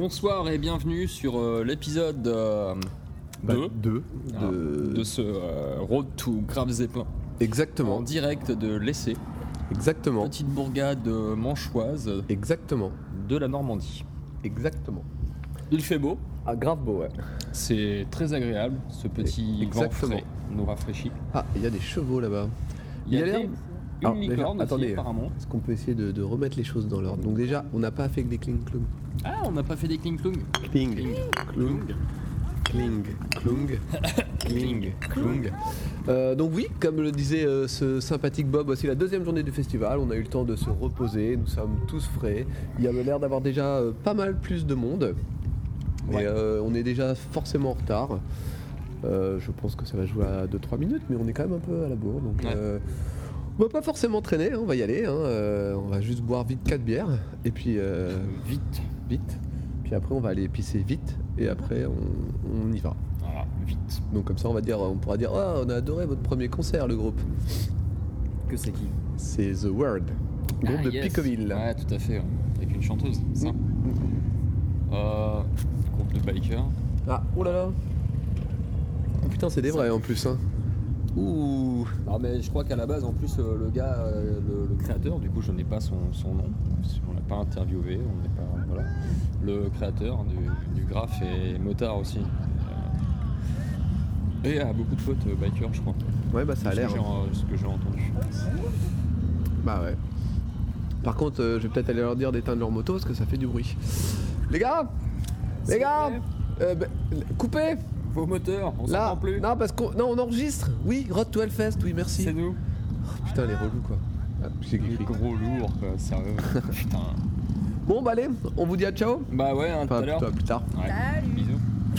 Bonsoir et bienvenue sur l'épisode 2 de ce Road to Graves Zeppelin. Exactement. En direct de l'Essai. Exactement. Petite bourgade manchoise. Exactement. De la Normandie. Exactement. Il fait beau. Ah, grave beau, ouais. C'est très agréable, ce petit vent frais nous rafraîchit. Ah, il y a des chevaux là-bas. Il y a une licorne aussi, attendez, apparemment. Est-ce qu'on peut essayer de remettre les choses dans l'ordre? Donc déjà, on n'a pas fait que des cling-clong. Ah, on n'a pas fait des cling-clong. Cling, clong, cling, clong, cling, clong. Donc oui, comme le disait ce sympathique Bob, aussi la deuxième journée du festival, on a eu le temps de se reposer, nous sommes tous frais. Il y avait l'air d'avoir déjà pas mal plus de monde. Ouais. Et on est déjà forcément en retard. Je pense que ça va jouer à 2-3 minutes, mais on est quand même un peu à la bourre. Donc on va pas forcément traîner, hein, on va y aller. On va juste boire vite 4 bières. Et puis vite. Puis après on va aller pisser vite. Et après on y va. Voilà, vite. Donc comme ça on pourra dire on a adoré votre premier concert, le groupe. Que c'est qui? C'est The Word, groupe de Picoville. Ouais, tout à fait, ouais. Avec une chanteuse, c'est ça. Groupe de bikers. Ah, oh là là. Oh putain, c'est des vrais en plus, hein. Ouh. Ah, mais je crois qu'à la base, en plus, le gars, le créateur, du coup, je n'ai pas son nom. On l'a pas interviewé, on n'est pas. Voilà. Le créateur du graphe et motard aussi. Et a beaucoup de potes bikers, je crois. Ouais, bah ça a l'air. Ce que j'ai entendu. Bah ouais. Par contre, je vais peut-être aller leur dire d'éteindre leur moto parce que ça fait du bruit. Les gars, coupez vos moteurs, on s'entend plus. Non, parce qu'on on enregistre. Oui, Road to Hellfest, oui, merci. C'est nous. Oh, putain, les relous quoi. Ah, c'est gros lourd quoi, sérieux. Putain. Bon, bah allez, on vous dit à ciao. Bah ouais, tout à l'heure. Plus tard. Ouais. Salut. Bisous.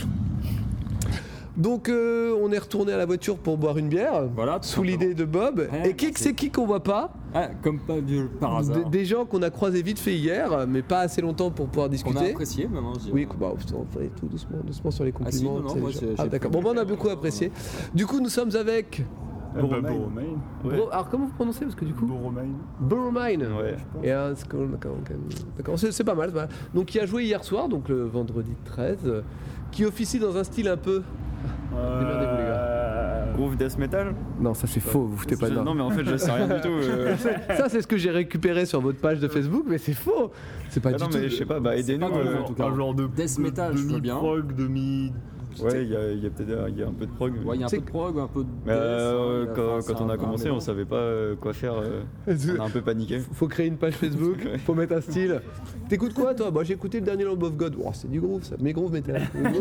Donc on est retourné à la voiture pour boire une bière, voilà, sous l'idée de Bob. Ouais, et c'est qui qu'on voit pas? Ah, comme pas par hasard. Des gens qu'on a croisés vite fait hier, mais pas assez longtemps pour pouvoir discuter. On a apprécié maintenant, je dirais. Oui, bah, on fait tout doucement sur les compliments. Ah si, non, moi, d'accord. Bon, bah, on a beaucoup apprécié. Du coup, nous sommes avec... Borromine. Ouais. Alors comment vous prononcez parce que du coup Borromine. Ouais. Et d'accord, c'est pas mal. Donc qui a joué hier soir, donc le vendredi 13, qui officie dans un style un peu. Démerdez-vous les gars. Groove death metal? Non, ça c'est faux, vous foutez pas de Non mais en fait je sais rien du tout. Ça c'est ce que j'ai récupéré sur votre page de Facebook, mais c'est faux. C'est pas du tout. Non mais je sais pas, bah aidez-nous. Un genre de death metal, je veux bien. Prog, ouais, il y a peut-être un peu de prog. Ouais, il y a un peu de prog, un peu de death. Quand on a commencé, on savait pas quoi faire. On a un peu paniqué. Faut créer une page Facebook, faut mettre un style. T'écoutes quoi toi? Bah j'ai écouté le dernier Lamb of God. Oh, c'est du groove ça, mais groove metal.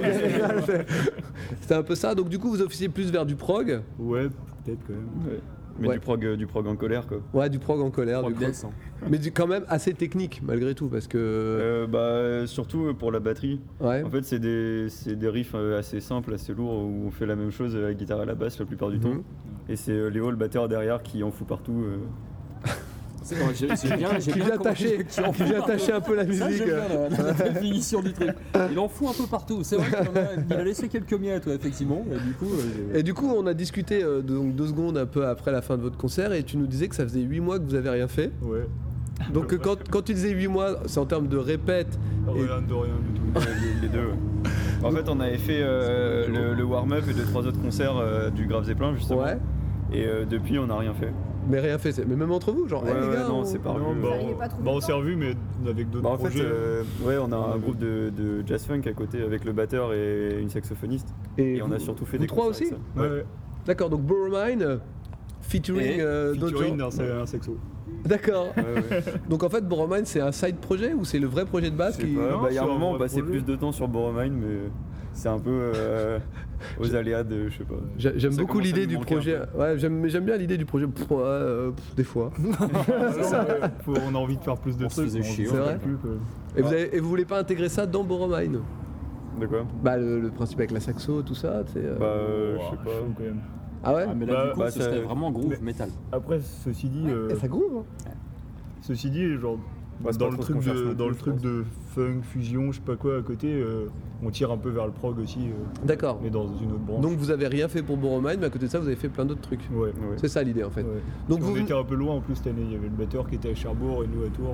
C'était un peu ça. Donc du coup vous officiez plus vers du prog. Ouais, peut-être quand même. Ouais. Mais du prog en colère quoi. Ouais, du prog en colère, du coup. Mais quand même assez technique malgré tout parce que. Surtout pour la batterie. Ouais. En fait c'est des riffs assez simples, assez lourds où on fait la même chose à la guitare et à la basse la plupart du temps. Et c'est Léo le batteur derrière qui en fout partout. C'est bon, j'ai bien qui vient attacher un peu la musique. Ça, j'aime bien la définition du truc. Il en fout un peu partout. C'est vrai qu'il a laissé quelques miettes, ouais, effectivement. Et du coup, on a discuté donc 2 secondes un peu après la fin de votre concert et tu nous disais que ça faisait 8 mois que vous avez rien fait. Ouais. Donc quand tu disais 8 mois, c'est en termes de répète. Rien du tout. Les deux. En fait, on avait fait le warm-up et 2-3 autres concerts du Graves Zeppelin justement. Ouais. Et depuis, on n'a rien fait. Mais rien fait, mais même entre vous, genre, les gars, non, c'est pas on s'est revus, mais avec d'autres projets. En fait, on a un groupe de jazz funk à côté avec le batteur et une saxophoniste. Et on a surtout fait des trois aussi. Ouais. D'accord, donc Borromine featuring d'autres gens. Un saxo. D'accord. Ouais. Donc en fait, Borromine, c'est un side projet ou c'est le vrai projet de base qui... Il y a un moment, on passait plus de temps sur Borromine, mais c'est un peu aux aléas de, je sais pas. J'aime beaucoup l'idée du projet. Ouais, j'aime bien l'idée du projet. Des fois. C'est ça. On a envie de faire plus de trucs. C'est vrai. Et vous voulez pas intégrer ça dans Borromine? De quoi? Bah le principe avec la saxo, tout ça. Je sais pas. Quand même. Ah ouais? Mais là, du coup, ce serait vraiment groove metal. Après, ceci dit... ça groove, hein. Ceci dit, genre, dans le truc de funk, fusion, je sais pas quoi, à côté, on tire un peu vers le prog aussi. D'accord. Mais dans une autre branche. Donc vous avez rien fait pour Borromine, mais à côté de ça, vous avez fait plein d'autres trucs. Ouais. C'est ça l'idée, en fait. Ouais. Donc on était un peu loin, en plus, cette année. Il y avait le batteur qui était à Cherbourg et nous à Tours.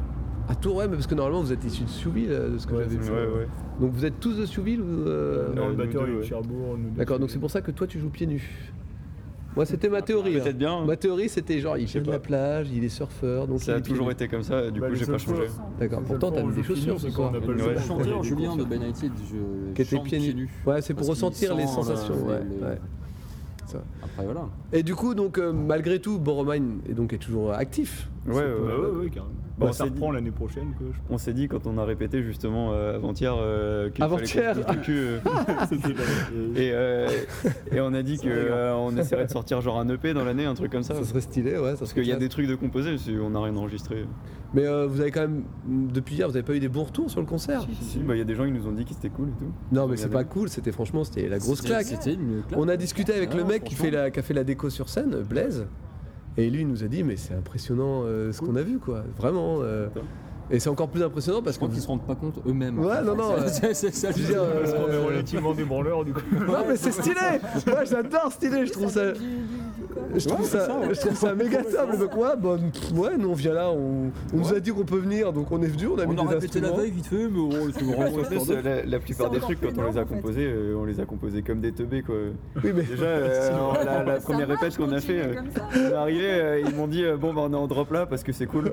À Tours, ouais, mais parce que normalement vous êtes issus de Souville, de ce que j'avais vu. Ouais. Donc vous êtes tous de Souville ou Non, le nous batteur deux, il est de ouais. Cherbourg. nous deux, D'accord, donc c'est pour ça que toi tu joues pieds nus. Moi c'était ma théorie. Peut-être bien. Ma théorie c'était genre il Je sais vient de la pas. plage, il est surfeur, donc Ça il a est pieds toujours nus. été comme ça, du coup les j'ai pas seules changé. fois- D'accord, les pourtant seules t'as fois mis où des je joue chaussures pieds ce nus, c'est quand soir. on n'a pas le Ouais. Le son. chanteur Ouais. Julien de Ben United, je Qui était chante pieds nus. Ouais, c'est pour Parce qu'il ressentir les sent, sensations. les- Ouais. Après voilà. Et du coup, donc malgré tout, Boromine est toujours actif. Ouais, Carrément. Bon, Bah, ça on s'est reprend l'année prochaine, quoi. je On s'est dit quand on a répété justement avant-hier qu'il Avant-hier. fallait qu'on se bouge le cul, pense. C'était là. et on a dit qu'on essaierait de sortir genre un EP dans l'année, un truc comme ça. Ça serait stylé, ouais. Ça Parce serait qu'il y a classe. des trucs de composer, on n'a rien enregistré. Mais vous avez quand même, depuis hier, vous avez pas eu des bons retours sur le concert? Si, bah il y a des gens qui nous ont dit que c'était cool et tout. Non, mais Il y c'est avait- pas cool. C'était franchement, c'était la grosse C'était- claque. C'était une claque. On a discuté avec le Ah, mec qui franchement. a fait la déco sur scène, Blaise, et lui il nous a dit mais c'est impressionnant ce qu'on a vu quoi, vraiment. Et c'est encore plus impressionnant parce Je que crois qu'ils se rendent pas compte eux-mêmes. Ouais, non, non, C'est ça. je veux dire, Parce qu'on est relativement des branleurs, du coup. non mais c'est stylé. Moi j'adore stylé, je trouve ça. Je trouve ça méga top. Le mec, ouais, bon, ouais, nous on vient là, on nous a dit qu'on peut venir, donc on est venu, on a mis On a des répété la instruments. veille vite fait, mais c'est En plus, la plupart C'est des encore trucs, plus quand on les a énorme, en fait. composés, on les a composés comme des teubés quoi. Oui, mais Déjà, la première répète qu'on a fait, on est arrivé, ils m'ont dit bon bah on est en drop là parce que c'est cool.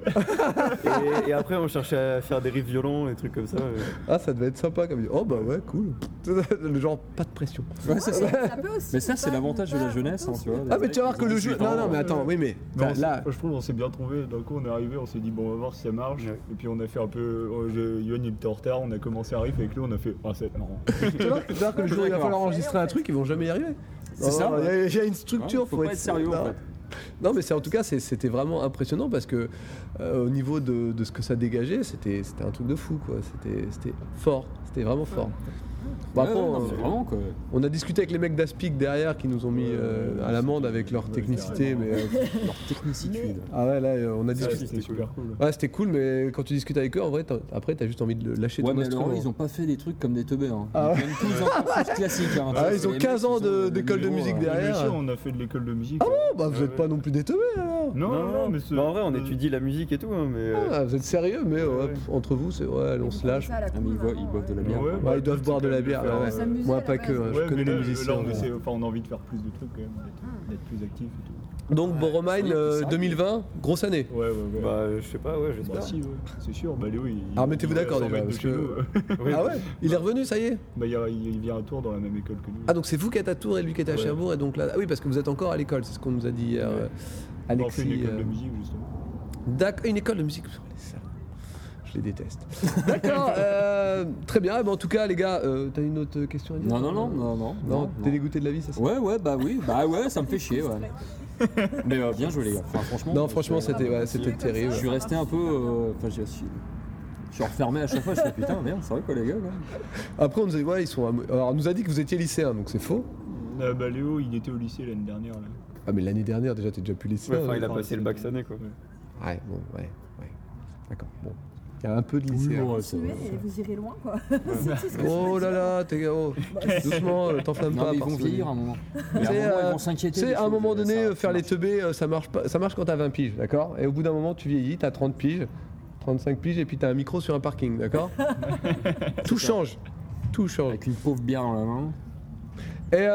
et après on cherchait à faire des riffs violents, des trucs comme ça. ah, ça devait être sympa comme. Oh bah ouais, cool. Le genre pas de pression. Ouais, c'est ça. Ça peut aussi Mais ça, c'est pas l'avantage de la jeunesse, hein, tu vois. Ah mais tu vas voir que le jeu. Non non mais attends, oui mais Mais là. je trouve qu'on s'est bien trouvé. D'un coup, on est arrivé, on s'est dit, bon, on va voir si ça marche. Ouais. Et puis, on a fait un peu. Yoann, il était en retard, on a commencé à riff avec lui, on a fait, ah, c'est marrant. Tu vois que le jour où il va falloir enregistrer un truc, ils vont jamais y arriver. C'est ça, Il y a- il y a une structure, Ouais, faut pas être sérieux, non. en fait. Non, mais en tout cas, c'était vraiment impressionnant parce que au niveau de ce que ça dégageait, c'était un truc de fou, quoi. C'était fort, c'était vraiment fort. Bon, après, Ouais, non, c'est vraiment quoi. on a discuté avec les mecs d'Aspic derrière qui nous ont mis à l'amende avec leur technicité, mais Leur technicitude. ah ouais, là, on a Ça, discuté. c'était super cool. Ouais, c'était cool, mais quand tu discutes avec eux, en vrai, après, t'as juste envie de lâcher Ouais, ton mais instrument. alors, ils ont pas fait des trucs comme des teubés. Hein. Ah ouais. Ils viennent tous en plus classique. Hein. Ah, ils C'est ont les 15 mecs, ans ils ont d'école de le musique niveau, derrière. Bien sûr, on a fait de l'école de musique. Oh, bah, vous êtes pas non plus des teubés, alors. Non, mais c'est. Bah, en vrai on étudie la musique et tout, hein, mais Ah, vous êtes sérieux, mais ouais, entre vous, c'est ouais, on se lâche. Ah, mais ils boivent de la bière. Ouais, quoi. Ouais, ils doivent boire de la bière. faire, Ouais. s'amuser Moi, à pas la que. base. hein, je Ouais, connais mais les là, musiciens. on essaie, enfin, on a envie de faire plus de trucs quand même, d'être plus actif et tout. Donc, Boromine 2020, grosse année. Ouais. bah je sais pas, ouais Bah j'espère. si, ouais, c'est sûr. Bah Léo, il. Alors, mettez-vous il est à d'accord 100 déjà, mètres de parce chez que- nous. Ah ouais. Il est revenu, ça y est. Bah il vient à Tours dans la même école que nous. Ah, donc c'est vous qui êtes à Tours et lui qui est à Ouais. Cherbourg. Et donc là. Ah oui, parce que vous êtes encore à l'école, c'est ce qu'on nous a dit hier. Ouais. On fait une Alexis. école de musique justement. D'accord, une école de musique. Oh, les salauds. Je les déteste. D'accord, très bien. Eh ben, en tout cas, les gars, t'as une autre question à dire? Non, t'es dégoûté de la vie, c'est ça? Ouais, bah oui, ça me fait chier, ouais. Mais bien joué, les gars. Enfin, franchement. Non, franchement, c'était terrible. Je suis resté un peu. Enfin, je suis refermé à chaque fois. Je fais putain, merde, c'est vrai quoi, les gars. Quoi. Après, on nous a dit, ouais, ils sont. Alors, on nous a dit que vous étiez lycéen, donc c'est faux. Bah Léo, il était au lycée l'année dernière là. Ah, mais l'année dernière, déjà, t'es déjà plus lycéen. Ouais, enfin, hein. il a passé le bac cette année quoi. Ouais, bon, ouais. D'accord, bon. Il y a un peu de lycéen. Ouais, c'est vrai. Et vous irez loin, quoi. Oh là là, t'es gars, oh. Doucement, t'enflamme Non, pas. mais ils parce vont que- vieillir à un moment. Tu Et à un sais, moment, ils vont s'inquiéter. Tu sais, des à un choses, moment donné, ça faire les marche. teubés, ça marche pas. Ça marche quand t'as 20 piges, d'accord? Et au bout d'un moment, tu vieillis, t'as 30 piges, 35 piges, et puis t'as un micro sur un parking, d'accord? Tout change. Tout change. Avec une pauvre bière dans la main. Et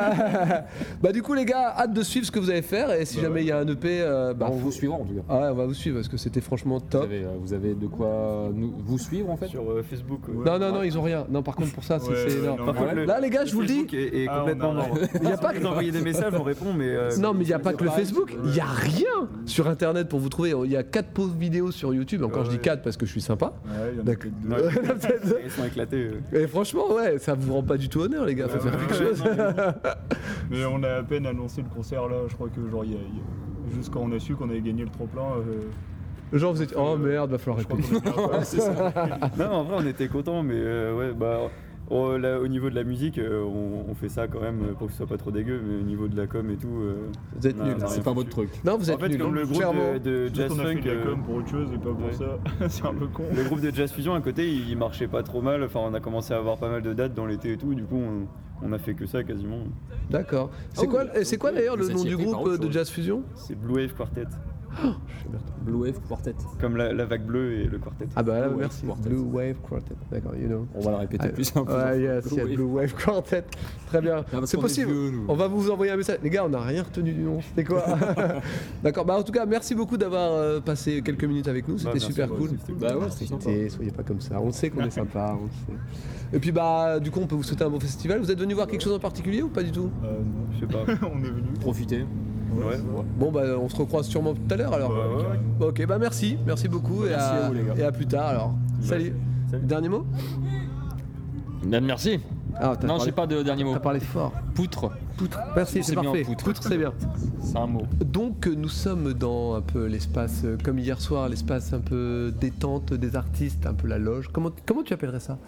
bah du coup les gars, hâte de suivre ce que vous allez faire et si jamais il y a un EP, On vous suivra en tout cas. Ah ouais, on va vous suivre parce que c'était franchement top. Vous avez de quoi vous suivre en fait. Sur Facebook. Non, ils ont rien. Non, par contre pour ça, c'est non. non, Par contre, Là les gars, je vous le dis, Facebook est Ah, complètement on a- mort. il y a pas que Vous envoyez des messages, on répond, mais. non, mais il n'y a pas que le pareil, Facebook, il n'y a rien sur internet pour vous trouver. Il y a 4 pauses vidéos sur YouTube, encore je dis 4 parce que je suis sympa. Ouais, il y en a D'accord. peut-être deux. Ils sont éclatés. Et franchement, ouais, ça vous rend pas du tout honneur les gars, faut faire quelque chose. Mais on a à peine annoncé le concert là, je crois que genre juste quand on a su qu'on avait gagné le trop-plein, Genre vous êtes, oh merde, va falloir je crois répéter. qu'on a fait un peu- Non, en vrai, on était contents, mais ouais, bah. Là, au niveau de la musique, on fait ça quand même pour que ce soit pas trop dégueu, mais au niveau de la com et tout. Vous êtes on a- nuls. on a C'est rien pas foutu. votre truc. Non, vous En êtes fait, nuls. comme le groupe clairement. de Juste Jazz on a fait Funk. de la com pour autre chose et pas pour ouais. ça, c'est un peu con. Le groupe de Jazz Fusion à côté, il marchait pas trop mal. Enfin, on a commencé à avoir pas mal de dates dans l'été et tout. Du coup, on a fait que ça quasiment. D'accord. Ah oui, C'est quoi d'ailleurs le vous nom étiez du pris par groupe autre de chose. Jazz Fusion? C'est Blue Wave Quartet. Blue Wave Quartet. Comme la vague bleue et le quartet. Ah bah là, Blue merci. Wave Quartet. Blue Wave Quartet. D'accord, you know. On va le répéter plusieurs fois. Ouais, yes, Blue yeah, Wave. Blue Wave Quartet. Très bien. parce C'est qu'on est possible. vieux, nous. On va vous envoyer un message. Les gars, on n'a rien retenu du nom. C'était quoi? D'accord. Bah en tout cas, merci beaucoup d'avoir passé quelques minutes avec nous. C'était Merci super à vous cool. aussi, c'était cool. Bah ouais, c'est sympa. Soyez pas comme ça. On sait qu'on est sympa. On le sait. Et puis bah du coup, on peut vous souhaiter un bon festival. Vous êtes venu voir quelque chose en particulier ou pas du tout? Non, Je sais pas. on est venu. Profitez. Ouais. Bon bah on se recroise sûrement tout à l'heure alors. Ouais. Ok, bah merci beaucoup Merci à vous, les gars. et à plus tard alors. Salut. Salut. Dernier mot? Merci. Ah, t'as Non, parlé- j'ai pas de dernier mot. T'as parlé fort. Poutre. Poutre. Merci, c'est C'est bien, parfait. poutre. C'est bien. C'est un mot. Donc nous sommes dans un peu l'espace, comme hier soir, l'espace un peu détente des artistes, un peu la loge. Comment tu appellerais ça?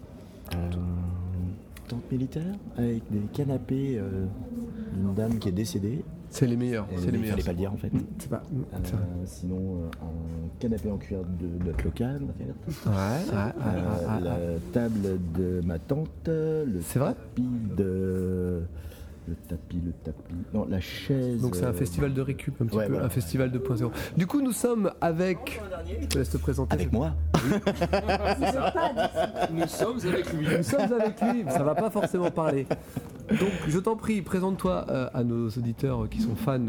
Tente militaire avec des canapés d'une dame qui est décédée. C'est les meilleurs. Et C'est les il meilleurs. fallait pas le dire en fait. C'est pas. Sinon, un canapé en cuir de notre local, on va dire. La table de ma tante, le C'est vrai tapis de. Le tapis. Non, la chaise. Donc c'est un festival de récup, un petit Ouais, peu, voilà. un festival 2.0. Du coup, nous sommes avec. Je te laisse te présenter. Avec moi. Nous sommes avec lui. Nous sommes avec lui. Ça va pas forcément parler. Donc, je t'en prie, présente-toi à nos auditeurs qui sont fans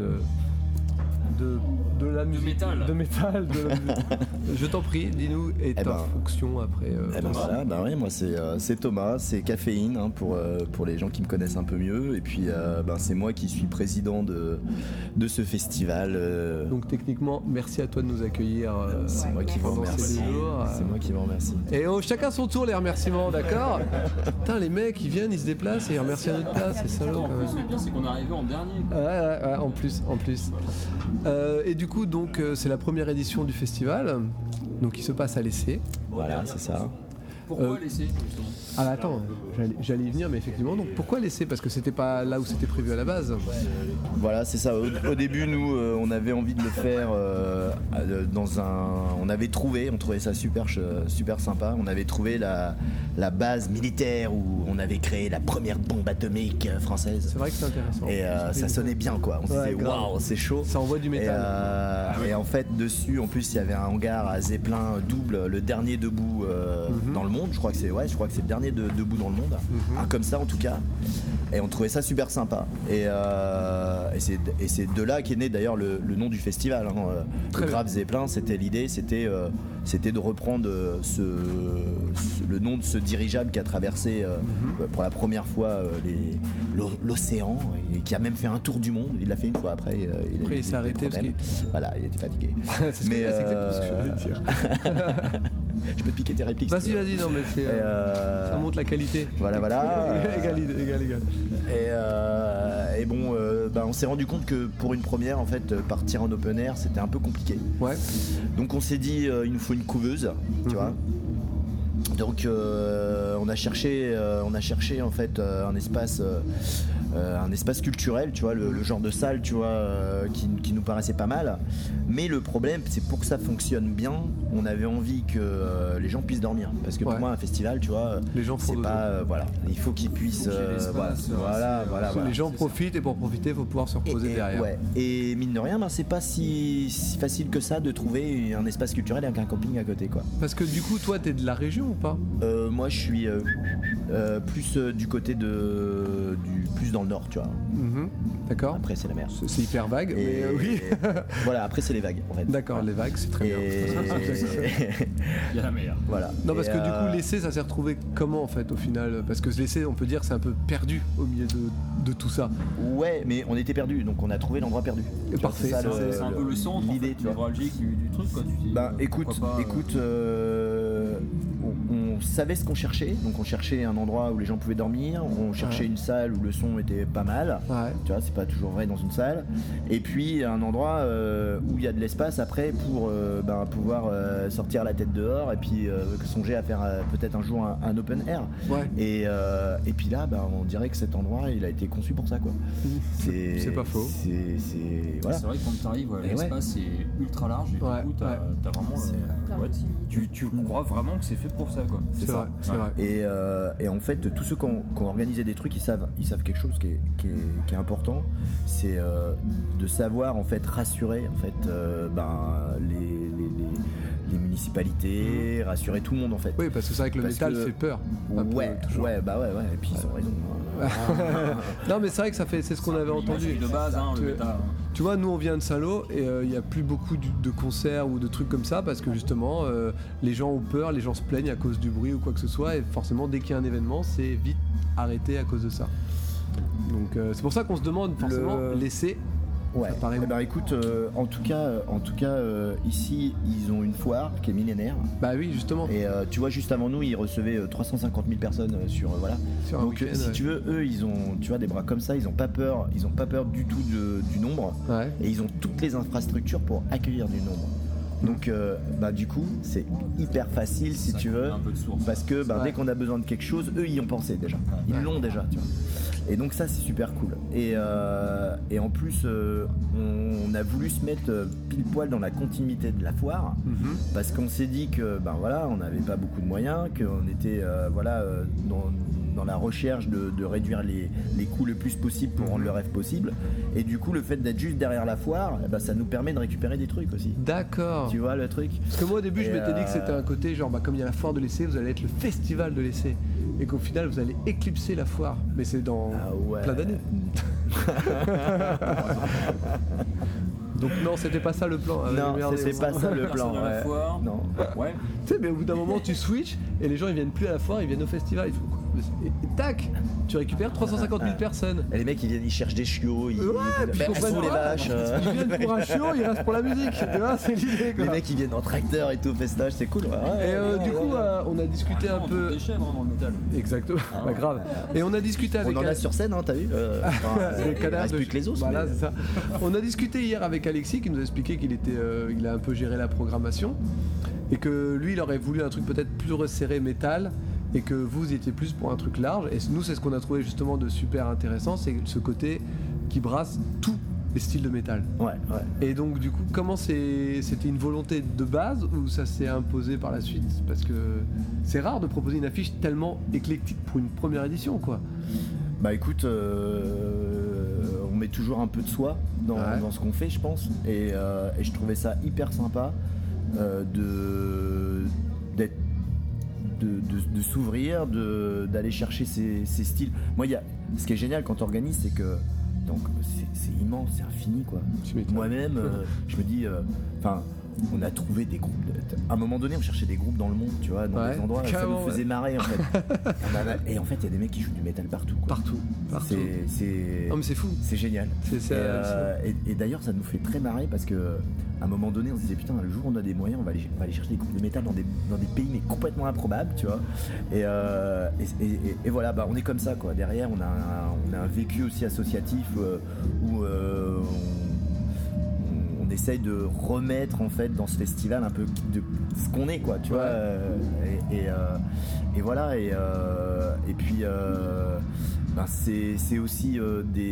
de la musique, métal. de métal. Je t'en prie, dis-nous et ta ben, fonction après. Eh ben voilà, bah oui, moi c'est Thomas, c'est Caféine hein, pour les gens qui me connaissent un peu mieux. Et puis c'est moi qui suis président de ce festival. Donc techniquement, merci à toi de nous accueillir. C'est moi qui vous pendant ces remercie. 2 jours. C'est moi qui vous remercie. Et chacun son tour les remerciements, d'accord? Putain, les mecs ils viennent, ils se déplacent et ils remercient à notre place, c'est salaud En quand plus, même. le pire, c'est qu'on est arrivé en dernier. Ouais, en plus. Et du coup, donc, c'est la première édition du festival, donc qui se passe à l'Essai. Voilà, c'est ça. Pourquoi laisser justement? Ah bah attends, j'allais y venir, mais effectivement, donc pourquoi l'Essai? Parce que c'était pas là où c'était prévu à la base. Voilà, c'est ça. Au début, nous, on avait envie de le faire dans un. On trouvait ça super sympa. On avait trouvé la base militaire où on avait créé la première bombe atomique française. C'est vrai que c'est intéressant. Et ça sonnait bien, quoi. On se Ouais, disait, grave. waouh, c'est chaud. Ça envoie du métal. Et en fait, dessus, en plus, il y avait un hangar à Zeppelin double, le dernier debout dans le monde. Je crois que c'est le dernier debout dans le monde. Un comme ça, en tout cas. Et on trouvait ça super sympa. Et c'est de là qu'est né d'ailleurs le nom du festival. Hein. Très Le Grave Zeppelin, l'idée, c'était de reprendre le nom de ce dirigeable qui a traversé pour la première fois l'océan et qui a même fait un tour du monde. Il l'a fait une fois après. Il s'est arrêté parce qu'il... Voilà, il était fatigué. c'est exactement ce que je voulais dire. Je peux te piquer tes répliques. Vas-y, non mais c'est... ça montre la qualité. Voilà. Égal. Et bon, on s'est rendu compte que pour une première, en fait, partir en open air, c'était un peu compliqué. Ouais. Donc on s'est dit, il nous faut une couveuse, tu vois. Donc on a cherché en fait un espace culturel, tu vois, le genre de salle, tu vois, qui nous paraissait pas mal. Mais le problème, c'est pour que ça fonctionne bien, on avait envie que les gens puissent dormir. Parce que pour moi, un festival, tu vois, les gens font c'est pas, il faut qu'ils puissent, voilà. Les gens profitent et pour profiter, il faut pouvoir se reposer derrière. Ouais. Et mine de rien, c'est pas si facile que ça de trouver un espace culturel avec un camping à côté, quoi. Parce que du coup, toi, t'es de la région ou pas? Moi, je suis plus du côté plus dans le nord, tu vois. D'accord. Après, c'est la mer. C'est hyper vague, mais oui. Voilà, après, c'est les vagues, en fait. D'accord, les vagues, c'est très bien. Il y a la meilleure. Voilà. Non, parce que du coup, l'essai, ça s'est retrouvé comment en fait au final? Parce que l'essai, on peut dire, c'est un peu perdu au milieu de tout ça. Ouais, mais on était perdus, donc on a trouvé l'endroit perdu. Tu vois, Parfait. C'est un peu le centre, l'idée, en fait, névralgique du truc, quoi. Tu dis, Écoute, on savait ce qu'on cherchait, donc on cherchait un endroit où les gens pouvaient dormir, on cherchait une salle où le son était pas mal, tu vois, c'est pas toujours vrai dans une salle, et puis un endroit où il y a de l'espace après pour pouvoir sortir la tête dehors et puis songer à faire peut-être un jour un open air. Et puis là, on dirait que cet endroit il a été conçu pour ça, quoi. C'est pas faux. Voilà. C'est vrai que quand t'arrives, l'espace est ultra large et du coup t'as vraiment tu crois vraiment que c'est fait pour ça, quoi. C'est ça. Vrai. Et en fait, tous ceux qui ont organisé des trucs, ils savent quelque chose qui est important, c'est de savoir en fait rassurer en fait les municipalités, rassurer tout le monde en fait. Oui, parce que c'est vrai que le métal fait peur. Ouais, et puis ils ont raison. Non, mais c'est vrai que c'est ce qu'on avait entendu. De base, le métal. Tu vois, nous on vient de Saint-Lô et il n'y a plus beaucoup de concerts ou de trucs comme ça parce que justement les gens ont peur, les gens se plaignent à cause du bruit ou quoi que ce soit et forcément dès qu'il y a un événement c'est vite arrêté à cause de ça. Donc c'est pour ça qu'on se demande forcément laisser. Ouais. Écoute, en tout cas, ici ils ont une foire qui est millénaire. Bah oui, justement. Et tu vois, juste avant nous, ils recevaient 350 000 personnes sur voilà. Sur donc si tu veux, eux, ils ont, tu vois, des bras comme ça, ils ont pas peur du tout du nombre. Ouais. Et ils ont toutes les infrastructures pour accueillir du nombre. Donc du coup c'est hyper facile si tu veux, parce que dès qu'on a besoin de quelque chose, eux ils y ont pensé déjà, ils l'ont déjà, tu vois. Et donc ça c'est super cool. Et en plus on a voulu se mettre pile poil dans la continuité de la foire, parce qu'on s'est dit que on n'avait pas beaucoup de moyens, qu'on était dans la recherche de réduire les coûts le plus possible pour rendre le rêve possible. Et du coup le fait d'être juste derrière la foire, ça nous permet de récupérer des trucs aussi. D'accord. Tu vois le truc. Parce que moi au début je m'étais dit que c'était un côté genre comme il y a la foire de l'essai, vous allez être le festival de l'essai et qu'au final vous allez éclipser la foire, mais c'est dans plein d'années. Donc non, c'était pas ça le plan. Non, c'est pas ça le plan. La foire. Non. Ouais. Tu sais, mais au bout d'un moment tu switches et les gens ils viennent plus à la foire, ils viennent au festival. Et tac, tu récupères 350 000 personnes. Et les mecs ils cherchent des chiots, ils sont les vaches. Ils viennent pour un chiot, ils restent pour la musique. Tu vois, c'est l'idée quoi. Les mecs ils viennent en tracteur et tout, au festage, c'est cool. Et du coup, on a discuté un peu. Des chèvres dans le métal. Exactement, pas grave. Et on a discuté avec. On en a sur scène, t'as vu. Les cadavres reste plus que les os. Voilà, c'est ça. On a discuté hier avec Alexis qui nous a expliqué qu'il a un peu géré la programmation et que lui il aurait voulu un truc peut-être plus resserré métal et que vous étiez plus pour un truc large. Et nous c'est ce qu'on a trouvé justement de super intéressant, c'est ce côté qui brasse tous les styles de métal. Ouais. Et donc du coup comment c'était une volonté de base ou ça s'est imposé par la suite? Parce que c'est rare de proposer une affiche tellement éclectique pour une première édition quoi. Bah écoute, on met toujours un peu de soi dans ce qu'on fait, je pense, et je trouvais ça hyper sympa de s'ouvrir, d'aller chercher ces styles. Moi, ce qui est génial quand on organise, c'est que donc c'est immense, c'est infini quoi. Moi-même, je me dis, on a trouvé des groupes. À un moment donné, on cherchait des groupes dans le monde, tu vois, dans des endroits, ça nous faisait marrer en fait. Et en fait, il y a des mecs qui jouent du métal partout. Quoi. Partout. Non mais c'est fou. C'est génial. Et d'ailleurs, ça nous fait très marrer parce que à un moment donné, on se disait putain, le jour où on a des moyens, on va aller chercher des groupes de métal dans des pays mais complètement improbables, tu vois. Et voilà, on est comme ça quoi. Derrière, on a un vécu aussi associatif où on essaye de remettre en fait dans ce festival un peu de ce qu'on est quoi, tu vois. Et voilà. Et puis c'est aussi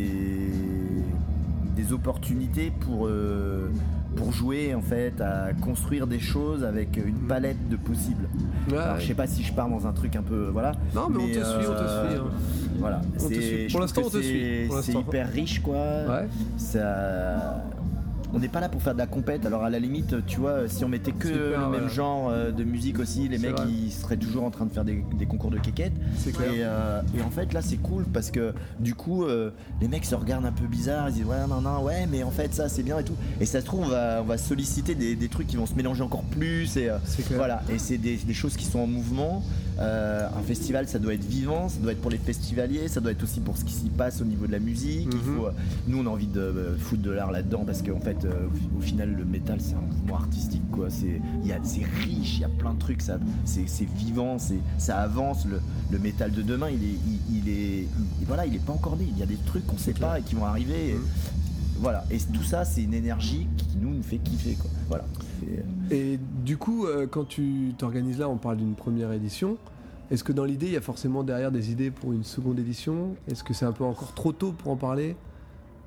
des opportunités pour jouer en fait, à construire des choses avec une palette de possibles. Alors, je sais pas si je pars dans un truc un peu voilà. Non mais on te suit. Hein. Voilà. Pour l'instant on te suit. C'est hyper riche quoi. Ouais. Ça. On n'est pas là pour faire de la compète, alors à la limite, tu vois, si on mettait que le même genre de musique aussi, les mecs ils seraient toujours en train de faire des concours de quéquettes. C'est clair. Et en fait là c'est cool parce que du coup les mecs se regardent un peu bizarre, ils disent ouais mais en fait ça c'est bien et tout. Et ça se trouve on va solliciter des trucs qui vont se mélanger encore plus et voilà. Et c'est des choses qui sont en mouvement. Un festival ça doit être vivant, ça doit être pour les festivaliers, ça doit être aussi pour ce qui s'y passe au niveau de la musique. Nous on a envie de foutre de l'art là-dedans parce qu'en fait au final le métal c'est un mouvement artistique quoi, c'est riche, il y a plein de trucs, c'est vivant, ça avance, le métal de demain il est pas encore né, il y a des trucs qu'on sait pas et qui vont arriver voilà, et tout ça c'est une énergie qui nous fait kiffer quoi. Voilà. Et du coup quand tu t'organises là, on parle d'une première édition, est-ce que dans l'idée il y a forcément derrière des idées pour une seconde édition? Est-ce que c'est un peu encore trop tôt pour en parler?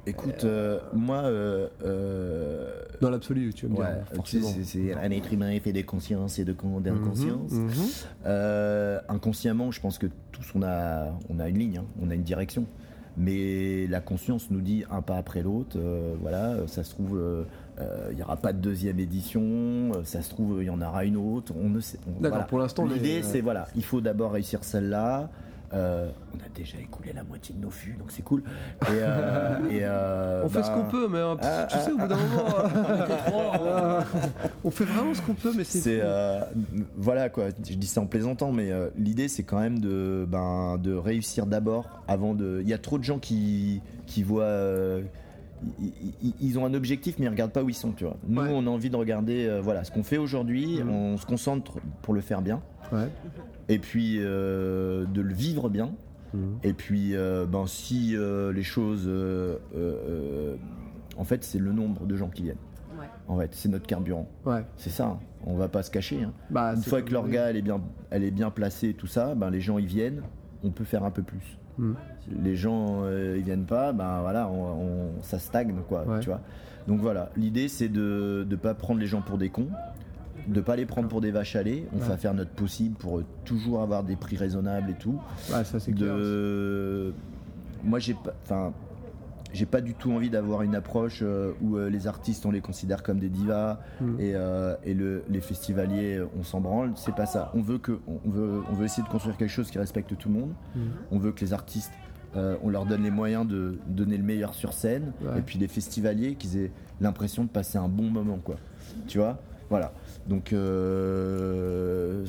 Écoute, moi... dans l'absolu, tu vas me dire, forcément. C'est un être humain fait de conscience et d'inconscience. Inconsciemment, je pense que tous, on a une ligne, hein, on a une direction. Mais la conscience nous dit un pas après l'autre, voilà, ça se trouve, il n'y aura pas de deuxième édition, ça se trouve, il y en aura une autre, on ne sait. D'accord, voilà. pour l'instant, l'idée, c'est, voilà, il faut d'abord réussir celle-là. On a déjà écoulé la moitié de nos fûts, donc c'est cool. On fait ce qu'on peut, mais tu sais, au bout d'un moment, on fait vraiment ce qu'on peut, mais c'est voilà quoi. Je dis ça en plaisantant, mais l'idée c'est quand même de réussir d'abord avant de. Il y a trop de gens qui voient. Ils ont un objectif, mais ils regardent pas où ils sont. Tu vois. Nous, on a envie de regarder, voilà, ce qu'on fait aujourd'hui. On se concentre pour le faire bien. Ouais. Et puis de le vivre bien. Et puis si les choses en fait c'est le nombre de gens qui viennent. En fait c'est notre carburant. C'est ça, hein. On va pas se cacher, hein. Une fois que l'orga elle est bien placée, tout ça, les gens ils viennent, on peut faire un peu plus. Les gens ils viennent pas, voilà, ça stagne quoi, tu vois. Donc voilà, l'idée c'est de pas prendre les gens pour des cons, de pas les prendre pour des vaches à lait. On va faire notre possible pour toujours avoir des prix raisonnables et tout. Ça c'est clair. Moi j'ai pas du tout envie d'avoir une approche où les artistes on les considère comme des divas et les festivaliers on s'en branle. C'est pas ça. On veut essayer de construire quelque chose qui respecte tout le monde. On veut que les artistes on leur donne les moyens de donner le meilleur sur scène, et puis les festivaliers qu'ils aient l'impression de passer un bon moment quoi. Tu vois. Voilà. Donc on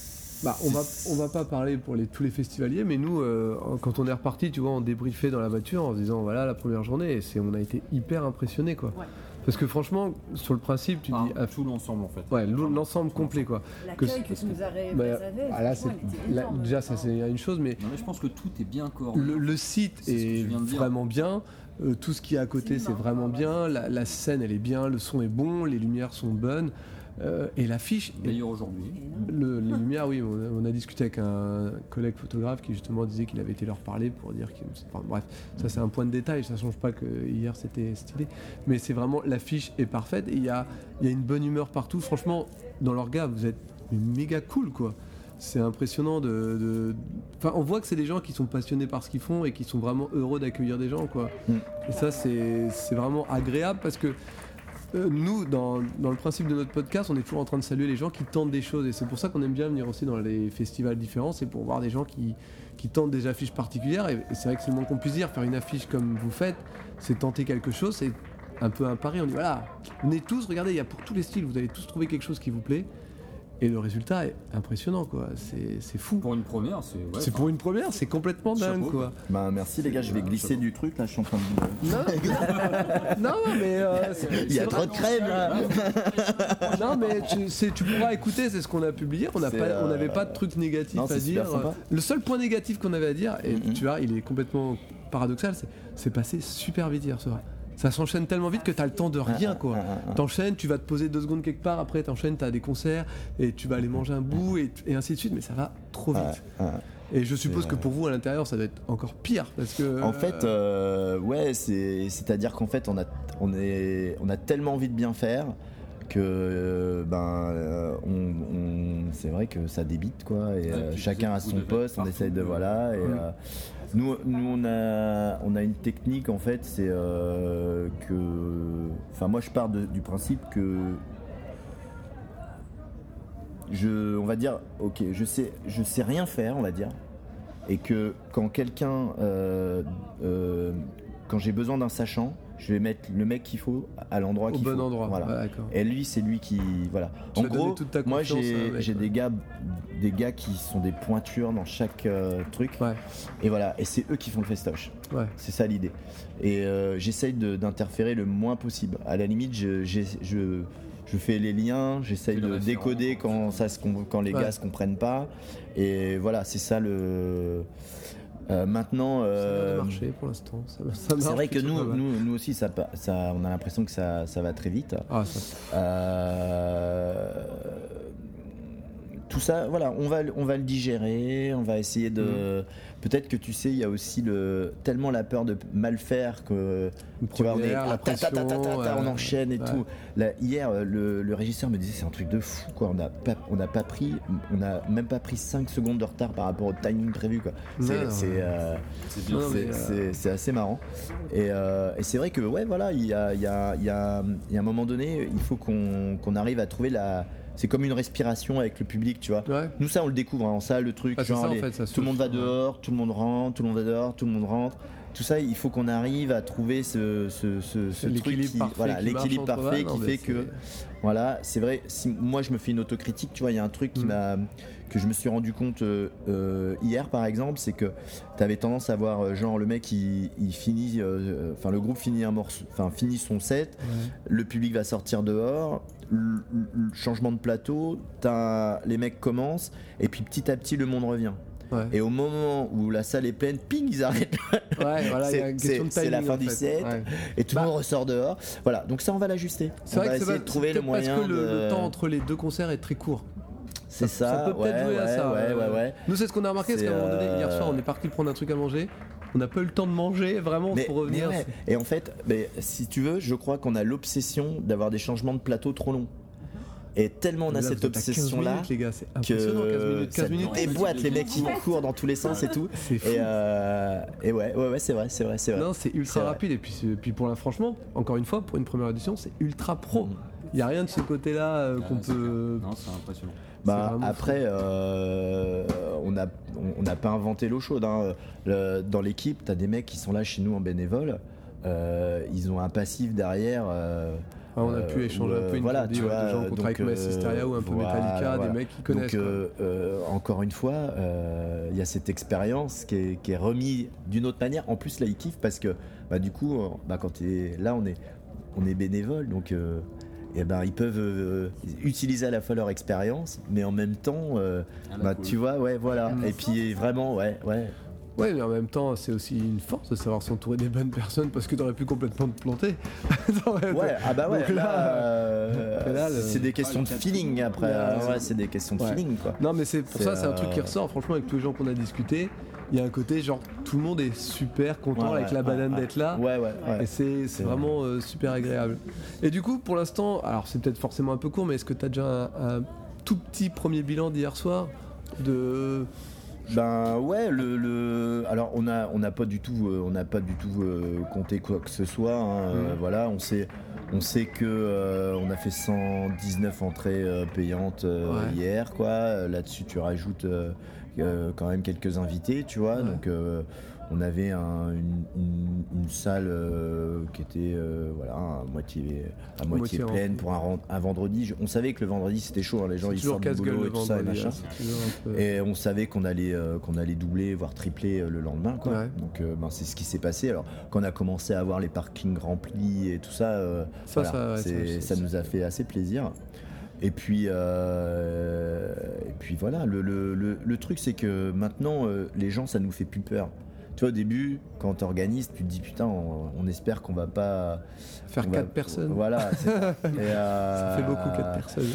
va pas parler pour tous les festivaliers, mais nous quand on est reparti, tu vois, on débriefait dans la voiture en se disant voilà la première journée, et on a été hyper impressionnés quoi. Parce que franchement, sur le principe, tu dis tout l'ensemble en fait. L'ensemble complet quoi. L'accueil que tu nous as réservé. Déjà ça c'est une chose, mais je pense que tout est bien coordonné. Le site est vraiment bien. Tout ce qui est à côté c'est vraiment bien. La scène elle est bien, le son est bon, les lumières sont bonnes. Et l'affiche meilleure aujourd'hui. Les lumières, oui, on a discuté avec un collègue photographe qui justement disait qu'il avait été leur parler pour dire bref, ça c'est un point de détail, ça change pas que hier c'était stylé, mais c'est vraiment, l'affiche est parfaite et il y a une bonne humeur partout. Franchement, dans l'orga, vous êtes méga cool quoi. C'est impressionnant on voit que c'est des gens qui sont passionnés par ce qu'ils font et qui sont vraiment heureux d'accueillir des gens quoi. Et ça c'est vraiment agréable parce que nous, dans le principe de notre podcast, on est toujours en train de saluer les gens qui tentent des choses, et c'est pour ça qu'on aime bien venir aussi dans les festivals différents, c'est pour voir des gens qui tentent des affiches particulières, et c'est vrai que c'est le moins qu'on puisse dire. Faire une affiche comme vous faites, c'est tenter quelque chose, c'est un peu un pari. On dit voilà, venez tous, regardez, il y a pour tous les styles, vous allez tous trouver quelque chose qui vous plaît. Et le résultat est impressionnant quoi, c'est fou. Pour une première, pour une première, c'est complètement dingue quoi. Merci les gars, je vais glisser du truc là, je suis en train de... Non mais il y a trop de crème là. Non mais tu pourras écouter, c'est ce qu'on a publié, on n'avait pas de trucs négatifs à dire. Le seul point négatif qu'on avait à dire, et tu vois, il est complètement paradoxal, c'est passé super vite hier soir. Ça s'enchaîne tellement vite que t'as le temps de rien quoi. T'enchaînes, tu vas te poser 2 secondes quelque part, après t'enchaînes, t'as des concerts et tu vas aller manger un bout et ainsi de suite, mais ça va trop vite. Et je suppose que pour vous à l'intérieur ça doit être encore pire parce que. En fait, c'est-à-dire qu'en fait on a tellement envie de bien faire que c'est vrai que ça débite quoi, et chacun a son poste, on essaye de voilà et. Nous on a une technique en fait, c'est moi je pars du principe que on va dire ok, je sais rien faire on va dire, et que quand quand j'ai besoin d'un sachant, je vais mettre le mec qu'il faut à l'endroit qu'il faut. Au bon endroit. Voilà. Et lui, c'est lui qui voilà. En gros, moi j'ai des gars qui sont des pointures dans chaque truc. Et voilà. Et c'est eux qui font le festoche. C'est ça l'idée. Et j'essaye d'interférer le moins possible. À la limite, je fais les liens, j'essaye de décoder quand les gars se comprennent pas. Et voilà, c'est ça le. Maintenant, ça a l'air de marcher pour l'instant. Ça c'est vrai que nous aussi, on a l'impression que ça va très vite. tout ça, voilà, on va le digérer, on va essayer de. Peut-être que tu sais, il y a aussi tellement la peur de mal faire que tu vois, on enchaîne et tout. Là, hier, le régisseur me disait c'est un truc de fou, quoi. On n'a même pas pris 5 secondes de retard par rapport au timing prévu, quoi. C'est assez marrant. Et c'est vrai que ouais, voilà, il y a un moment donné, il faut qu'on arrive à trouver c'est comme une respiration avec le public, tu vois. Ouais. Nous, ça, on le découvre en salle, le truc. Genre, ça, en fait, tout le monde va dehors, tout le monde rentre, tout le monde va dehors, tout le monde rentre. Tout ça, il faut qu'on arrive à trouver ce l'équilibre parfait qui fait que, voilà, c'est vrai. Si moi, je me fais une autocritique, tu vois, il y a un truc que je me suis rendu compte hier, par exemple, c'est que tu avais tendance à voir genre le mec il finit, le groupe finit un morceau, finit son set, le public va sortir dehors. Changement de plateau, les mecs commencent et puis petit à petit le monde revient. Ouais. Et au moment où la salle est pleine, ping, ils arrêtent. Ouais, voilà, c'est la fin du set et tout le monde ressort dehors. Voilà, donc ça on va l'ajuster. C'est vrai que essayer de trouver le moyen. Parce que le temps entre les deux concerts est très court. C'est ça. Ça peut peut-être jouer à ça. Ouais. Nous c'est ce qu'on a remarqué, parce qu'à un moment donné, hier soir, on est parti prendre un truc à manger. On n'a pas eu le temps de manger vraiment pour revenir. Et en fait, si tu veux, je crois qu'on a l'obsession d'avoir des changements de plateau trop longs. Et tellement on a cette obsession-là les gars, c'est que 15 minutes, ça déboîte, les mecs qui courent dans tous les sens et tout. C'est fou. Et ouais, c'est vrai. Non, c'est ultra rapide. Et puis franchement, encore une fois, pour une première édition, c'est ultra pro. Il n'y a rien de ce côté-là qu'on peut. Non, c'est impressionnant. Après, on n'a pas inventé l'eau chaude. Hein. Dans l'équipe, t'as des mecs qui sont là chez nous en bénévole. Ils ont un passif derrière. On a pu échanger un peu une tu vois, de gens contre avec Mass Hysteria ou un peu Metallica, des mecs qui connaissent. Donc encore une fois, il y a cette expérience qui est remise d'une autre manière. En plus là ils kiffent parce que du coup quand t'es là on est bénévole, donc ils peuvent utiliser à la fois leur expérience, mais en même temps tu vois, voilà. Et puis vraiment Ouais, mais en même temps, c'est aussi une force de savoir s'entourer des bonnes personnes, parce que t'aurais pu complètement te planter. C'est des questions de feeling après. C'est des questions de feeling, quoi. Non, mais c'est pour ça, c'est un truc qui ressort. Franchement, avec tous les gens qu'on a discuté, il y a un côté genre tout le monde est super content avec la banane d'être là. Et c'est vraiment super agréable. Et du coup, pour l'instant, alors c'est peut-être forcément un peu court, mais est-ce que t'as déjà un tout petit premier bilan d'hier soir de... alors on n'a pas du tout compté quoi que ce soit, hein. Voilà, on sait que on a fait 119 entrées payantes hier, quoi. Là-dessus tu rajoutes quand même quelques invités, tu vois, donc on avait une salle qui était à moitié pleine pour un vendredi. On savait que le vendredi c'était chaud, hein, les gens ils sortent du boulot et tout ça et machin. Et on savait qu'on allait doubler voire tripler le lendemain, quoi. Ouais. Donc c'est ce qui s'est passé. Alors quand on a commencé à avoir les parkings remplis et tout ça, ça nous a fait assez plaisir. Et puis voilà, le truc c'est que maintenant les gens ça nous fait plus peur. Tu vois, au début, quand t'organises, tu te dis putain, on espère qu'on va pas faire 4 personnes. Voilà, c'est ça. Ça fait beaucoup 4 personnes.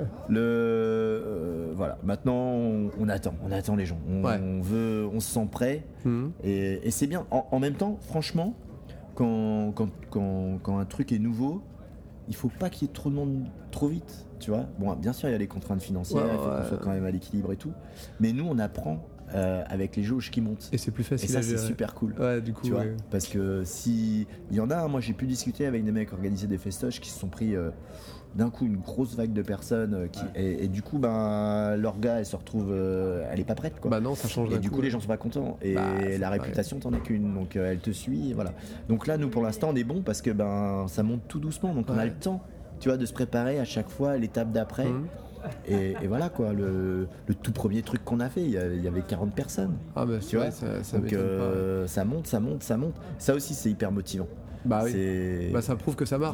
Voilà, maintenant on attend les gens. On se sent prêt. Et c'est bien. En même temps, franchement, quand un truc est nouveau, il faut pas qu'il y ait trop de monde trop vite. Tu vois. Bon, bien sûr, il y a les contraintes financières, il faut qu'on soit quand même à l'équilibre et tout. Mais nous, on apprend. Avec les jauges qui montent. Et c'est plus facile. Et ça, c'est super cool. Ouais, du coup. Tu vois, parce que si il y en a, moi j'ai pu discuter avec des mecs organisés des festoches qui se sont pris d'un coup une grosse vague de personnes et du coup leur gars elle se retrouve, elle est pas prête, quoi. Bah non, ça change. Et du coup les gens sont pas contents et la réputation t'en as qu'une, donc elle te suit, et voilà. Donc là nous pour l'instant on est bon parce que ça monte tout doucement, donc on a le temps, tu vois, de se préparer à chaque fois à l'étape d'après. Et voilà, quoi, le tout premier truc qu'on a fait, il y avait 40 personnes. Ah bah tu vois, ça donc ça monte. Ça aussi c'est hyper motivant. Ça prouve que ça marche.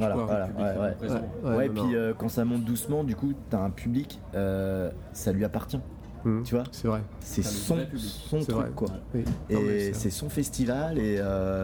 Et puis quand ça monte doucement, du coup t'as un public, ça lui appartient. Tu vois, c'est vrai. C'est son truc, vrai. Quoi. Oui. Et c'est son festival et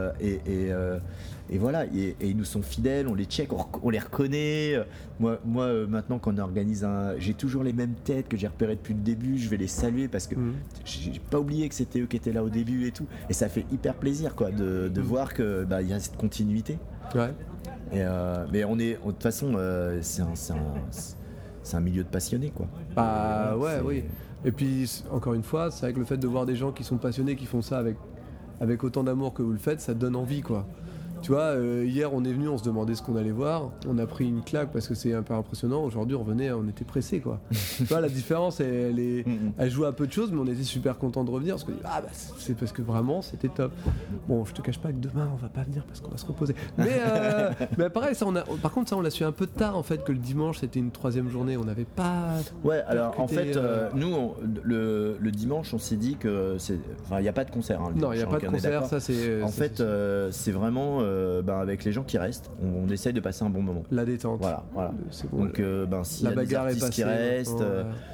voilà. Et ils nous sont fidèles, on les check, on les reconnaît. Moi, maintenant qu'on organise j'ai toujours les mêmes têtes que j'ai repérées depuis le début. Je vais les saluer parce que j'ai pas oublié que c'était eux qui étaient là au début et tout. Et ça fait hyper plaisir, quoi, de voir que il y a cette continuité. Ouais. Mais de toute façon, c'est un milieu de passionnés, quoi. Bah ouais, oui. Et puis, encore une fois, c'est vrai que le fait de voir des gens qui sont passionnés, qui font ça avec autant d'amour que vous le faites, ça donne envie, quoi. Tu vois, hier on est venu, on se demandait ce qu'on allait voir, on a pris une claque parce que c'est un peu impressionnant. Aujourd'hui on était pressés, quoi. Tu vois, la différence, elle joue à peu de choses, mais on était super contents de revenir parce que c'est parce que vraiment c'était top. Bon, je te cache pas que demain on va pas venir parce qu'on va se reposer. Mais pareil, par contre ça on l'a su un peu tard en fait, que le dimanche c'était une 3e journée, on n'avait pas. Ouais, alors en fait nous le dimanche on s'est dit que il n'y a pas de concert. Hein, non, il n'y a pas de concert, ça c'est. En fait c'est vraiment avec les gens qui restent, on essaye de passer un bon moment. La détente. Voilà. C'est bon. Donc, s'il y a des artistes qui restent,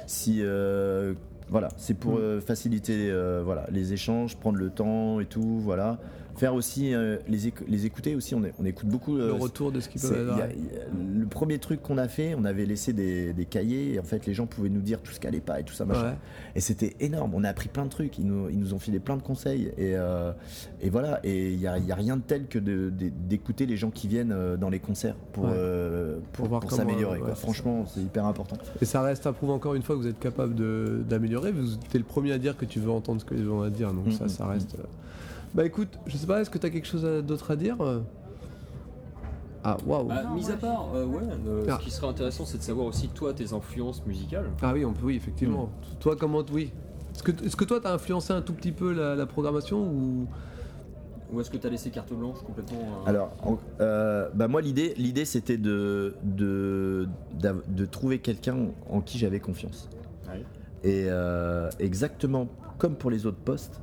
c'est pour faciliter les échanges, prendre le temps et tout, voilà. Faire aussi les écouter aussi, on écoute beaucoup le retour de ce qu'ils peuvent avoir. Le premier truc qu'on a fait, on avait laissé des cahiers et en fait les gens pouvaient nous dire tout ce qui allait pas et tout ça machin. Et c'était énorme, on a appris plein de trucs, ils nous ont filé plein de conseils et voilà, et il y a rien de tel que d'écouter les gens qui viennent dans les concerts pour s'améliorer. Franchement, c'est hyper important. Et ça prouve encore une fois que vous êtes capable d'améliorer. Vous êtes le premier à dire que tu veux entendre ce que les gens ont à dire, donc ça reste. Bah écoute, je sais pas, est-ce que tu as quelque chose d'autre à dire ? Ah, waouh. Mis à part, ce qui serait intéressant, c'est de savoir aussi, toi, tes influences musicales. Ah oui, effectivement. Toi, comment, oui. Est-ce que toi, t'as influencé un tout petit peu la programmation ou est-ce que t'as laissé carte blanche complètement Alors, moi, l'idée, c'était de trouver quelqu'un en qui j'avais confiance. Ouais. Et exactement comme pour les autres postes,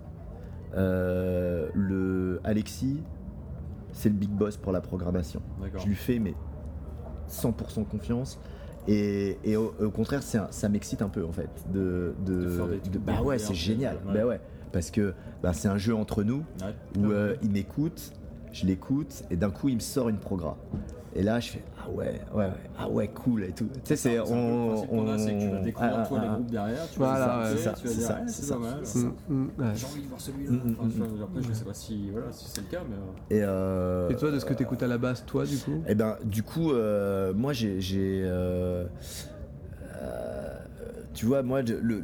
Alexis, c'est le big boss pour la programmation. D'accord. Je lui fais 100% confiance et au contraire ça m'excite un peu en fait de c'est génial. Ouais. Parce que c'est un jeu entre nous où il m'écoute, je l'écoute et d'un coup il me sort une progra. Et là je fais ah ouais cool et tout. Tu sais c'est que tu vas découvrir toi les groupes derrière, tu vas c'est pas mal. J'ai envie de voir celui-là. Après je sais pas si c'est le cas mais et toi de ce que t'écoutes à la base toi du coup ? Et du coup moi j'ai tu vois moi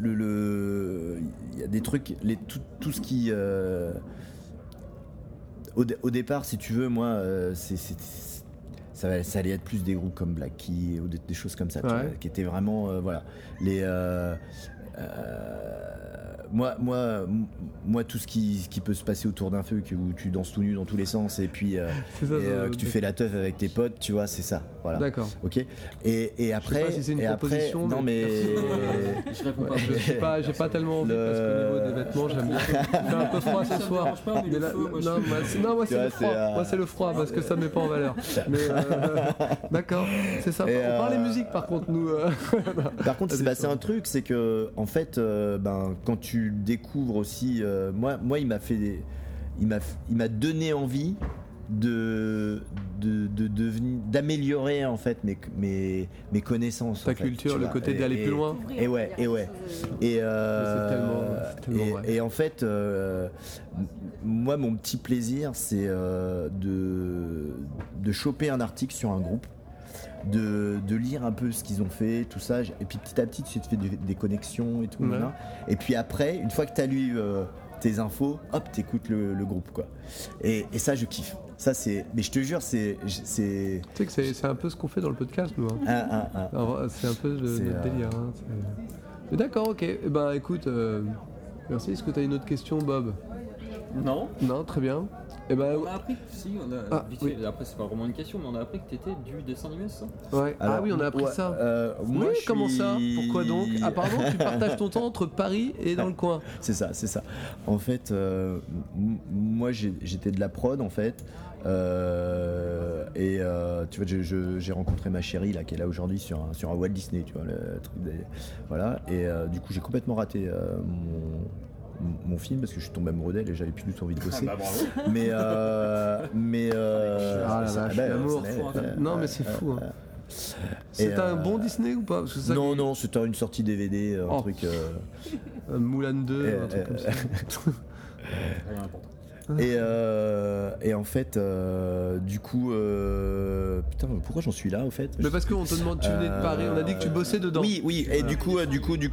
il y a des trucs tout ce qui au départ si tu veux moi ça allait être plus des groupes comme Black Key ou des choses comme ça, tu vois, qui étaient vraiment moi tout ce qui peut se passer autour d'un feu où tu danses tout nu dans tous les sens et puis que tu fais la teuf avec tes potes, tu vois, c'est ça, voilà. D'accord. Ok. Et après, je sais pas si c'est une proposition, non mais je réponds pas. J'ai pas tellement envie parce que au niveau des vêtements, j'aime bien. Il fait un peu froid ce soir. Moi c'est le froid parce que ça me met pas en valeur. Mais d'accord, c'est ça. On parle des musiques par contre nous. Par contre, c'est un truc, c'est que en fait, quand tu découvres aussi, moi il m'a donné envie d'améliorer en fait mes connaissances, ta culture, le côté d'aller plus loin. Et c'est tellement et en fait moi mon petit plaisir c'est de choper un article sur un groupe, de lire un peu ce qu'ils ont fait, tout ça, et puis petit à petit tu te fais des connexions et tout, et puis après une fois que tu as lu tes infos, hop, t'écoutes le groupe quoi. Et ça je kiffe. Ça c'est, mais je te jure c'est. Tu sais que c'est un peu ce qu'on fait dans le podcast nous. Alors, c'est un peu notre délire. Mais d'accord, ok. Écoute, merci. Est-ce que tu as une autre question, Bob ? Non. Non, très bien. Et ben, on a appris après c'est pas vraiment une question, mais on a appris que t'étais du dessin animé, c'est ça? Ouais. Alors, oui, on a appris ça. Moi, comment ça? Pourquoi donc? Apparemment, tu partages ton temps entre Paris et dans le coin. C'est ça. En fait, moi, j'étais de la prod, en fait. Tu vois, j'ai rencontré ma chérie là qui est là aujourd'hui sur un Walt Disney, tu vois, le truc voilà, et du coup j'ai complètement raté mon film parce que je suis tombé amoureux d'elle et j'avais plus du tout envie de bosser. Non mais c'est fou. Hein. C'est un bon Disney ou pas? Parce que ça non, c'était une sortie DVD, un truc. Moulin 2, un truc comme ça. Et en fait, du coup, putain, pourquoi j'en suis là au fait? Mais parce qu'on te demande, tu venais de Paris, on a dit que tu bossais dedans. Oui, et du coup,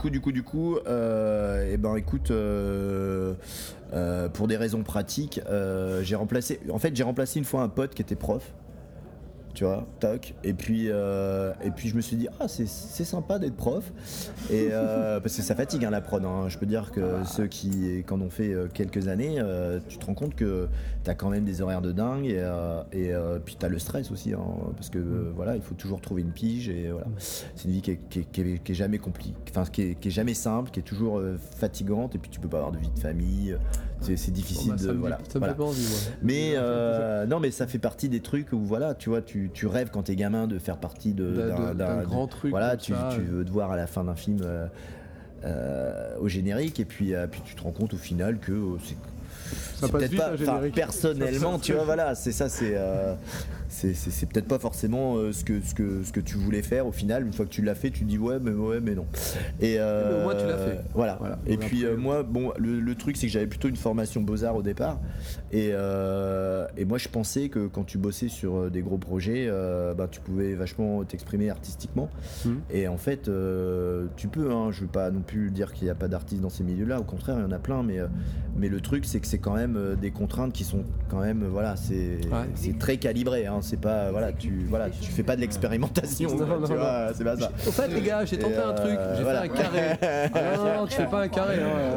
et ben écoute, pour des raisons pratiques, j'ai remplacé une fois un pote qui était prof. Tu vois, toc, et puis je me suis dit c'est sympa d'être prof, et parce que ça fatigue la prod, hein. Je peux dire que ceux qui en ont fait quelques années, tu te rends compte que t'as quand même des horaires de dingue, et puis t'as le stress aussi, hein, parce que voilà, il faut toujours trouver une pige, et voilà, c'est une vie qui est jamais compliquée, enfin qui est jamais simple, qui est toujours fatigante, et puis tu peux pas avoir de vie de famille, c'est difficile ça me fait pas envie, moi. Mais non, mais ça fait partie des trucs où voilà, tu vois, tu rêves quand t'es gamin de faire partie d'un grand truc. Voilà, tu veux te voir à la fin d'un film au générique, et puis tu te rends compte au final que c'est peut-être pas, personnellement, tu vois, voilà, c'est ça, c'est peut-être pas forcément ce que tu voulais faire au final. Une fois que tu l'as fait, tu te dis ouais mais non. Et moi tu l'as fait. Voilà. Et puis moi, bon, le truc c'est que j'avais plutôt une formation Beaux-Arts au départ, et moi je pensais que quand tu bossais sur des gros projets, tu pouvais vachement t'exprimer artistiquement. Et en fait, tu peux, hein, je veux pas non plus dire qu'il n'y a pas d'artistes dans ces milieux-là, au contraire il y en a plein, mais le truc c'est que c'est quand même des contraintes qui sont quand même, voilà, c'est très calibré, hein, c'est pas, tu fais pas de l'expérimentation, tu vois, c'est pas ça. En fait les gars, j'ai tenté un truc, j'ai fait un carré. Non, tu fais pas un carré,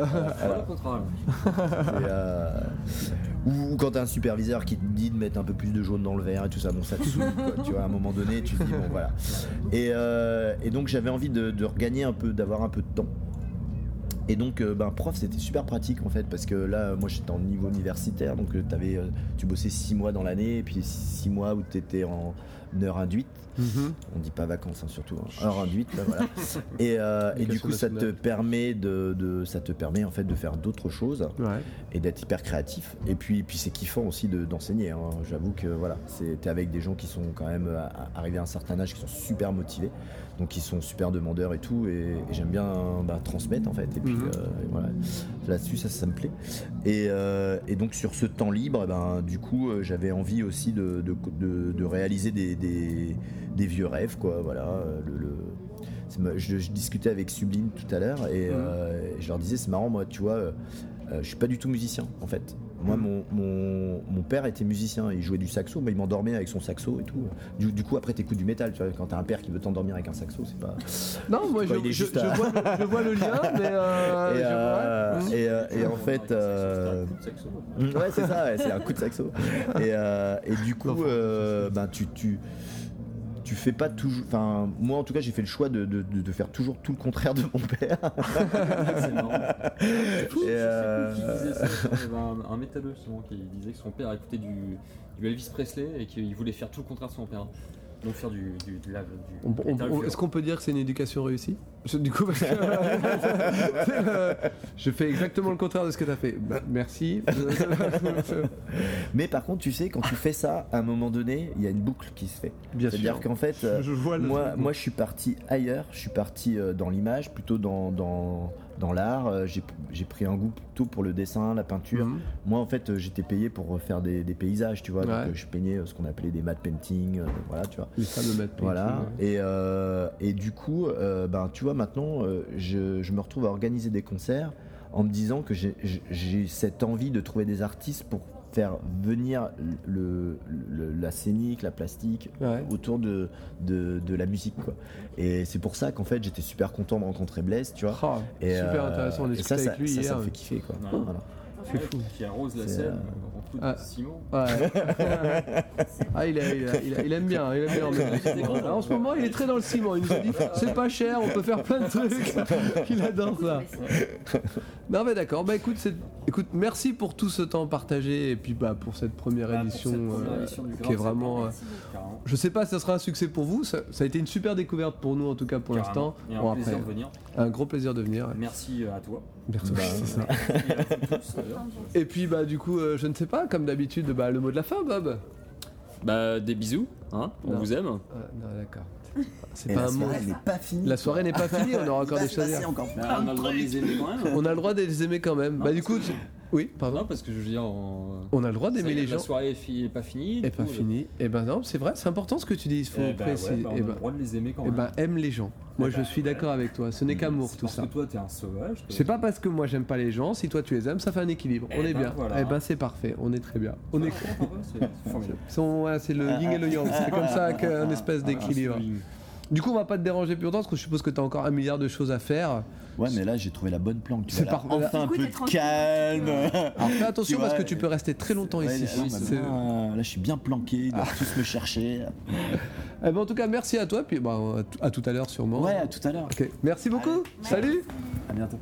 ou quand t'as un superviseur qui te dit de mettre un peu plus de jaune dans le verre et tout ça, bon, ça te saoule, quoi, tu vois, à un moment donné tu te dis bon voilà. Et donc j'avais envie de regagner un peu, d'avoir un peu de temps. Et donc prof c'était super pratique en fait, parce que là moi j'étais en niveau universitaire, donc tu bossais 6 mois dans l'année, et puis 6 mois où t'étais en heure induite. On dit pas vacances, hein, surtout heure induite là, voilà. Et du coup ça te permet en fait de faire d'autres choses, et d'être hyper créatif, et puis c'est kiffant aussi d'enseigner, hein. J'avoue que voilà, t'es avec des gens qui sont quand même arrivés à un certain âge, qui sont super motivés, donc qui sont super demandeurs et tout, et j'aime bien transmettre en fait, et puis voilà, là-dessus ça me plaît, et donc sur ce temps libre, du coup j'avais envie aussi de réaliser des vieux rêves, quoi, voilà. Je discutais avec Sublime tout à l'heure, et je leur disais c'est marrant, moi tu vois, je suis pas du tout musicien en fait. Moi mon père était musicien, il jouait du saxo, mais il m'endormait avec son saxo et tout. Du coup après t'écoutes du métal, tu vois, quand t'as un père qui veut t'endormir avec un saxo, c'est pas... Non, moi je vois le lien, mais et en fait ouais c'est ça, ouais, c'est un coup de saxo, et du coup tu fais pas toujours, enfin moi en tout cas j'ai fait le choix de faire toujours tout le contraire de mon père. C'est marrant. Il y avait un métalleux justement qui disait que son père écoutait du Elvis Presley et qu'il voulait faire tout le contraire de son père. Donc faire est-ce qu'on peut dire que c'est une éducation réussie? Du coup, parce que je fais exactement le contraire de ce que tu as fait. Merci. Mais par contre, tu sais, quand tu fais ça, à un moment donné, il y a une boucle qui se fait. C'est-à-dire qu'en fait, moi je suis parti ailleurs, je suis parti dans l'image, plutôt dans l'art. J'ai pris un goût plutôt pour le dessin, la peinture. Moi en fait j'étais payé pour faire des paysages, tu vois, donc je peignais ce qu'on appelait des matte painting, voilà, tu vois, les fameux matte painting, voilà. Et du coup tu vois, maintenant je me retrouve à organiser des concerts en me disant que j'ai cette envie de trouver des artistes pour faire venir la scénique, la plastique autour de la musique, quoi. Et c'est pour ça qu'en fait j'étais super content de rencontrer Blaise, tu vois. Super intéressant, on a discuté avec lui hier. Ça me fait kiffer, quoi. Voilà. C'est fou. Qui arrose la scène en coup de ciment. Ouais. Il aime bien. En ce moment, il est très dans le ciment. Il nous a dit c'est pas cher, on peut faire plein de trucs. Il adore ça. Non mais d'accord. Bah écoute, merci pour tout ce temps partagé et puis pour cette première édition qui est vraiment. Je sais pas si ça sera un succès pour vous. Ça a été une super découverte pour nous en tout cas pour l'instant. Et un plaisir de venir. Un gros plaisir de venir. Merci à toi. Merci. C'est ça. Et puis du coup, je ne sais pas, comme d'habitude, le mot de la fin, Bob. Des bisous, hein. On vous aime. Non, d'accord. C'est pas un mot. Elle n'est pas finie. La soirée n'est pas finie, on aura encore des choses à dire. On a le droit de les aimer quand même. On a le droit de les aimer quand même. Du coup, oui, pardon. Non, parce que je veux dire, on a le droit d'aimer les gens. La soirée est pas finie. Et pas finie. Et non, c'est vrai, c'est important ce que tu dis. Il faut préciser. On a le droit de les aimer quand même. Aime les gens. Moi, je suis d'accord avec toi. Ce n'est qu'amour tout ça. Parce que toi, t'es un sauvage. C'est pas parce que moi j'aime pas les gens. Si toi tu les aimes, ça fait un équilibre. On est bien. Voilà. C'est parfait. On est très bien. On est. C'est le yin et le yang. C'est comme ça qu'un espèce d'équilibre. Du coup, on va pas te déranger plus longtemps parce que je suppose que tu as encore 1 milliard de choses à faire. Ouais, mais là, j'ai trouvé la bonne planque. C'est parfait. Enfin, un peu de calme. Alors fais attention parce que tu peux rester très longtemps ici. Là, je suis bien planqué, ils doivent tous me chercher. En tout cas, merci à toi. Puis à tout à l'heure sûrement. Ouais, à tout à l'heure. Okay. Merci beaucoup. Salut. À bientôt.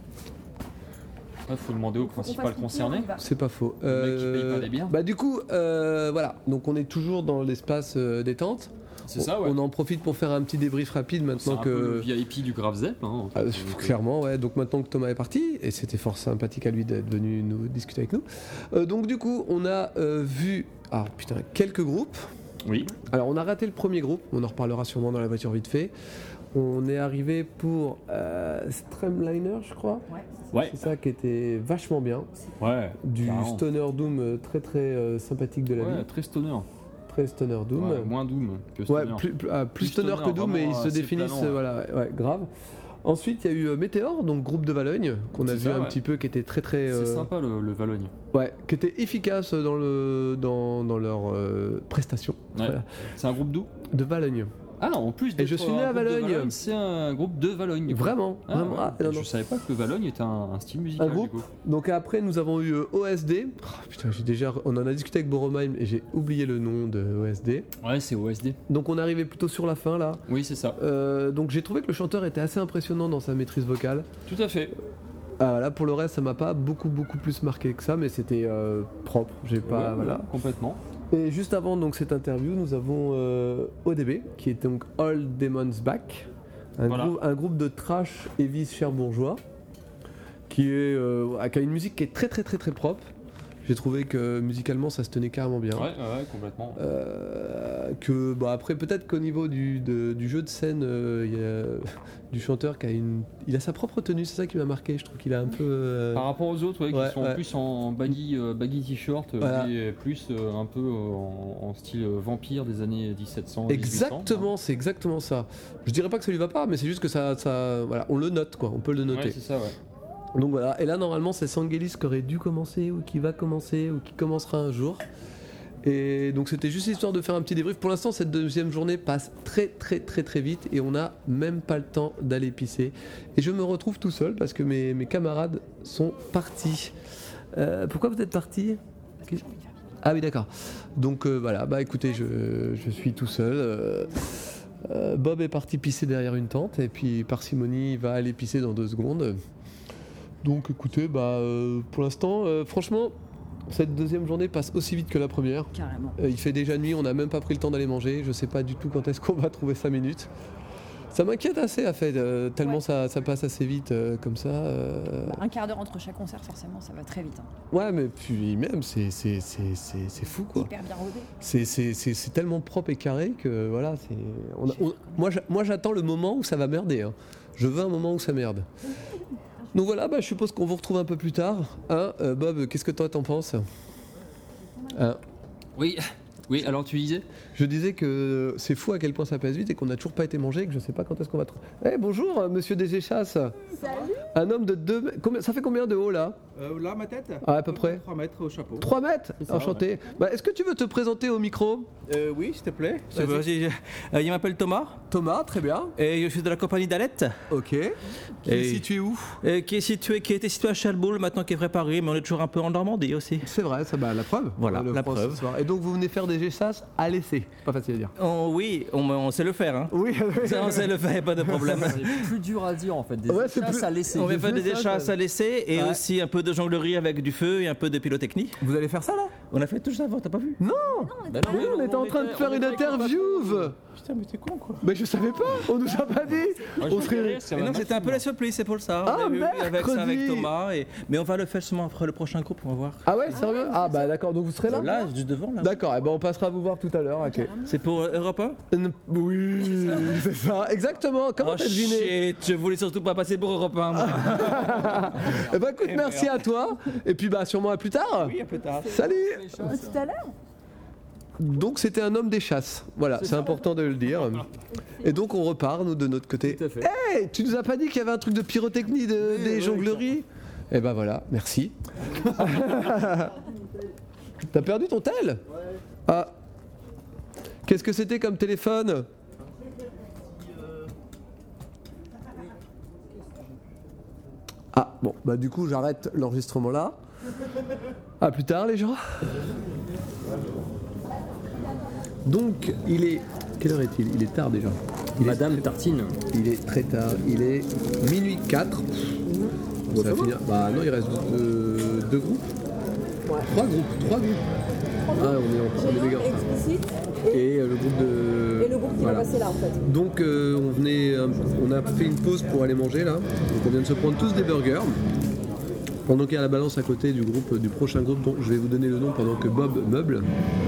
Faut demander au principal concerné. C'est pas faux. Le mec qui paye pas les biens. Du coup, voilà. Donc on est toujours dans l'espace détente. C'est ça, ouais. On en profite pour faire un petit débrief rapide maintenant que. C'est un peu le VIP du Grave Zepp. Hein, clairement, ouais. Donc maintenant que Thomas est parti, et c'était fort sympathique à lui d'être venu nous discuter avec nous. Donc du coup, on a vu quelques groupes. Oui. Alors on a raté le premier groupe, on en reparlera sûrement dans la voiture vite fait. On est arrivé pour Streamliner, je crois. Ouais. C'est ça qui était vachement bien. Ouais. Du Stoner Doom très très sympathique de la vie. Ouais, très stoner. Très Stoner Doom. Ouais, moins Doom que Stoner. Ouais, plus Stoner que Doom, mais ils se définissent, grave. Ensuite, il y a eu Météor, donc groupe de Valogne, qu'on a vu un petit peu, qui était très très. C'est sympa le Valogne. Ouais, qui était efficace dans leur prestation. Ouais. Voilà. C'est un groupe d'où ? De Valogne. Ah, en plus et je suis né à Valogne. C'est un groupe de Valogne. Vraiment, vraiment. Ouais. Je savais pas que le Valogne était un style musical. Un groupe. Du coup. Donc après, nous avons eu OSD. On en a discuté avec Boromheim et j'ai oublié le nom de OSD. Ouais, c'est OSD. Donc on est arrivé plutôt sur la fin là. Oui, c'est ça. Donc j'ai trouvé que le chanteur était assez impressionnant dans sa maîtrise vocale. Tout à fait. Là pour le reste, ça m'a pas beaucoup plus marqué que ça, mais c'était propre. J'ai pas complètement. Et juste avant donc cette interview, nous avons ODB qui est donc All Demons Back, un groupe de trash heavy cherbourgeois qui a une musique qui est très très très très propre. J'ai trouvé que musicalement ça se tenait carrément bien. Ouais, complètement. Après peut-être qu'au niveau du jeu de scène, il y a du chanteur qui il a sa propre tenue, c'est ça qui m'a marqué. Je trouve qu'il a un peu. Par rapport aux autres, qui sont plus en baggy t-shirt, et plus un peu en style vampire des années 1700. Exactement, 1800, c'est exactement ça. Je dirais pas que ça lui va pas, mais c'est juste que ça on le note quoi, on peut le noter. Ouais, c'est ça, ouais. Donc voilà, et là normalement c'est Sangelis qui aurait dû commencer ou qui va commencer ou qui commencera un jour. Et donc c'était juste histoire de faire un petit débrief. Pour l'instant cette deuxième journée passe très très très très vite et on n'a même pas le temps d'aller pisser. Et je me retrouve tout seul parce que mes camarades sont partis. Pourquoi vous êtes partis ? Ah oui d'accord. Donc voilà, écoutez, je suis tout seul. Bob est parti pisser derrière une tente et puis Parcimonie va aller pisser dans 2 secondes. Donc écoutez, pour l'instant, franchement, cette deuxième journée passe aussi vite que la première. Carrément. Il fait déjà nuit, on n'a même pas pris le temps d'aller manger. Je sais pas du tout quand est-ce qu'on va trouver 5 minutes. Ça m'inquiète assez, à fait, tellement ça passe assez vite comme ça. Un quart d'heure entre chaque concert, forcément, ça va très vite. Ouais, mais puis même, c'est fou, quoi. Hyper bien rodé. C'est tellement propre et carré que voilà. Moi, j'attends le moment où ça va merder. Hein. Je veux un moment où ça merde. Donc voilà, je suppose qu'on vous retrouve un peu plus tard. Bob, qu'est-ce que toi t'en penses ? Oui, alors tu disais ? Je disais que c'est fou à quel point ça passe vite et qu'on n'a toujours pas été mangé et que je sais pas quand est-ce qu'on va trouver. Bonjour, monsieur Deséchasses. Salut. Un homme de 2 mètres. Ça fait combien de haut là ? Là, ma tête À peu près 3 mètres au chapeau. 3 mètres. Enchanté. Est-ce que tu veux te présenter au micro? Oui, s'il te plaît. Je m'appelle Thomas. Thomas, très bien. Et je suis de la compagnie d'Alette. Ok. Qui est situé où? Qui était situé à Chalboul, maintenant qui est préparé, mais on est toujours un peu en Normandie aussi. C'est vrai, ça, la preuve. Voilà, la preuve. Et donc vous venez faire des G-SAS à l'essai. Pas facile à dire. Oui, on sait le faire. Hein. Oui, on sait le faire, pas de problème. C'est plus dur à dire en fait. Des chasses à l'essai. On va faire des chasses à l'essai et aussi un peu de jonglerie avec du feu et un peu de pyrotechnie. Vous allez faire ça là? On a fait tout ça avant, t'as pas vu? Non, on était en train de faire une interview. Putain, mais t'es con quoi. Mais je savais pas, on nous a pas dit. On serait. Mais non, c'était un peu la surprise, c'est pour ça. On a vu avec Thomas. Mais on va le faire seulement après le prochain groupe, on va voir. Ah ouais, sérieux? Ah bah d'accord, donc vous serez là? Là, juste devant là. D'accord, et on passera vous voir tout à l'heure. Ok. C'est pour Europe 1? Oui, c'est ça, exactement. Comment t'as deviné? Je voulais surtout pas passer pour Europe 1. Eh ben écoute, merci à toi. Et puis sûrement à plus tard. Oui, à plus tard. Salut. À tout à l'heure. Donc c'était un homme des chasses. Voilà, c'est important de le dire. Et donc on repart, nous, de notre côté. Tout à fait. Hey, tu nous as pas dit qu'il y avait un truc de pyrotechnie, des jongleries? Eh ben voilà, merci. T'as perdu ton tel? Ah. Qu'est-ce que c'était comme téléphone? Ah, bon, du coup j'arrête l'enregistrement là. À plus tard les gens. Donc, il est... Quelle heure est-il? Il est tard déjà. Madame Tartine. Il est très tard. Il est minuit 4. Ça va finir... non, il reste 2 groupes. 3 groupes. Ah, on est méga. Et le groupe de... Et le groupe qui va passer là en fait. Donc, on a fait une pause pour aller manger là. Donc, on vient de se prendre tous des burgers. Pendant qu'il y a la balance à côté du prochain groupe, dont je vais vous donner le nom pendant que Bob meuble.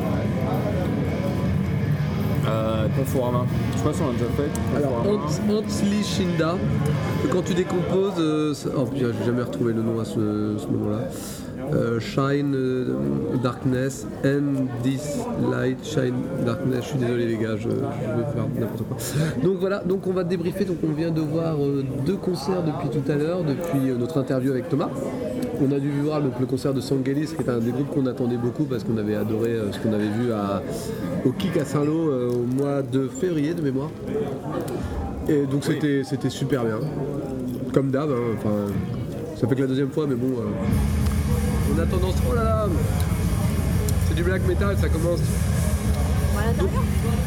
Conforama. Je sais pas si on l'a déjà fait. Alors, Hansli Shinda, que quand tu décomposes. J'ai jamais retrouvé le nom à ce moment-là. Shine Darkness and This Light Shine Darkness. Je suis désolé les gars, je vais faire n'importe quoi. Donc voilà, donc on va débriefer. Donc on vient de voir 2 concerts depuis tout à l'heure, depuis notre interview avec Thomas. On a dû voir le concert de Sangelis, qui est un des groupes qu'on attendait beaucoup parce qu'on avait adoré ce qu'on avait vu au Kick à Saint-Lô au mois de février de mémoire. Et donc c'était super bien. Comme d'hab, ça fait que la deuxième fois, mais bon. On a tendance, oh là là, c'est du black metal, ça commence. À l'intérieur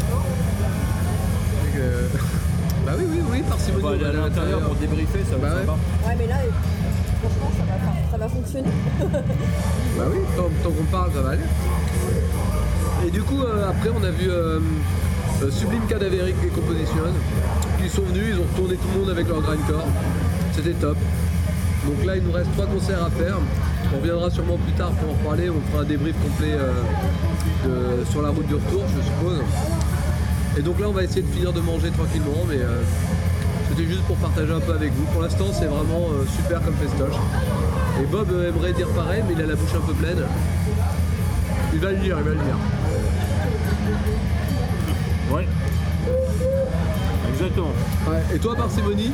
oui, parcimonie. On va aller à l'intérieur pour débriefer, ça va être sympa. Ouais, mais là, franchement, ça va fonctionner. Oui, tant qu'on parle, ça va aller. Et du coup, après, on a vu Sublime Cadaveric et Composition qui sont venus, ils ont retourné tout le monde avec leur grindcore. C'était top. Donc là, il nous reste 3 concerts à faire. On reviendra sûrement plus tard pour en parler. On fera un débrief complet sur la route du retour, je suppose. Et donc là, on va essayer de finir de manger tranquillement, mais c'était juste pour partager un peu avec vous. Pour l'instant, c'est vraiment super comme festoche. Et Bob aimerait dire pareil, mais il a la bouche un peu pleine. Il va le dire. Ouais. Exactement. Ouais. Et toi, Parcimonie?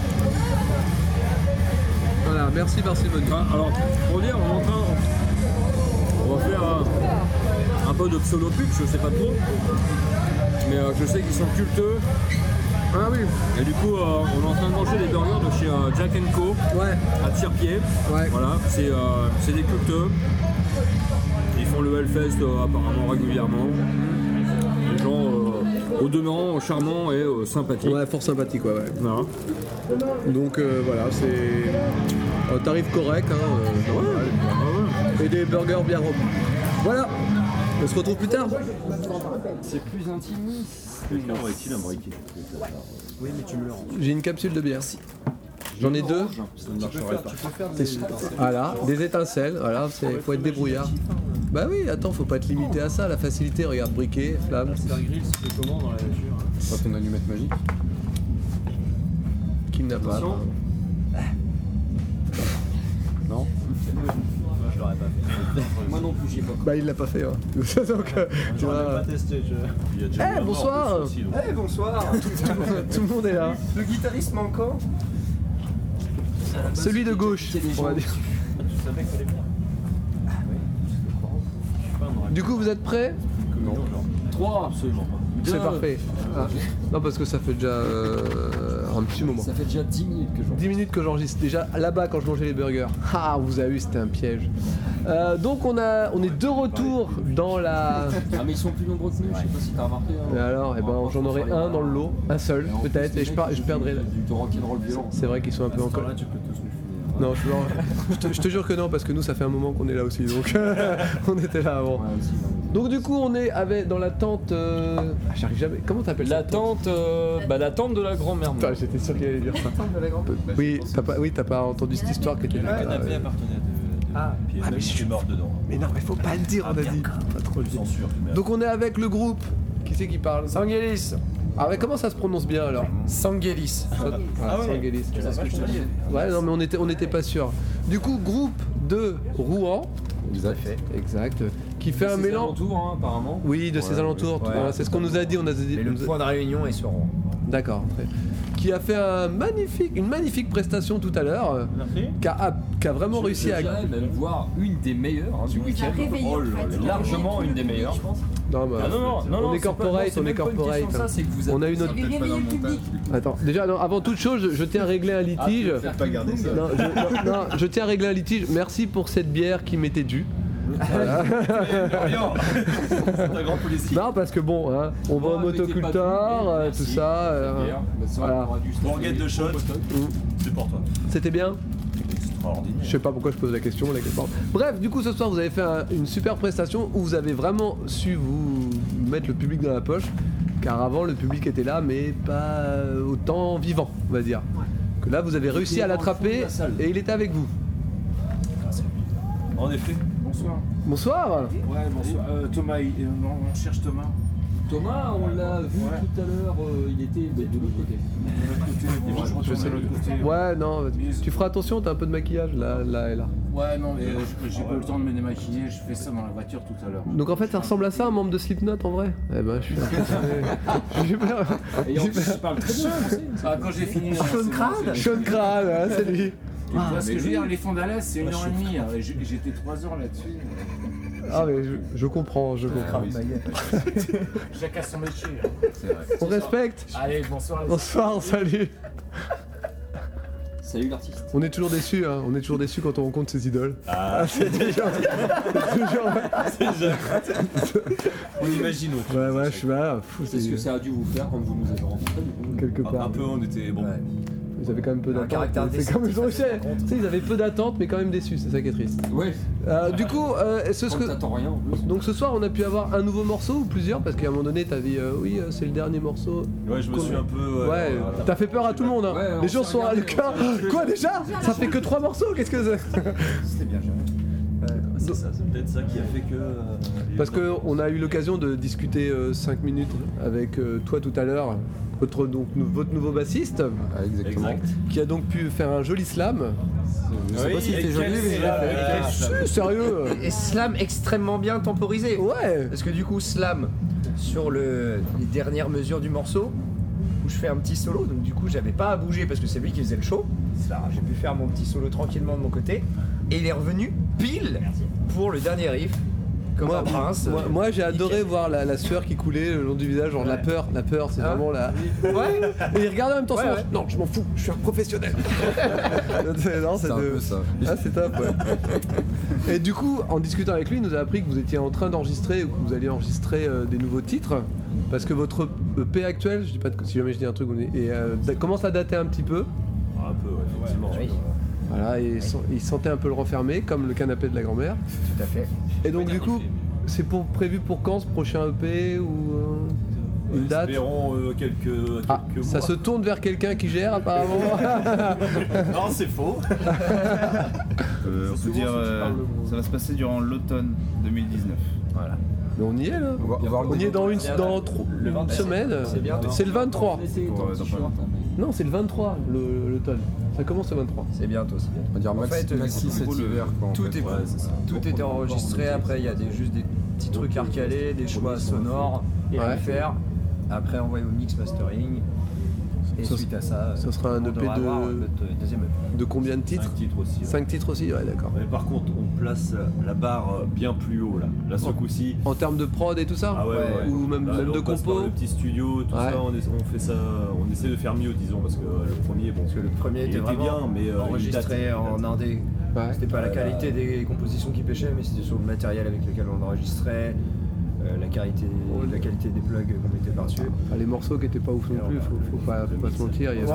Voilà, merci Parcimonie. Alors, pour dire, on va faire un peu de pseudo-pub, je sais pas trop. Mais je sais qu'ils sont culteux. Ah oui. Et du coup, on est en train de manger des burgers de chez Jack & Co. Ouais. À Tire-Pied. Ouais. Voilà, c'est des culteux. Ils font le Hellfest apparemment régulièrement. Des gens au demeurant charmants et sympathiques. Ouais, fort sympathique, ouais. Voilà. Donc voilà, c'est un tarif correct, normal. Et des burgers bien remplis. Voilà, on se retrouve plus tard. C'est plus intimiste. Oui, mais tu me le rends. J'ai une capsule de bière. J'en ai 2. Ça ne marcherait pas. Voilà, des étincelles, voilà, faut être débrouillard. Bah oui, attends, faut pas être limité à ça, la facilité, regarde, briquet, flamme. C'est un grill, c'est comment dans la nature? Pas ton allumette magique. Qui n'a pas? Non. Je l'aurais pas fait. Moi non plus, j'y ai pas. Bah il l'a pas fait, ouais. Donc, tu vois. pas testé. Bonsoir. Bonsoir. Tout le monde est là. Le guitariste manquant. Celui de gauche, on va dire. savais qu'il fallait venir. Du coup, vous êtes prêts? Non. 3. Absolument pas. C'est parfait. Ah. Non, parce que ça fait déjà un petit moment. Ça fait déjà 10 minutes que j'enregistre. 10 minutes que j'enregistre. Déjà là-bas quand je mangeais les burgers. Ah, vous avez vu, c'était un piège. Donc on est de retour dans la. Ah, mais ils sont plus nombreux que nous, je sais pas si t'as remarqué. Et alors, j'en aurai un dans le lot, un seul peut-être, et je perdrai. Du rock'n'roll violent. C'est vrai qu'ils sont un peu encore. Là, tu peux tous nous fumer. Non, je te jure que non, parce que nous ça fait un moment qu'on est là aussi, donc on était là avant. Ouais, aussi. Donc du coup on est dans la tente. J'arrive jamais. Comment t'appelles ça? La tente de la grand-mère. Putain, j'étais sûr qu'il allait dire ça. Tente de la grande. Oui, t'as pas entendu cette histoire qui était Le là. canapé appartenait Ah, mais je suis mort dedans. Mais non, mais faut pas le dire, on a dit. Pas trop le dire. Censure. Donc on est avec le groupe. Qui c'est qui parle? Sangelis. Ah ouais, comment ça se prononce bien alors? Sangelis. Ah ouais, Sangelis. Ouais, non, mais on était pas sûr. Du coup, groupe de Rouen. Exact. Qui fait un mélange. Alentours, hein, apparemment. Oui, de ses alentours. Ouais. Voilà, c'est ce qu'on nous a dit. On a dit. Mais le point de réunion est sur Rouen. D'accord. Qui a fait une magnifique prestation tout à l'heure. Merci. Qui a vraiment réussi à. même voir une des meilleures du week-end. réveillé, en fait. Largement une des meilleures, je pense. Non, mais on est corporate, on est corporate. On a une autre. Vous avez réveillé le public. Attends, déjà, non, avant toute chose, je tiens à régler un litige. Pas garder ça. Non, je tiens à régler un litige. Merci pour cette bière qui m'était due. Voilà. C'est un grand plaisir. Non, parce que bon, hein, on va au motoculteur, tout ça. Voilà. Bourguette de shot, c'est pour toi. C'était bien? Extraordinaire. Je sais pas pourquoi je pose la question, mais d'accord. Bref, du coup, ce soir, vous avez fait une super prestation où vous avez vraiment su vous mettre le public dans la poche. Car avant, le public était là, mais pas autant vivant, on va dire. Que là, vous avez réussi à l'attraper et il était avec vous. En effet. Bonsoir. Bonsoir. Ouais, bonsoir. Thomas, on cherche Thomas. Thomas, on l'a vu tout à l'heure, il était de l'autre côté. Je sais. Ouais, non, tu feras attention, t'as un peu de maquillage là et là. Ouais, non, mais j'ai pas eu le temps de me démaquiller, je fais ça dans la voiture tout à l'heure. Donc en fait, ça ressemble à ça, un membre de Slipknot en vrai? Eh ben, je suis impressionné. J'ai peur. Et en plus, il parle très bien français. Ah, quand j'ai fini. Sean Crane, hein, c'est lui. Parce que je veux dire, les fonds d'Alès, c'est 1h30. J'étais 3 heures là-dessus. Ah, mais je comprends, je comprends. Chacun son métier. On respecte. Allez, bonsoir. Bonsoir, salut. Salut l'artiste. On est toujours déçus, hein. On est toujours déçus quand on rencontre ses idoles. Ah, c'est toujours. on imagine. Ouais, je suis là. Qu'est-ce que ça a dû vous faire quand vous nous avez rencontrés du coup? Quelque part. Un peu, on était bon. Ils avaient quand même peu d'attente. C'est comme ils avaient peu d'attente, mais quand même déçus. C'est ça qui est triste. Ouais. Du coup, t'attends rien en plus. Donc ce soir, on a pu avoir un nouveau morceau ou plusieurs, parce qu'à un moment donné, t'as dit oui, c'est le dernier morceau. Ouais, je me suis un peu. Ouais. T'as fait peur à tout le monde. Hein. Ouais, les gens sont à le cœur. Quoi déjà? Ça fait que 3 morceaux. Qu'est-ce que c'est? C'était bien géré. C'est ça, c'est peut-être ça qui a fait que. Parce qu'on a eu l'occasion de discuter 5 minutes avec toi tout à l'heure, votre nouveau bassiste, exactement. Qui a donc pu faire un joli slam. Je sais pas si c'était joli, mais je l'ai fait. Sérieux. Et slam extrêmement bien temporisé. Ouais. Parce que du coup, slam sur les dernières mesures du morceau, où je fais un petit solo, donc du coup, j'avais pas à bouger parce que c'est lui qui faisait le show. J'ai pu faire mon petit solo tranquillement de mon côté. Et il est revenu pile pour le dernier riff. Comme un prince. Moi j'ai adoré voir la sueur qui coulait le long du visage, genre la peur, c'est vraiment la. Ouais. Et il regardait en même temps son manche. Non, je m'en fous, je suis un professionnel. Non, c'est un peu ça. Ah, c'est top, ouais. Et du coup, en discutant avec lui, il nous a appris que vous étiez en train d'enregistrer ou que vous alliez enregistrer des nouveaux titres. Parce que votre EP actuel, je dis pas si jamais je dis un truc, commence à dater un petit peu. Un peu, ouais, effectivement. Oui. Voilà, et il sentait un peu le renfermé, comme le canapé de la grand-mère. Tout à fait. Et donc du coup, c'est prévu pour quand ce prochain EP ou une date? Espérons quelques mois. Ça se tourne vers quelqu'un qui gère apparemment. Non, c'est faux. On peut dire ça va se passer durant l'automne 2019. Voilà. Mais on y est là. On y est dans une semaine. C'est le 23. Non, c'est le 23 l'automne. Ça commence le 23. C'est bientôt. On va dire maxi cet hiver. Tout était enregistré. Après, il y a juste des petits trucs à recaler, des choix sonores à faire. Après, envoyer au mix mastering. Et suite à ça, ça sera un on EP devra avoir notre deuxième EP. de combien de titres 5 titres aussi. 5 titres aussi, ouais, d'accord. Mais par contre, on place la barre bien plus haut là. Là, ce coup-ci. En termes de prod et tout ça Ah ouais. Ou même, Là, même de on passe compo par le petit studio, tout ça, on fait ça, on essaie de faire mieux, disons, parce que le premier, bon, Parce que le premier il était vraiment bien, mais enregistré il date. en indé. Ouais. C'était pas la qualité des compositions qui pêchait, mais c'était sur le matériel avec lequel on enregistrait, la qualité des plugs qu'on mettait par-dessus. Ah, les morceaux qui étaient pas ouf non plus, faut pas se mentir. Il y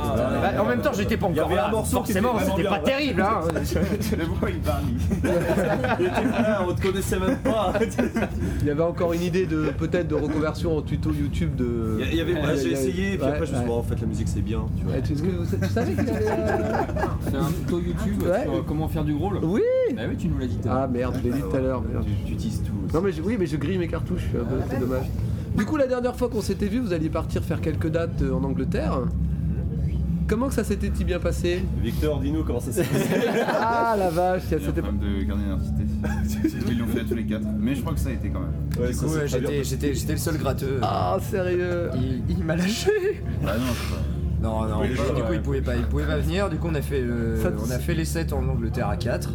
a En même temps, j'étais pas encore là. Forcément, c'était pas terrible. Hein. Le bruit, il parle. Il était pas là, on te connaissait même pas. Il y avait encore une idée de peut-être de reconversion en tuto YouTube de. Il y avait, j'ai essayé, puis après je me suis dit, en fait, la musique c'est bien. Tu vois. Tu savais qu'il avait fait un tuto YouTube sur comment faire du growl. Oui. Bah oui, tu nous l'as dit tout à l'heure. Ah merde, je l'ai dit tout à l'heure. Tu utilises tout. Non mais oui, mais je grille mes cartouches, c'est dommage. Du coup, la dernière fois qu'on s'était vu, vous alliez partir faire quelques dates en Angleterre. Comment que ça s'était bien passé? Victor, dis-nous comment ça s'est passé. Ah la vache, c'était pas de gardien d'identité. Ils l'ont fait à tous les 4, mais je crois que ça a été quand même. Ouais, du coup, j'étais le seul gratteux. Ah sérieux? Il m'a lâché. Bah non, je crois. Non, du coup il pouvait pas venir. Du coup on a fait les 7 en Angleterre à 4.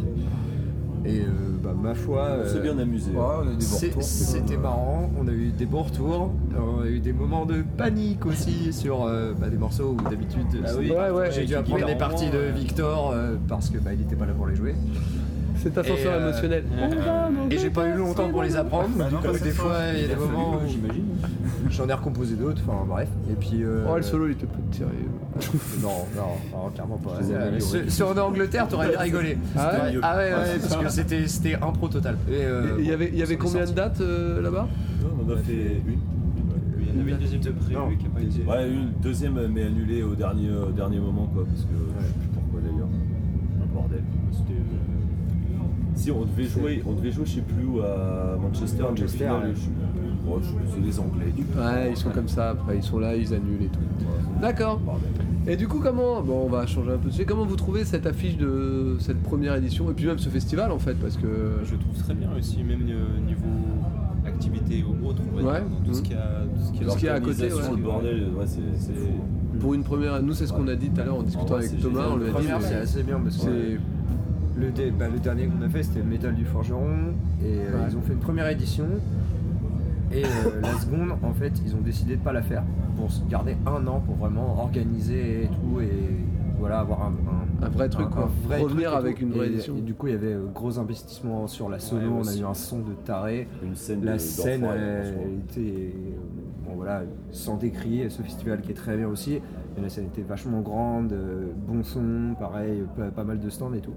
Et ma foi, on s'est bien amusé. C'était marrant, on a eu des bons retours, on a eu des moments de panique aussi sur des morceaux où d'habitude j'ai dû apprendre des parties de Victor parce que il était pas là pour les jouer. C'est ascenseur émotionnel. Et j'ai pas eu longtemps pour les apprendre, du coup des fois il y a des moments où j'imagine. J'en ai recomposé d'autres, enfin bref. Et puis. Oh, le solo il était peu tiré. Non, clairement pas. Sur en Angleterre, t'aurais bien rigolé. Ah ouais, parce que c'était impro total. Il y avait combien de dates là-bas? On en a fait une. Il y en avait une deuxième de prévue qui a pas été. Ouais, une deuxième mais annulée au dernier moment quoi, parce que je sais plus pourquoi d'ailleurs. Un bordel. C'était. Si on devait jouer, je sais plus où à Manchester. C'est les Anglais. Ouais, ils sont comme ça. Après, ils sont là, ils annulent et tout. D'accord. Et du coup, on va changer un peu de sujet. Comment vous trouvez cette affiche de cette première édition et puis même ce festival en fait, parce que je trouve très bien aussi, même niveau activité ou autre, on va dire, dans tout ce qu'il y a à côté. Le bordel, c'est. Pour une première, nous c'est ce qu'on a dit tout à l'heure en discutant avec Thomas. On lui a dit. C'est assez bien parce que le dernier qu'on a fait, c'était le métal du forgeron et ils ont fait une première édition. Et la seconde, en fait, ils ont décidé de pas la faire pour se garder un an pour vraiment organiser et tout et voilà avoir un vrai truc quoi. Vrai revenir truc avec une vraie édition. Et du coup, il y avait gros investissement sur la sono, on a eu un son de taré. La scène était sans décrier ce festival qui est très bien aussi. Et la scène était vachement grande, bon son, pareil, pas mal de stands et tout.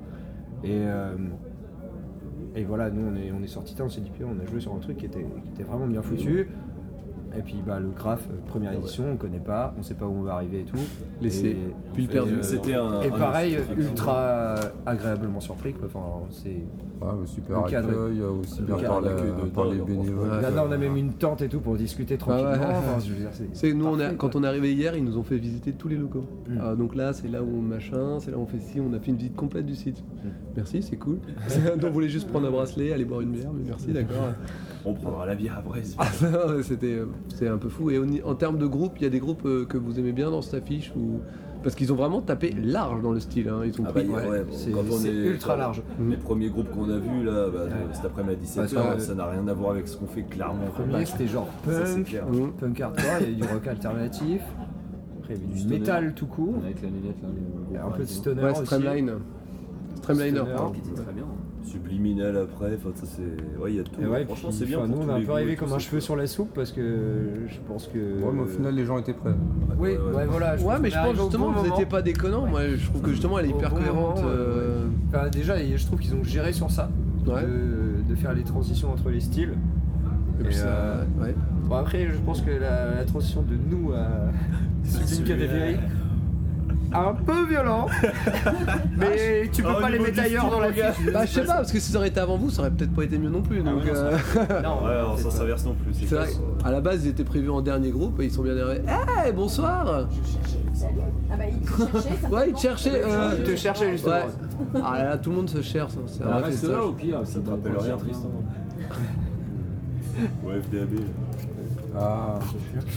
Et voilà, nous on est sortis, on s'est dit on a joué sur un truc qui était vraiment bien foutu. Et puis le graphe, première édition, on connaît pas, on sait pas où on va arriver et tout. Laissé, puis le perdu. Et pareil, ultra agréablement surpris. Enfin, c'est super accueil, aussi bien par les bénévoles. Là, on a même une tente et tout pour discuter tranquillement. Enfin, je veux dire, nous, quand on est arrivé hier, ils nous ont fait visiter tous les locaux. Donc là, c'est là où c'est là où on fait ci, on a fait une visite complète du site. Merci, c'est cool. Donc on voulait juste prendre un bracelet, aller boire une bière, mais merci, d'accord. On prendra la bière après. C'est un peu fou. Et en termes de groupe, il y a des groupes que vous aimez bien dans cette affiche ou... Parce qu'ils ont vraiment tapé large dans le style. Hein. Ils ont pris... c'est ultra large. Les premiers groupes qu'on a vus là, cet après-midi à 17h, ça n'a rien à voir avec ce qu'on fait clairement. Le premier c'était genre punk hardcore, il y avait du rock alternatif. Après il y avait du métal tout court. Avec la lunette là. Un peu de stoner aussi. Streamliner, qui était très bien. Subliminal après, enfin ça c'est. Il y a tout. Franchement c'est bien. Nous on a un peu arrivé comme un cheveu sur la soupe parce que je pense que. Ouais, mais au final les gens étaient prêts. Oui, voilà. Mais je pense justement que vous n'étiez pas déconnant. Moi je trouve que justement elle est hyper cohérente. Enfin, déjà je trouve qu'ils ont géré sur ça. De faire les transitions entre les styles. Et puis Bon après je pense que la transition de nous à Sim Cadaveri un peu violent, mais tu peux pas les mettre ailleurs dans la fiche. Je sais pas, parce que si ça aurait été avant vous, ça aurait peut-être pas été mieux non plus. Donc, non, ça s'inverse non plus. C'est vrai. À la base, ils étaient prévus en dernier groupe et ils sont bien arrivés. Hey, bonsoir. Ah bah il te cherchait. Ouais, il te cherchait. Il te cherchait justement. Ouais. Ah là, tout le monde se cherche. C'est un reste là au pire, ça te rappelle rien, Tristan. Ouais, FDAB. Ah.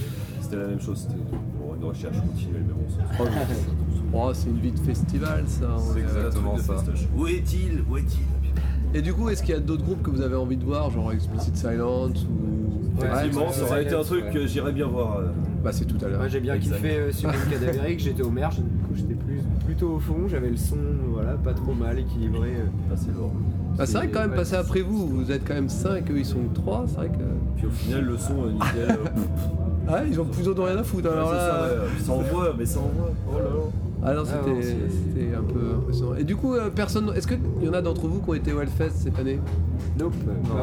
c'était la même chose, c'était pour une recherche continuelle, mais bon, c'est une vie de festival, ça. C'est exactement ça. Où est-il? Et du coup, est-ce qu'il y a d'autres groupes que vous avez envie de voir, genre Explicit Silence ou... Effectivement, ça aurait été un truc que j'irais bien voir. Bah c'est tout à l'heure. Moi j'ai bien kiffé Sublime Cadavérique, j'étais au merge, du coup j'étais plutôt au fond, j'avais le son voilà, pas trop mal équilibré. C'est lourd. Ah, c'est vrai que quand même, passer après vous êtes quand même 5, eux ils sont 3, c'est vrai que... Puis au final, le son nickel. Ah, ils ont plutôt de rien à foutre, alors là... Ça envoie, mais ça envoie. Oh là là. Ah non, c'était un peu impressionnant. Et du coup, personne... Est-ce qu'il y en a d'entre vous qui ont été au Hellfest cette année? Nope.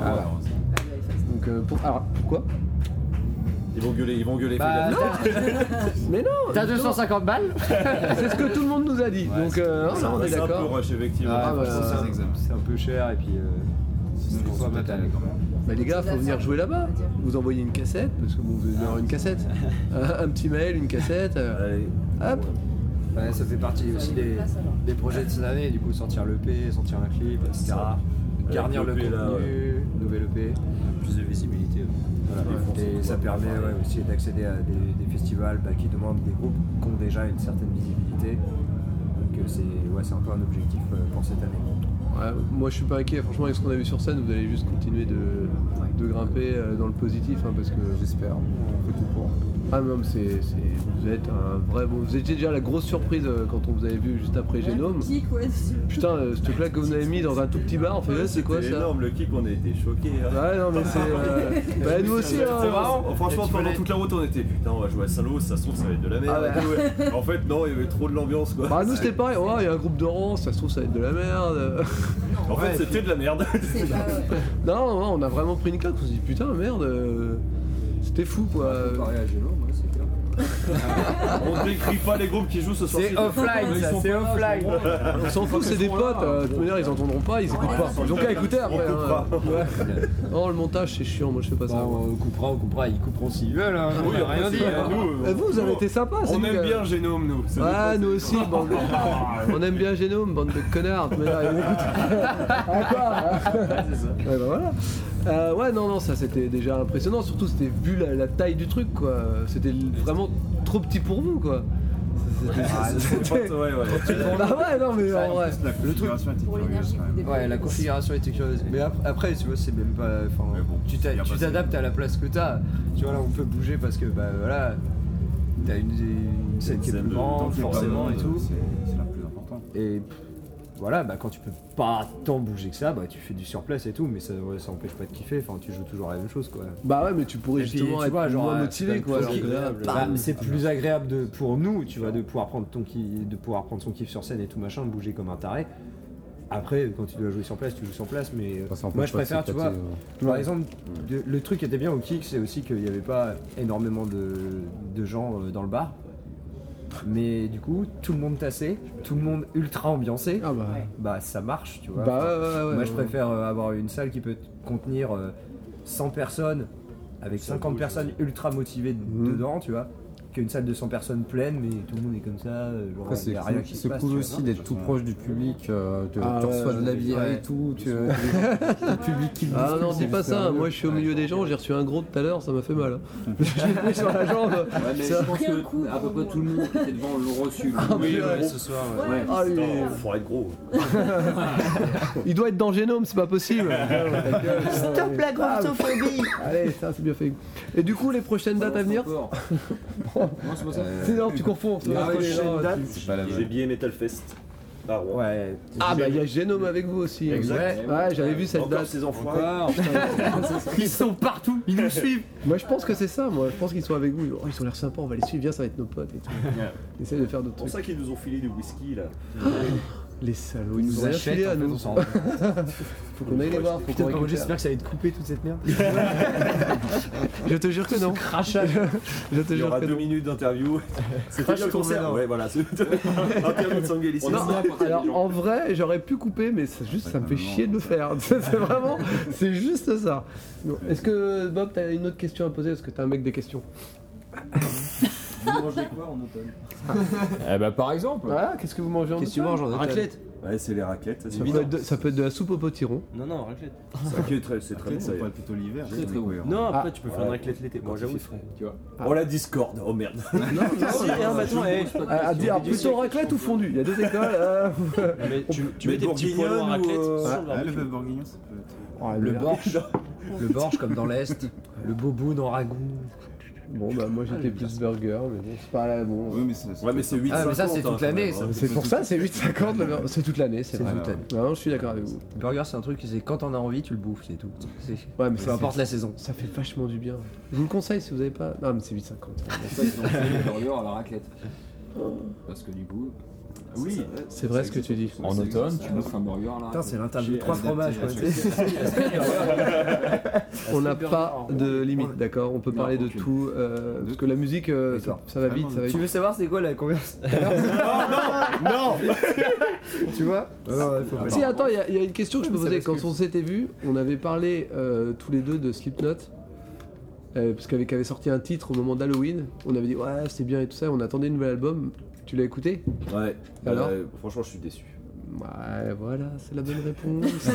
Donc, alors, pourquoi? Ils vont gueuler. Bah, non. Mais non. T'as 250 balles. C'est ce que tout le monde nous a dit. Ouais, donc, on est d'accord. C'est un peu rush, effectivement. C'est un peu cher et puis... c'est pas matal quand même. Bah les gars, faut venir jouer là-bas. Vous envoyez une cassette, parce que bon, vous devez avoir une cassette. Un petit mail, une cassette. Hop. Ouais, ça fait partie aussi des projets de cette année, du coup sortir l'EP, sortir un clip, etc. Garnir le contenu, nouvelle EP. Plus de visibilité. Voilà. Et ça permet aussi d'accéder à des festivals qui demandent des groupes qui ont déjà une certaine visibilité. Donc c'est un peu un objectif pour cette année. Ouais, moi je suis pas inquiet, franchement avec ce qu'on a vu sur scène, vous allez juste continuer de grimper dans le positif parce que j'espère, on fait tout pour. Ah non, vous êtes un vrai bon. Vous étiez déjà la grosse surprise quand on vous avait vu juste après Génome. Putain, ce truc-là que vous avez mis dans un tout petit bar, on fait c'est quoi ça? C'est énorme le kick, on a été choqués. Ouais, non, mais c'est. Bah, nous aussi, franchement, pendant toute la route, on était putain, on va jouer à Saint-Lô, ça se trouve, ça va être de la merde. En fait, non, il y avait trop de l'ambiance quoi. Bah, nous c'était pareil, il y a un groupe de rangs, ça se trouve, ça va être de la merde. En fait, c'était de la merde. Non, on a vraiment pris une claque, on s'est dit putain, merde. C'était fou quoi. Comparé à Génome, c'est clair. On décrit pas les groupes qui jouent ce soir. C'est offline, ça, c'est offline. On s'en fout, c'est des potes. De toute manière, ils entendront pas, ils écoutent pas. Ils ont qu'à écouter après. Non, le montage, c'est chiant, moi je fais pas ça. On coupera, ils couperont s'ils veulent. Oui, rien dit. Vous avez été sympa. On aime bien Génome, nous. Ah, nous aussi, bande de... On aime bien Génome, bande de connards. Mais là, ouais, bah voilà. Ouais, non, ça c'était déjà impressionnant. Surtout, c'était vu la taille du truc, quoi. C'était vraiment trop petit pour vous, quoi. Ouais, non, mais en vrai. La configuration était curieuse quand même. Ouais, la configuration était curieuse. Mais après, tu vois, c'est même pas. Enfin, tu t'adaptes à la place que t'as. Tu vois, là, on peut bouger parce que, bah voilà, t'as une scène qui est plus grande, forcément, et tout. C'est la plus importante. Et voilà, bah quand tu peux pas tant bouger que ça, bah tu fais du surplace et tout, mais ça empêche pas de kiffer, enfin tu joues toujours la même chose quoi. Bah ouais, mais tu pourrais justement être moins motivé quoi. C'est plus agréable pour nous, tu vois, de pouvoir prendre son kiff sur scène et tout machin, de bouger comme un taré. Après, quand tu dois jouer sur place, tu joues sur place, mais moi je préfère, tu vois, par exemple, le truc qui était bien au kick, c'est aussi qu'il n'y avait pas énormément de gens dans le bar. Mais du coup, tout le monde tassé, tout le monde ultra ambiancé, bah ça marche, tu vois. Moi je préfère avoir une salle qui peut contenir 100 personnes avec 50 personnes ultra motivées dedans, tu vois, qu'une salle de 100 personnes pleine, mais tout le monde est comme ça, genre il y a rien qui se passe. C'est cool aussi d'être tout proche du public, tu reçois de la bière et tout, le public qui Ah non, dis pas ça, moi je suis au milieu des gens, j'ai reçu un gros tout à l'heure, ça m'a fait mal. J'ai mis sur la jambe. Ouais, mais je pense que à peu près tout le monde qui était devant l'ont reçu. Oui, ce soir. Faut être gros. Il doit être dans Génome, c'est pas possible. Stop la grossophobie. Allez, ça c'est bien fait. Et du coup, les prochaines dates à venir? Non, tu confonds. J'ai billet Metal Fest. Ah ouais. Ouais. Ah bah il y a Génome avec vous aussi. Exact. Ouais, j'avais vu cette date. Ces enfoirés. Ils sont partout, ils nous suivent. Moi je pense que c'est ça, je pense qu'ils sont avec vous. Oh, ils ont l'air sympas, on va les suivre, viens, ça va être nos potes et tout. On essaie de faire d'autres trucs. C'est pour ça qu'ils nous ont filé du whisky là. Les salauds, ils nous ont rien filé à nous. Faut qu'on aille les voir, faut qu'on récupère. J'espère que ça va être coupé toute cette merde. Je te jure que non. Crachage. Je te Il y jure aura que 2 minutes d'interview. C'était le concert. Ouais, voilà. Interview de Sangelis. Alors en vrai, j'aurais pu couper, mais ça me fait chier de le faire. C'est vraiment, c'est juste ça. Est-ce que Bob, t'as une autre question à poser? Est-ce que t'es un mec des questions? Vous mangez quoi en automne? Eh bah par exemple. Voilà, qu'est-ce que vous mangez en Qu'est-ce que tu manges en Raclette. Ouais, c'est les raclettes. Ça peut être de la soupe au potiron. Non, raclette. C'est très bon. Ça pourrait être plutôt l'hiver. Très bon. Non, après tu peux faire une raclette l'été. Moi j'avoue, tu vois. Oh la discorde, oh merde. Non, plutôt raclette ou fondue. Il y a deux écoles. Tu mets des petits poilons à raclette sur le bœuf bourguignon, ça peut être. Le borsch comme dans l'Est, le boboon en ragoût. Bon bah moi j'étais plus burger, mais bon c'est pas là bon. Oui mais c'est 8,50. Ah mais ça c'est toute l'année. C'est pour ça c'est 8,50 c'est toute l'année, c'est vrai. Non, je suis d'accord avec vous. Burger c'est un truc, c'est quand t'en as envie tu le bouffes, c'est tout. Ouais mais peu importe la saison. Ça fait vachement du bien. Je vous le conseille si vous avez pas. Non mais c'est 8,50. C'est ça qu'ils ont fait le burger à la raclette. Parce que du coup. Oui, c'est vrai ce que tu dis. En automne, tu bouffes un burger à la raclette. Putain, c'est l'interview 3 fromages. On n'a pas de limite, d'accord. On peut parler de tout. Parce que la musique, ça va vite. Tu veux savoir c'est quoi la conversation? Non. Tu vois? Si, attends, il y a une question que je me posais. Quand on s'était vus, on avait parlé tous les deux de Slipknot. Parce qu'avait sorti un titre au moment d'Halloween. On avait dit ouais, c'était bien et tout ça. On attendait un nouvel album. Tu l'as écouté? Ouais. Alors franchement, je suis déçu. Ouais, voilà, c'est la bonne réponse.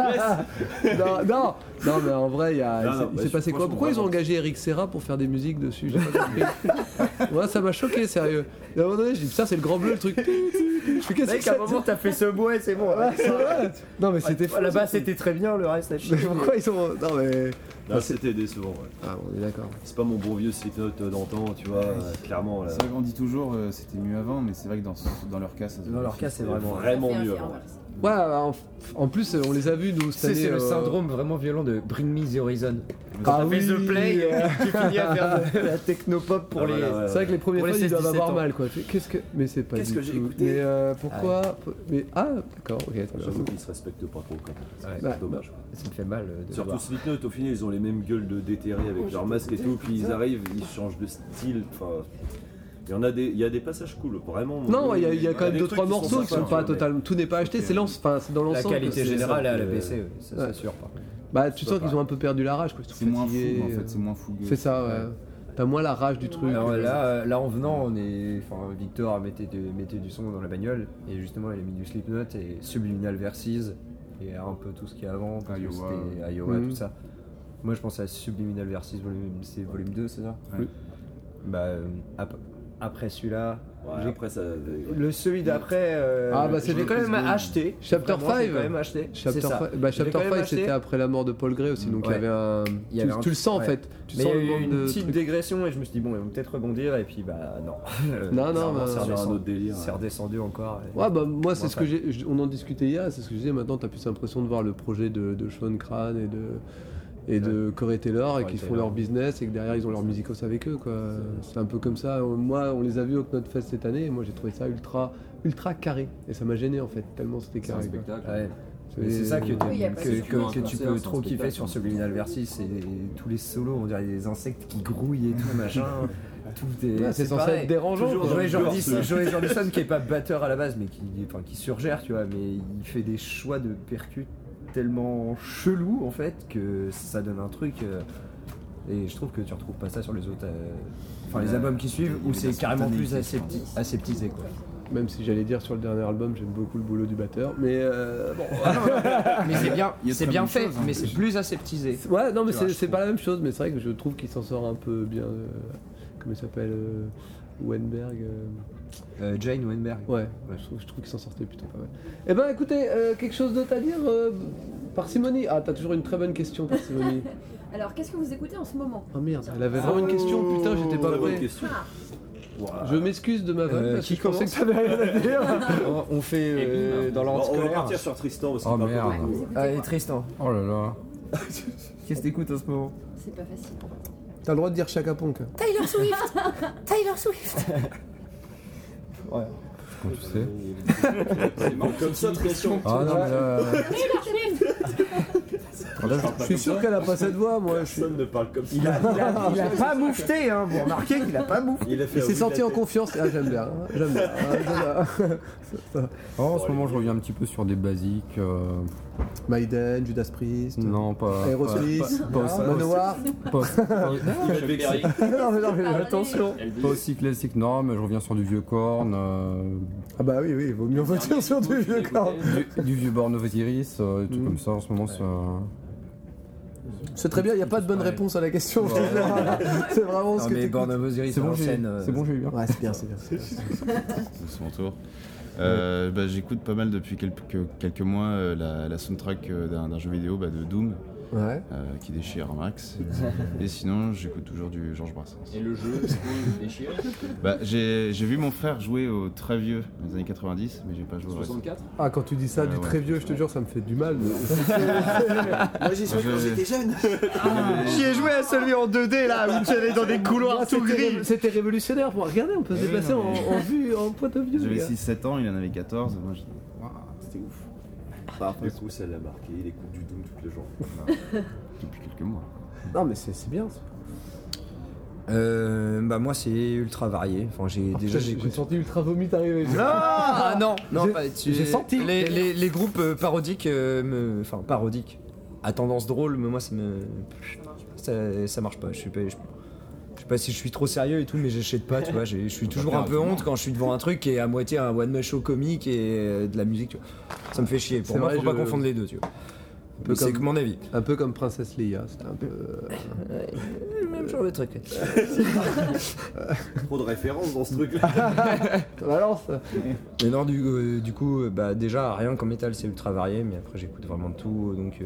non, mais en vrai, il s'est passé quoi? Pourquoi ils ont engagé Eric Serra pour faire des musiques dessus? J'ai pas compris. Ouais, ça m'a choqué, sérieux. À un moment donné, je dis, ça c'est le grand bleu, le truc. Je fais qu'est-ce que c'est? À un moment, t'as fait ce bois et c'est bon. Ouais, c'est vrai. Non, mais c'était fou. Là-bas, c'était très bien, le reste, mais pourquoi ils ont. Non, mais. Là, c'était décevant, ouais. Ah, on est d'accord. C'est pas mon bon vieux Slipknot d'antan, tu vois, clairement. Là. C'est vrai qu'on dit toujours c'était mieux avant, mais c'est vrai que dans leur cas, c'est vraiment mieux avant. Ouais, en plus, on les a vus, nous, cette année. C'est le syndrome vraiment violent de Bring Me the Horizon. Quand t'as fait The Play, tu finis à faire de la technopop pour les. C'est vrai que les premiers fois, ils doivent avoir mal, quoi. Mais c'est pas. Qu'est-ce que j'ai écouté? Mais pourquoi? Mais d'accord, ok. J'avoue qu'ils se respectent pas trop, quand même. C'est dommage. Ça me fait mal. Surtout Slipknot, au final, ils ont les mêmes gueules de déterrés avec leur masque et tout, puis ils arrivent, ils changent de style. Il y a des passages cool, vraiment. Non, il y a quand même 2-3 morceaux qui sont pas totalement. Tout n'est pas acheté, c'est dans l'ensemble. La qualité générale est à la PC, c'est sûr. Bah, tu sens qu'ils ont un peu perdu la rage, quoi. C'est moins fou, en fait, c'est moins fougueux. C'est ça, ouais. T'as moins la rage du truc. Alors là en venant, Victor mettait du son dans la bagnole, et justement, il a mis du Slipknot et Subliminal Verses, et un peu tout ce qu'il y a avant, c'était Iowa, tout ça. Moi, je pense à Subliminal Verses, c'est volume 2, c'est ça? Oui. Bah, après celui-là, après ça. Celui d'après, c'était quand même acheté. Chapter 5. quand même acheté. Chapter 5, c'était après la mort de Paul Gray aussi, donc il y avait un. Tu le sens en fait. Tu sens il y a eu une petite dégression et je me suis dit bon, ils vont peut-être rebondir et puis bah non. C'est un autre délire. C'est redescendu encore. Ouais, bah moi c'est ce que on en discutait hier, c'est ce que je disais. Maintenant, t'as plus l'impression de voir le projet de Sean Cran et de Corey Taylor et qu'ils font leur business et que derrière ils ont leur musicos avec eux, quoi. C'est un peu comme ça. Moi on les a vus au Knotfest cette année et moi j'ai trouvé ça ultra carré et ça m'a gêné en fait tellement c'était carré. C'est un spectacle. Ouais. C'est ça que tu peux trop kiffer sur Subliminal Verses, c'est tous les solos, on dirait des insectes qui grouillent et tout machin. C'est censé être dérangeant. Joey Jordison qui est pas batteur à la base mais qui surgère, tu vois, mais il fait des choix de percus tellement chelou en fait que ça donne un truc et je trouve que tu retrouves pas ça sur les autres les albums qui suivent où c'est carrément plus aseptisé quoi. Même si j'allais dire sur le dernier album j'aime beaucoup le boulot du batteur mais bon mais c'est bien fait mais c'est plus aseptisé. Ouais non mais c'est pas la même chose mais c'est vrai que je trouve qu'il s'en sort un peu bien comment il s'appelle Weinberg Jane Weinberg. Ouais. Je trouve qu'il s'en sortait plutôt pas mal. Eh ben écoutez, quelque chose d'autre à dire Parcimonie. Ah, t'as toujours une très bonne question, Parcimonie. Alors, qu'est-ce que vous écoutez en ce moment? Oh merde, elle avait vraiment une question, putain, j'étais pas prêt. Wow. Je m'excuse de ma vanne parce que je pensais que t'avais rien à dire. On fait dans l'ordre scolaire. On va partir sur Tristan aussi. Oh merde. Allez, Tristan. Oh là là. Qu'est-ce que t'écoutes en ce moment? C'est pas facile. T'as le droit de dire Chaka Ponk. Taylor Swift. Ouais. Quand tu sais. C'est comme ça, Tristan. Ah non, mais là. Je suis sûr qu'elle a pas cette voix, moi. Personne ne parle comme ça. Il a pas moufté, hein. Vous remarquez qu'il a pas moufté. Il s'est senti en confiance. Ah, j'aime bien. En ce moment, je reviens un petit peu sur des basiques. Maiden, Judas Priest. Non, pas. Aerosmith. Manowar. Non, attention. Pas aussi classique, non, mais je reviens sur du vieux Korn. Ah bah oui, il vaut mieux revenir sur du vieux Korn. Du vieux Born of Osiris, des trucs comme ça en ce moment. C'est très bien, il n'y a pas de bonne réponse à la question. C'est vraiment ce que tu Born of Osiris, c'est bon, j'ai eu bien. Ouais, c'est bien. C'est mon tour. J'écoute pas mal depuis quelques mois la soundtrack d'un jeu vidéo de Doom, qui déchire un max. Et sinon, j'écoute toujours du Georges Brassens. Et le jeu déchire J'ai vu mon frère jouer au très vieux dans les années 90, mais j'ai pas joué au reste. 64. Ah, quand tu dis ça, du très vieux, je te jure, ça me fait du mal. Moi j'y joué quand j'étais jeune. J'y ai joué à celui en 2D là, où tu allais dans des couloirs tout gris. C'était révolutionnaire. Regardez, on peut se déplacer en vue, en point de vue. J'avais 6-7 ans, il en avait 14. Moi, c'était ouf. Du coup, ça l'a marqué, il écoute du Doom toutes les jours. Depuis quelques mois. Non, mais c'est bien. Moi c'est ultra varié. Enfin, j'ai senti ultra vomit arriver. Non, j'ai senti les groupes parodiques, parodiques à tendance drôle, mais moi ça marche pas. Je sais pas si je suis trop sérieux et tout, mais j'achète pas, tu vois. Je suis toujours un peu honte quand je suis devant un truc qui est à moitié un one man show comique et de la musique, tu vois. Ça me fait chier. Pour moi, faut pas confondre les deux, tu vois. C'est que mon avis. Un peu comme Princesse Leia, c'était un peu. Même genre de truc. Trop de références dans ce truc-là. Balance. Mais non, du coup, déjà, rien qu'en métal, c'est ultra varié, mais après, j'écoute vraiment de tout, donc.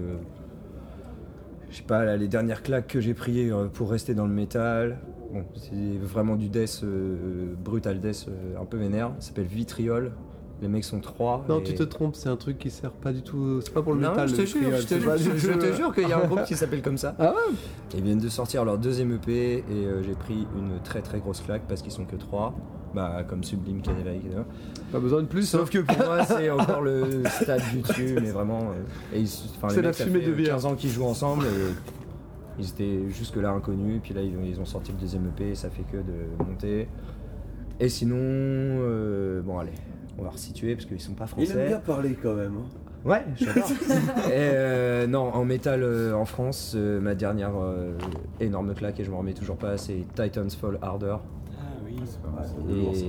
Je sais pas, là, les dernières claques que j'ai prises pour rester dans le métal, bon, c'est vraiment du death, brutal death, un peu vénère. Ça s'appelle Vitriol. Les mecs sont 3. Non, tu te trompes, c'est un truc qui sert pas du tout. C'est pas pour le métal. Je te jure qu'il y a un groupe qui s'appelle comme ça. Ah ouais. Ils viennent de sortir leur deuxième EP et j'ai pris une très très grosse claque parce qu'ils sont que 3. Comme Sublime, Cannibal. Pas besoin de plus. Sauf que pour moi, c'est encore le stade du dessus, mais vraiment. C'est la fumée de bière. 15 ans qu'ils jouent ensemble et ils étaient jusque-là inconnus. Puis là, ils ont sorti le deuxième EP et ça fait que de monter. Et sinon, allez. On va resituer parce qu'ils sont pas français. Il aime bien parler quand même. Ouais, j'adore. Et non, en métal en France, ma dernière énorme claque et je m'en remets toujours pas, c'est Titans Fall Harder. Ah oui, c'est pas mal.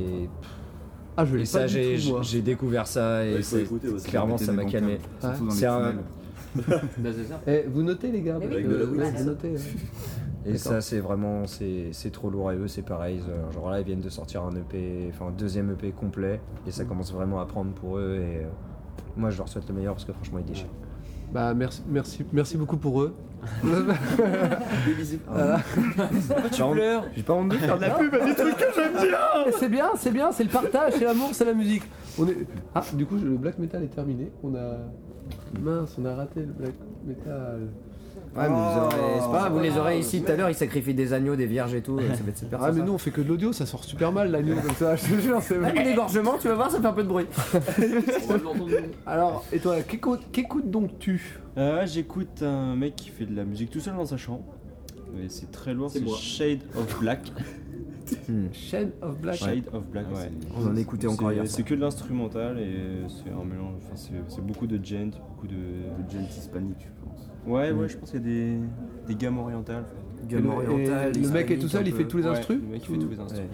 Je l'ai pas du tout, moi. J'ai découvert ça et clairement ça m'a calmé. C'est un. Vous notez les gars. Vous notez. Et ça c'est vraiment c'est trop lourd et eux c'est pareil, genre là ils viennent de sortir un EP, un deuxième EP complet et ça commence vraiment à prendre pour eux et moi je leur souhaite le meilleur parce que franchement ils déchirent. Merci beaucoup pour eux. Des bisous. Tu pleures. J'ai pas envie de faire de la pub à des trucs que j'aime bien. C'est bien, c'est le partage, c'est l'amour, c'est la musique. Du coup le black metal est terminé. On a raté le black metal. Ouais, mais c'est pas, vous les aurez ici tout à l'heure, ils sacrifient des agneaux, des vierges et tout, ça va être super. Ah mais nous on fait que de l'audio, ça sort super mal l'agneau comme ça, je te jure, c'est vrai. L'égorgement, tu vas voir, ça fait un peu de bruit. Alors, et toi, qu'écoutes donc tu J'écoute un mec qui fait de la musique tout seul dans sa chambre. Et c'est très lourd, c'est Shade of Black. Shade of Black. Ouais. On en écoutait encore hier. C'est que de l'instrumental et c'est un mélange, c'est beaucoup de gent, beaucoup de gent hispanique, je pense. Ouais, je pense qu'il y a des gammes orientales. Gamme orientale. Le mec est tout seul, il fait tous les instrus. Le mec il fait tous les instrus.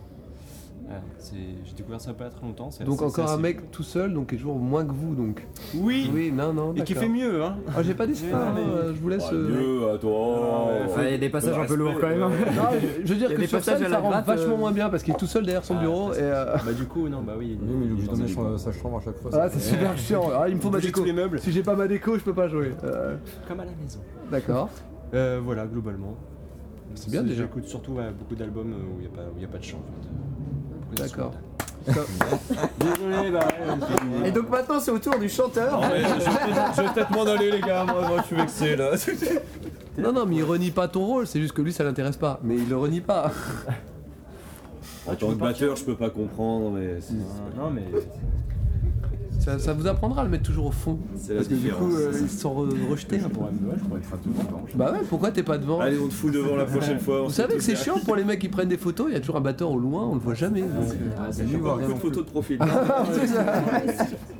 J'ai découvert ça pas très longtemps. Donc encore un mec tout seul, donc qui est toujours moins que vous donc. Oui, non. Et qui fait mieux, hein. Ah, j'ai pas dit ça, je vous laisse. Mieux, attends. Il y a des passages un peu lourds quand même. Non, je veux dire que sur scène, ça rend vachement moins bien parce qu'il est tout seul derrière son bureau. Du coup, non, bah oui. Oui, mais il est obligé de donner sa chambre à chaque fois. Ah, c'est super chiant. Il me faut ma déco. Si j'ai pas ma déco, je peux pas jouer. Comme à la maison. D'accord. Voilà, globalement. C'est bien déjà. J'écoute surtout beaucoup d'albums où il n'y a pas de chant en fait. D'accord. Désolé, Et donc maintenant c'est au tour du chanteur. Je vais peut-être m'en aller les gars, moi je suis vexé là. Non, mais il renie pas ton rôle, c'est juste que lui ça l'intéresse pas. Mais il le renie pas. En tant que batteur, je peux pas comprendre, mais. Non, mais. Ça vous apprendra à le mettre toujours au fond. C'est parce que du coup, ils se sont rejetés. Je pourrais être devant. Bah ouais, pourquoi t'es pas devant? Allez, on te fout devant la prochaine fois. Vous savez que c'est chiant pour les mecs qui prennent des photos, il y a toujours un batteur au loin, on le voit jamais. C'est juste voir beaucoup de photos de profil.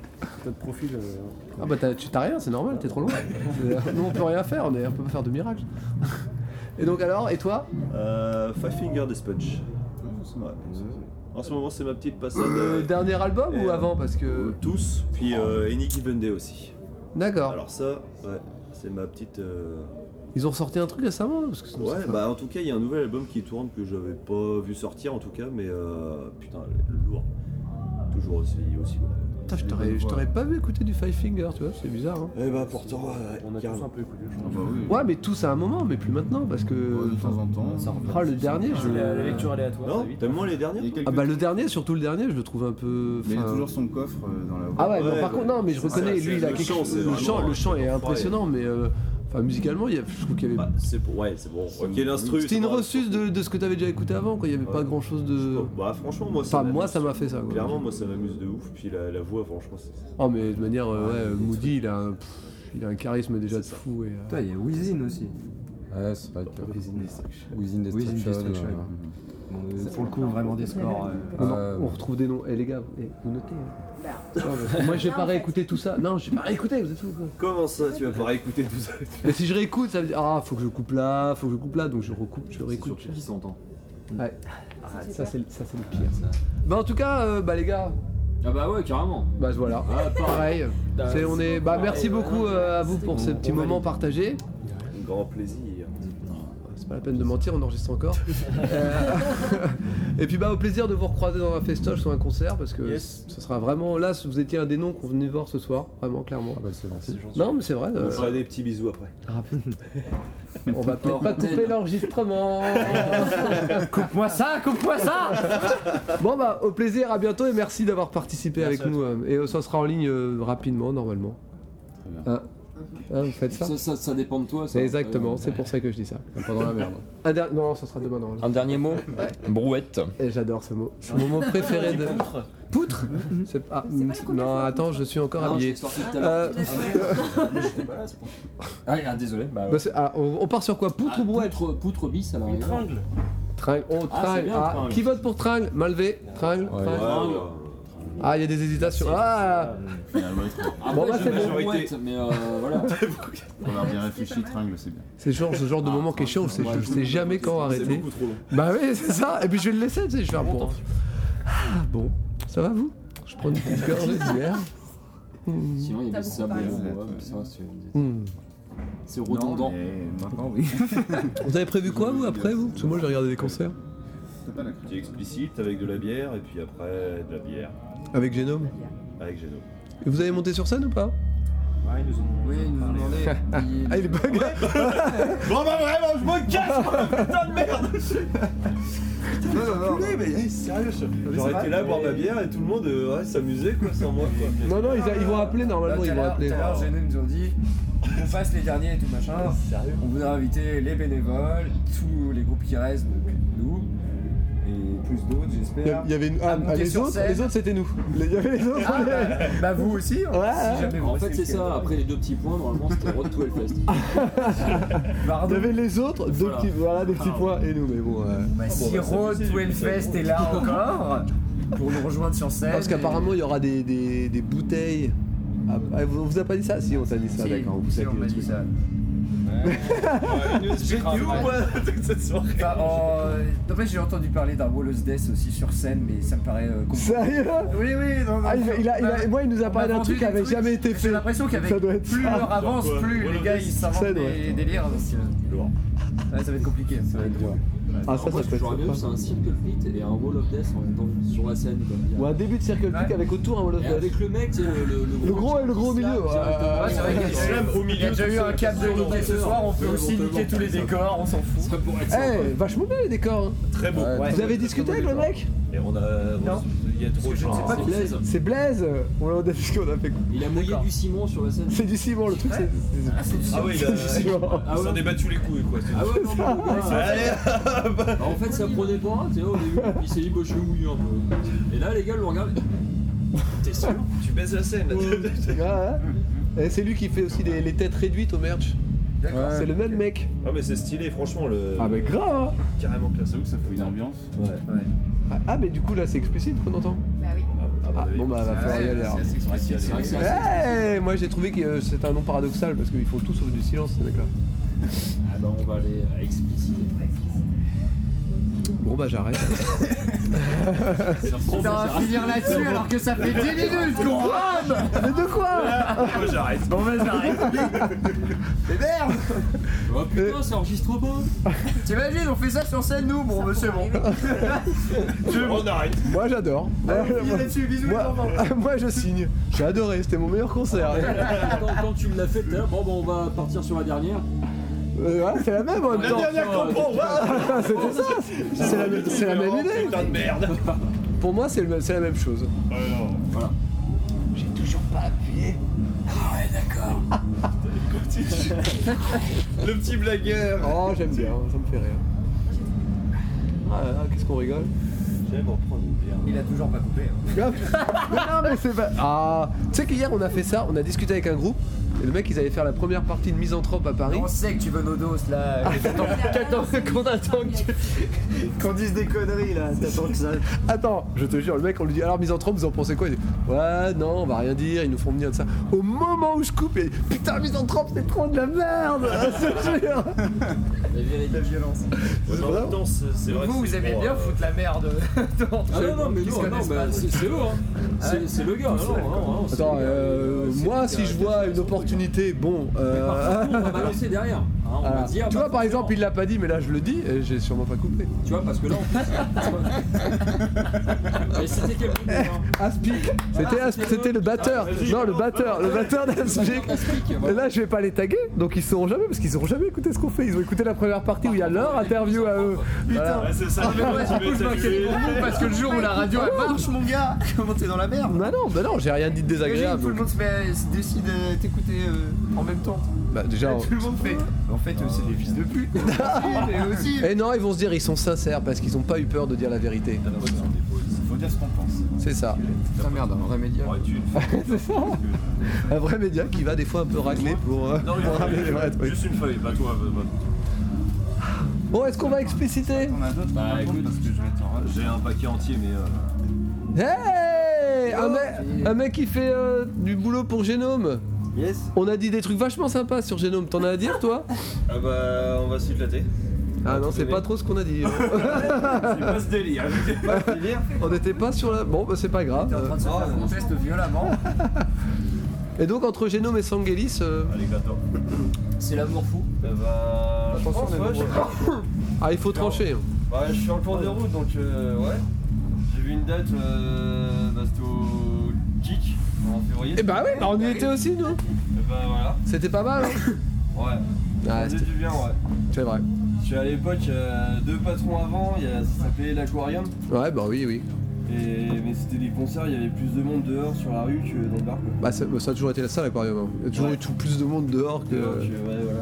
Notre profil. Ah bah tu t'as rien, c'est normal, t'es trop loin. Nous on peut rien faire, on peut pas faire de miracle. Et donc alors, et toi? Five Finger Death Punch. Ouais. En ce moment, c'est ma petite passade. Dernier album ou avant parce que tous, puis Any Given Day aussi. D'accord. Alors ça, ouais, c'est ma petite. Ils ont sorti un truc récemment parce que ouais, bah en tout cas, il y a un nouvel album qui tourne que j'avais pas vu sortir en tout cas, mais putain, lourd. Toujours aussi lourd. Putain, je t'aurais pas vu écouter du Five Finger, tu vois, c'est bizarre. Hein. Eh bah pourtant, on a tous un peu écouté. Ouais, mais tous à un moment, mais plus maintenant parce que. De temps en temps. Ah, le dernier, La lecture aléatoire. Non, t'aimes moins les derniers? Ah bah le dernier, surtout le dernier, je le trouve un peu. Mais il a toujours son coffre dans la voix. Ah ouais, non, par contre, non, mais je reconnais, lui, il a quelque chose. Le chant est impressionnant, mais. Enfin, musicalement, je trouve qu'il y avait. Bah, c'est bon. Ok, l'instru. C'était une ressuce de ce que t'avais déjà écouté avant, quoi. Il y avait pas grand chose de. Bah, franchement, moi, ça m'a fait ça. Quoi. Clairement, moi, ça m'amuse de ouf. Puis la voix, franchement, c'est. Oh, mais de manière, Moody, il a un charisme déjà de fou. Putain, il y a Within aussi. Ouais, c'est vrai que. Within Destruction. Pour le coup, vraiment des scores. On retrouve des noms. Eh les gars, vous notez. Moi j'ai pas réécouté tout ça. Non, j'ai pas réécouté, vous êtes fous quoi. Comment ça, tu vas pas réécouter tout ça? Mais si je réécoute, ça veut dire faut que je coupe là, donc je recoupe, je réécoute. C'est surtout qui s'entend. Ouais. Ça c'est le pire. Ça. Bah en tout cas, les gars. Ah bah ouais, carrément. Bah voilà. Pareil. Merci beaucoup à vous pour ce petit moment partagé. Un grand plaisir. C'est pas la peine de mentir, on enregistre encore. Et puis au plaisir de vous recroiser dans un festoche ou un concert parce que ce sera vraiment là, vous étiez un des noms qu'on venait voir ce soir, vraiment clairement. Non mais c'est vrai. On fera des petits bisous après. On va peut-être pas couper l'enregistrement. Coupe-moi ça. Bon au plaisir, à bientôt et merci d'avoir participé avec nous. Et ça sera en ligne rapidement normalement. Très bien. Vous faites ça? Ça dépend de toi. Ça. Exactement, c'est pour ça que je dis ça. Pendant la merde. Non, ça sera demain normalement. Un dernier mot. Brouette. Et j'adore ce mot. C'est mon mot préféré de. Poutre. Non, attends, je suis encore habillé. Désolé. On part sur quoi? Poutre ou brouette? Poutre bis alors. Tringle. Tringle. Tringle. Qui vote pour Tringle? Mal levé. Tringle. Ah, il y a des hésitations. C'est bon. Mais voilà. On a bien réfléchi, Tringle, c'est bien. C'est ce genre de moment qui est chaud, je sais jamais quand arrêter. C'est beaucoup trop long. Bah oui, c'est ça. Et puis je vais le laisser, je vais faire bon. Bon, ça va vous? Je prends une petite gorgée de bière. Sinon, il y a des sabots. C'est redondant. Maintenant, oui. Vous avez prévu quoi, vous, après, vous? Parce que moi, j'ai regardé des concerts. C'est explicite avec de la bière et puis après de la bière. Avec Génome? Avec Génome. Et vous avez monté sur scène ou pas? Ouais, ils nous ont demandé. Il est bug. Bon bah vraiment, je me casse, putain de merde. Non, mais sérieux, j'aurais été là à boire ma bière et tout le monde s'amusait quoi, sans moi quoi. Non, ils vont appeler normalement, ils vont appeler. Tout à l'heure, Génome nous ont dit on passe les derniers et tout machin. Sérieux? On voudrait inviter les bénévoles, tous les groupes qui restent, donc nous. Et plus d'autres, j'espère. Il y avait les autres c'était nous. Il y avait les autres. Bah vous aussi, si jamais vous en fait c'est ça, après les deux petits points, normalement c'était Road to Hellfest. Il y avait les autres, des petits points et nous, mais bon. Si Road to Hellfest est là encore, pour nous rejoindre sur scène. Parce qu'apparemment il y aura des bouteilles. On vous a pas dit ça? Si, on t'a dit ça, d'accord. Si, on m'a dit ça. J'étais où moi toute cette soirée? En fait j'ai entendu parler d'un Wall of Death aussi sur scène mais ça me paraît compliqué. Sérieux? Oui non. Moi il nous a parlé d'un truc qui avait jamais été fait. J'ai l'impression qu'avec plus l'heure avance, plus les gars ils s'inventent des délires. Ça va être compliqué. Ça va être dur. Ça peut être sympa. C'est un Circle Pit et un Wall of Death sur la scène. Ou un début de Circle Pit avec autour un Wall of Death. Avec le mec, le gros et le gros au milieu. C'est vrai qu'il y a déjà eu un cap de niquer ce soir, on peut aussi niquer tous les décors, on s'en fout. Vachement bien les décors. Très beau. Vous avez discuté avec le mec? Et on a. Non. Il y a trop de gens. C'est Blaise. C'est Blaise. On a fait il a mouillé du ciment sur la scène. C'est du ciment, le truc c'est. Ah oui, il s'en débat tous les coups quoi. Ah ouais, non. En fait, ça prenait pas, tu sais, au début, il s'est dit, bah, je vais mouiller un peu. Et là, les gars le regardent. T'es sûr? Tu baises la scène là. Et c'est lui qui fait aussi les têtes réduites au merch. C'est le même mec. Ah, mais c'est stylé, franchement. Ah, mais grave, hein. Carrément classe. Ça fait une ambiance. Ouais. Ah, mais du coup, là, c'est explicite qu'on entend? Bah oui. Ah Bon bah va falloir y aller alors. Moi j'ai trouvé que c'est un nom paradoxal parce qu'ils font tout sauf du silence, c'est d'accord. Ah bah on va aller expliciter. Bon bah j'arrête. On va finir là-dessus alors que ça fait 10 minutes qu'on rame. Mais de quoi? Moi j'arrête. Bon bah j'arrête. Mais merde. Oh putain, ça enregistre pas. T'imagines, on fait ça sur scène nous? Bon bah c'est bon. On arrête. Moi j'adore. Moi je signe. J'ai adoré, c'était mon meilleur concert. Quand tu me l'as fait, bon bah on va partir sur la dernière. Ouais, c'est la même en même temps. La dernière comprend. C'était ça. C'est la même idée. Putain de merde. Pour moi c'est la même chose. Voilà. J'ai toujours pas appuyé. Ah ouais d'accord. Le petit blagueur. Oh j'aime bien, ça me fait rire. Ah qu'est-ce qu'on rigole. J'aime en prendre une bière. Il a toujours pas coupé. Mais non mais c'est pas... Ah, tu sais qu'hier on a fait ça, on a discuté avec un groupe et le mec ils allaient faire la première partie de Misanthrope à Paris. On sait que tu veux nos doses là. Qu'on attend qu'on dise des conneries là. T'attends que ça. Attends, je te jure, le mec on lui dit alors Misanthrope vous en pensez quoi? Il dit ouais non on va rien dire, ils nous font venir de ça. Au moment où je coupe, il dit putain Misanthrope c'est trop de la merde. Je te jure. La violence. En même temps, c'est vrai. Vous aimez bien foutre la merde. Ah non mais non, c'est eux hein. C'est le gars, non. Attends, moi si je vois une opportunité, bon... On va balancer derrière. Hein, on va dire, tu vois par exemple il l'a pas dit mais là je le dis et j'ai sûrement pas coupé. Tu vois parce que là en plus... c'était quel groupe Aspic. C'était le batteur. Non le batteur d'Aspic. Et là je vais pas les taguer donc ils sauront jamais parce qu'ils auront jamais écouté ce qu'on fait. Ils ont écouté la première partie où il y a leur interview à eux. Putain, c'est ça. Parce que le jour où la radio elle marche mon gars, comment t'es dans la merde? Bah non j'ai rien dit de désagréable. Tout le monde se décide de t'écouter en même temps. Bah déjà tout le monde fait. En fait c'est des fils de pute. Aussi. Et non ils vont se dire ils sont sincères parce qu'ils ont pas eu peur de dire la vérité. Faut dire ce qu'on pense. C'est ça. Putain merde, un vrai média. C'est ça. Un vrai média qui va des fois un peu racler pour ramener les vrais trucs. Juste une feuille, pas toi. Bon est-ce qu'on va expliciter? On a d'autres. Bah écoute, parce que j'ai un paquet entier mais Hey un mec qui fait du boulot pour Génome. Yes. On a dit des trucs vachement sympas sur Génome, t'en as à dire toi? Ah bah on va s'y flatter. Ah non c'est pas trop ce qu'on a dit. C'est pas ce délire. On n'était pas sur la... Bon bah c'est pas grave. T'es en train de se faire conteste violemment. Et donc entre Génome et Sangelis... Allez gâteau. C'est l'amour fou. Bah... Attention, ah il faut trancher. Bah je suis en cours de route donc ouais. J'ai vu une date, bah c'était au Geek en février. Et bah oui, bah on y était aussi nous. Et bah voilà. C'était pas mal hein. Ouais. Ah, c'était du bien ouais. C'est vrai. Je suis à l'époque 2 patrons avant, ça s'appelait l'Aquarium. Ouais bah oui. Mais c'était des concerts, il y avait plus de monde dehors sur la rue que dans le bar quoi. Bah ça a toujours été ça l'Aquarium hein. Il y a toujours eu plus de monde dehors que... Ouais voilà.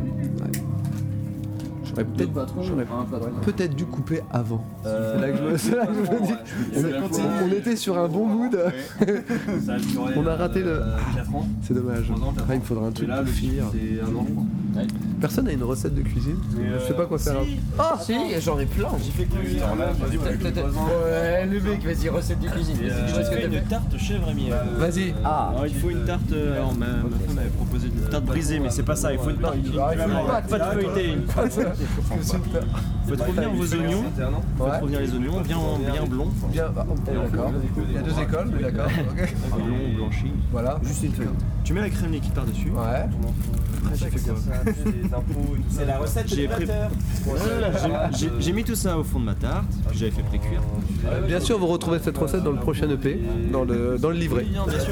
J'aurais peut-être dû couper avant. C'est là que je me dis. On était sur un bon mood. On a raté le... 4 ans. C'est dommage. Après, il me faudra un truc là, pour finir. C'est un an je crois. Personne n'a une recette de cuisine? Je sais pas quoi faire. Ah si, j'en ai plein. J'ai fait cuisiner. Ouais, le mec, vas-y, recette de cuisine. J'ai fait une tarte chèvre et miel. Vas-y. Ah, il faut une tarte. Alors, ma femme m'avait proposé une tarte brisée, mais c'est pas ça. Il faut une tarte. Pas de feuilleté. Faites revenir vos oignons. Faites revenir les oignons bien blonds. Bien, d'accord. Il y a 2 écoles, mais d'accord. Blond, blanchi. Voilà. Juste une feuille. Tu mets la crème liquide par-dessus. Ouais. Après, j'ai fait quoi? C'est la recette du batteur. J'ai mis tout ça au fond de ma tarte, puis j'avais fait pré-cuire. Bien sûr, vous retrouvez cette recette dans le prochain EP, dans le livret. Bien sûr.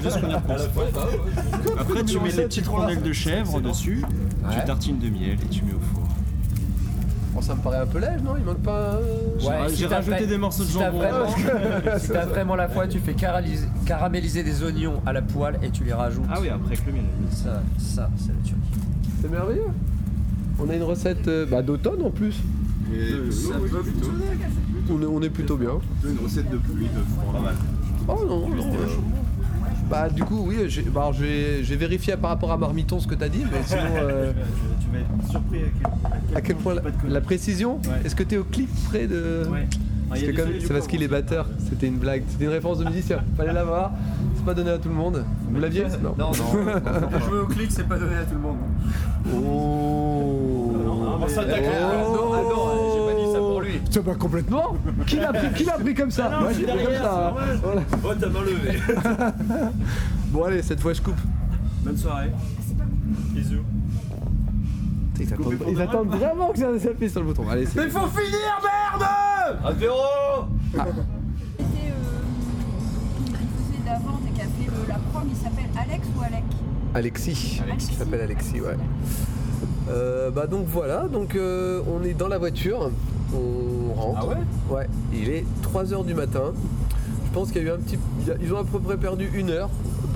Après, tu mets les petites rondelles de chèvre dessus, tu tartines de miel et tu mets au four. Bon, ça me paraît un peu lège, non? Il manque pas... Ouais, j'ai rajouté des morceaux de jambon. Si t'as vraiment la foi, tu fais caraméliser des oignons à la poêle et tu les rajoutes. Ah oui, après avec le miel. Ça, c'est la tuerie. C'est merveilleux. On a une recette d'automne en plus. On est plutôt bien. Une recette de pluie de fond pas mal. Oh non. Bah du coup oui, j'ai vérifié par rapport à Marmiton ce que t'as dit, mais sinon... Tu vas être surpris à quel point la précision. Ouais. Est-ce que t'es au clip près de... Ouais. C'est parce qu'il est batteur, c'était une blague, c'était une référence de musicien, fallait l'avoir, c'est pas donné à tout le monde. Vous l'aviez ? Non. Jouer au clic, c'est pas donné à tout le monde. Oh. On s'attaque. Non, j'ai pas dit ça pour lui. Ça va complètement. Qui l'a pris comme ça ? Moi j'ai pris comme ça. Voilà. Oh, t'as mal levé. Bon allez, cette fois je coupe. Bonne soirée. Bisous. Ils attendent vraiment que j'appuie sur le bouton. Allez, mais faut finir, merde. Apéro. Il faisait de la vente et qui a fait la prom, il s'appelle Alex ou Alec ? Alexis. Il s'appelle Alexis, ouais. Donc voilà, on est dans la voiture, on rentre. Ah ouais ? Ouais, il est 3h du matin. Je pense qu'il y a eu ils ont à peu près perdu 1 heure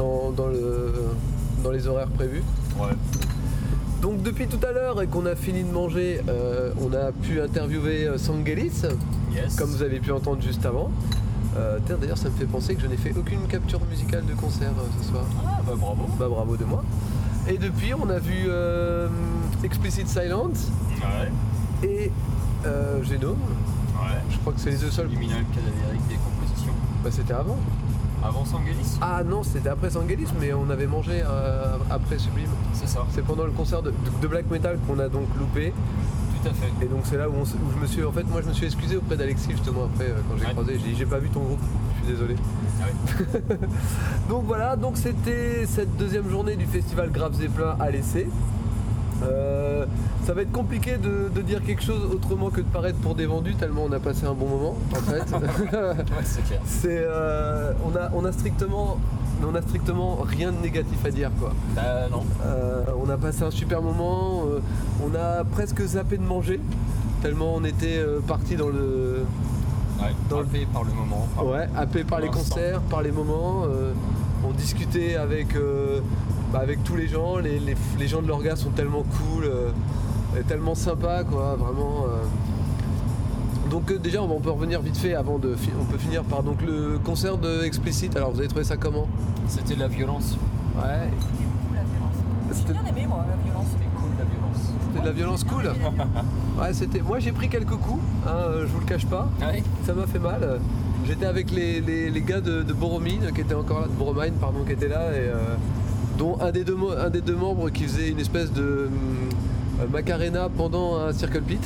dans les horaires prévus. Ouais. Donc depuis tout à l'heure et qu'on a fini de manger, on a pu interviewer Sangelis, comme vous avez pu entendre juste avant. D'ailleurs ça me fait penser que je n'ai fait aucune capture musicale de concert ce soir. Ah bah bravo. Bah bravo de moi. Et depuis on a vu Explicit Silence et Genome. Ouais. Je crois que c'est les deux seuls. Luminal cadavérique des compositions. Bah c'était avant. Avant Sangelis ? Ah non, c'était après Sangelis, mais on avait mangé après Sublime. C'est ça. C'est pendant le concert de Black Metal qu'on a donc loupé. Tout à fait. Et donc c'est là où je me suis, en fait, moi je me suis excusé auprès d'Alexis justement après quand j'ai croisé. J'ai dit j'ai pas vu ton groupe, je suis désolé. Ah oui. Donc voilà, donc c'était cette deuxième journée du festival Grave Zeppelin à l'essai. Ça va être compliqué de dire quelque chose autrement que de paraître pour des vendus tellement on a passé un bon moment en fait. Ouais, c'est clair. On a strictement rien de négatif à dire quoi. Non. On a passé un super moment, on a presque zappé de manger tellement on était parti dans le... happé par le moment. Happé par les concerts, par les moments. On discutait avec tous les gens, les gens de l'orga sont tellement cool, et tellement sympas quoi, vraiment. Donc déjà on peut revenir vite fait on peut finir par donc le concert de Explicit. Alors vous avez trouvé ça comment ? C'était de la violence. Ouais. J'ai bien aimé moi la violence. C'était cool la violence. C'était de la violence cool. Ouais, moi j'ai pris quelques coups, je vous le cache pas. Ça m'a fait mal. J'étais avec les gars de Boromine qui étaient encore là, de Boromine pardon, qui étaient là et dont un des deux membres qui faisait une espèce de Macarena pendant un Circle Pit.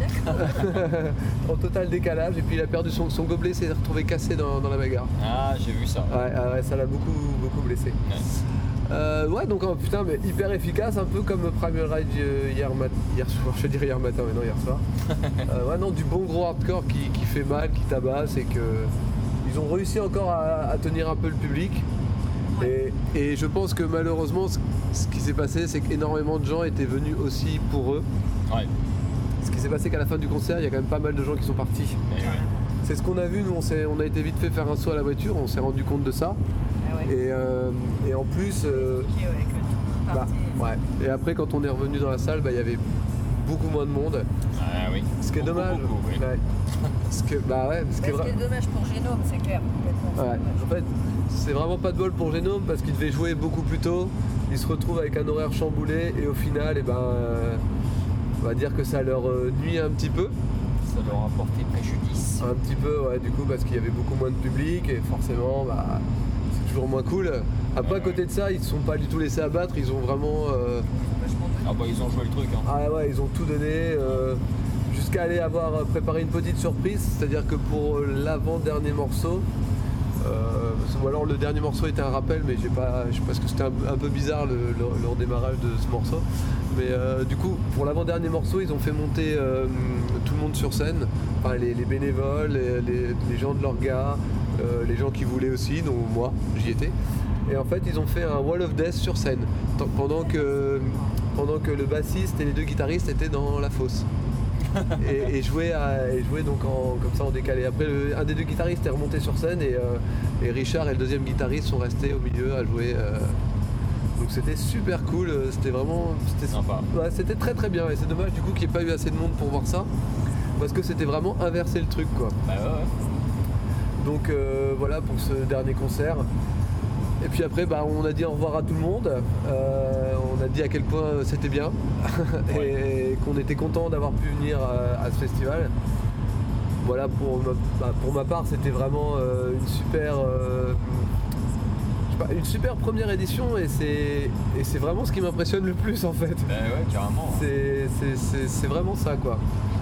En total décalage et puis il a perdu son gobelet, s'est retrouvé cassé dans la bagarre. Ah j'ai vu ça. Ouais, ça l'a beaucoup blessé. Donc putain mais hyper efficace, un peu comme Primal Ride hier soir, je vais dire hier matin mais non hier soir. Du bon gros hardcore qui fait mal, qui tabasse et que ils ont réussi encore à tenir un peu le public. Et je pense que malheureusement ce qui s'est passé c'est qu'énormément de gens étaient venus aussi pour eux. Ouais. Ce qui s'est passé qu'à la fin du concert il y a quand même pas mal de gens qui sont partis. C'est ce qu'on a vu, nous on a été vite fait faire un saut à la voiture, on s'est rendu compte de ça. Et en plus et après quand on est revenu dans la salle il y avait beaucoup moins de monde. Ah oui. Ce qui est dommage. Oui. Ce qui est dommage pour Genome, c'est clair. En fait, c'est vraiment pas de bol pour Genome parce qu'il devait jouer beaucoup plus tôt. Il se retrouve avec un horaire chamboulé et au final, on va dire que ça leur nuit un petit peu. Ça leur a porté préjudice. Un petit peu, du coup, parce qu'il y avait beaucoup moins de public et forcément, c'est toujours moins cool. Après, à côté de ça, ils ne se sont pas du tout laissés abattre. Ils ont vraiment. Ils ont joué le truc. Hein. Ah ouais, ils ont tout donné. Jusqu'à aller avoir préparé une petite surprise, c'est-à-dire que pour l'avant-dernier morceau, ou alors le dernier morceau était un rappel, mais je sais pas parce que c'était un peu bizarre le redémarrage de ce morceau. Mais du coup, pour l'avant-dernier morceau, ils ont fait monter tout le monde sur scène, enfin, les bénévoles, les gens de l'orga, les gens qui voulaient aussi, dont moi, j'y étais. Et en fait, ils ont fait un Wall of Death sur scène, pendant que le bassiste et les deux guitaristes étaient dans la fosse. et jouaient donc comme ça en décalé. Après, un des deux guitaristes est remonté sur scène et Richard et le deuxième guitariste sont restés au milieu à jouer. Donc c'était super cool, c'était sympa. Ouais, c'était très très bien et c'est dommage du coup qu'il n'y ait pas eu assez de monde pour voir ça parce que c'était vraiment inverser le truc quoi. Bah ouais. Donc voilà pour ce dernier concert. Et puis après on a dit au revoir à tout le monde, on a dit à quel point c'était bien et qu'on était content d'avoir pu venir à ce festival. voilà, pour ma part, c'était vraiment une super première édition et c'est vraiment ce qui m'impressionne le plus en fait. Ben ouais, carrément. C'est vraiment ça quoi.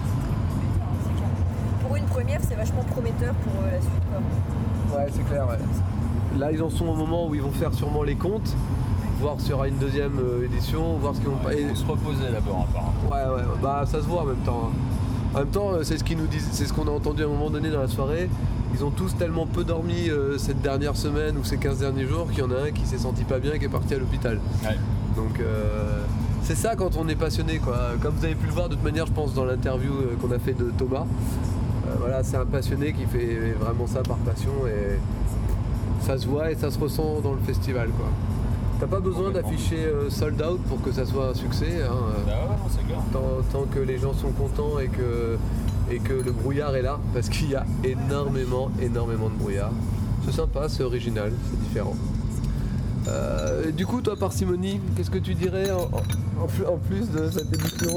Pour une première, c'est vachement prometteur pour la suite quoi. Ouais, c'est clair. Ouais. Là, ils en sont au moment où ils vont faire sûrement les comptes, voir s'il y aura une deuxième édition, voir ce qu'ils vont pas. Ils vont se reposer d'abord apparemment. Ouais, bah ça se voit en même temps. En même temps, c'est ce qu'ils nous disent, c'est ce qu'on a entendu à un moment donné dans la soirée. Ils ont tous tellement peu dormi cette dernière semaine ou ces 15 derniers jours qu'il y en a un qui s'est senti pas bien et qui est parti à l'hôpital. Ouais. Donc c'est ça quand on est passionné quoi. Comme vous avez pu le voir de toute manière je pense dans l'interview qu'on a fait de Thomas. Voilà, c'est un passionné qui fait vraiment ça par passion et ça se voit et ça se ressent dans le festival quoi. T'as pas besoin d'afficher sold out pour que ça soit un succès. Hein. Bah ouais, non, c'est clair. Tant que les gens sont contents et que le brouillard est là, parce qu'il y a énormément de brouillard. C'est sympa, c'est original, c'est différent. Du coup, toi, Parcimonie, qu'est-ce que tu dirais en plus de cette édition?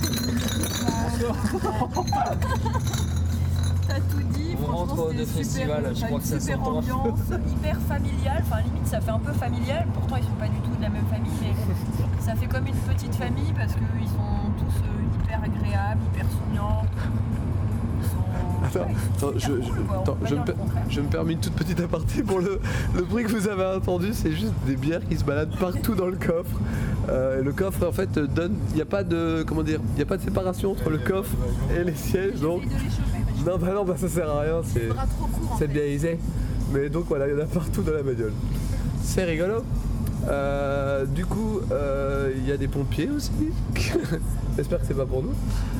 T'as tout dit, on rentre de festival, je crois que ça super s'entend. Ambiance, hyper familiale, enfin limite ça fait un peu familial, pourtant ils sont pas du tout de la même famille, mais ça fait comme une petite famille parce qu'ils sont tous hyper agréables, hyper souriants. Je me permets une toute petite aparté pour le bruit que vous avez entendu, c'est juste des bières qui se baladent partout dans le coffre. Le coffre en fait donne, il n'y a pas de séparation entre le coffre et les sièges donc. Non, ça sert à rien, c'est bien aisé. Mais donc voilà, il y en a partout dans la bagnole. C'est rigolo. Du coup, il y a des pompiers aussi. J'espère que c'est pas pour nous.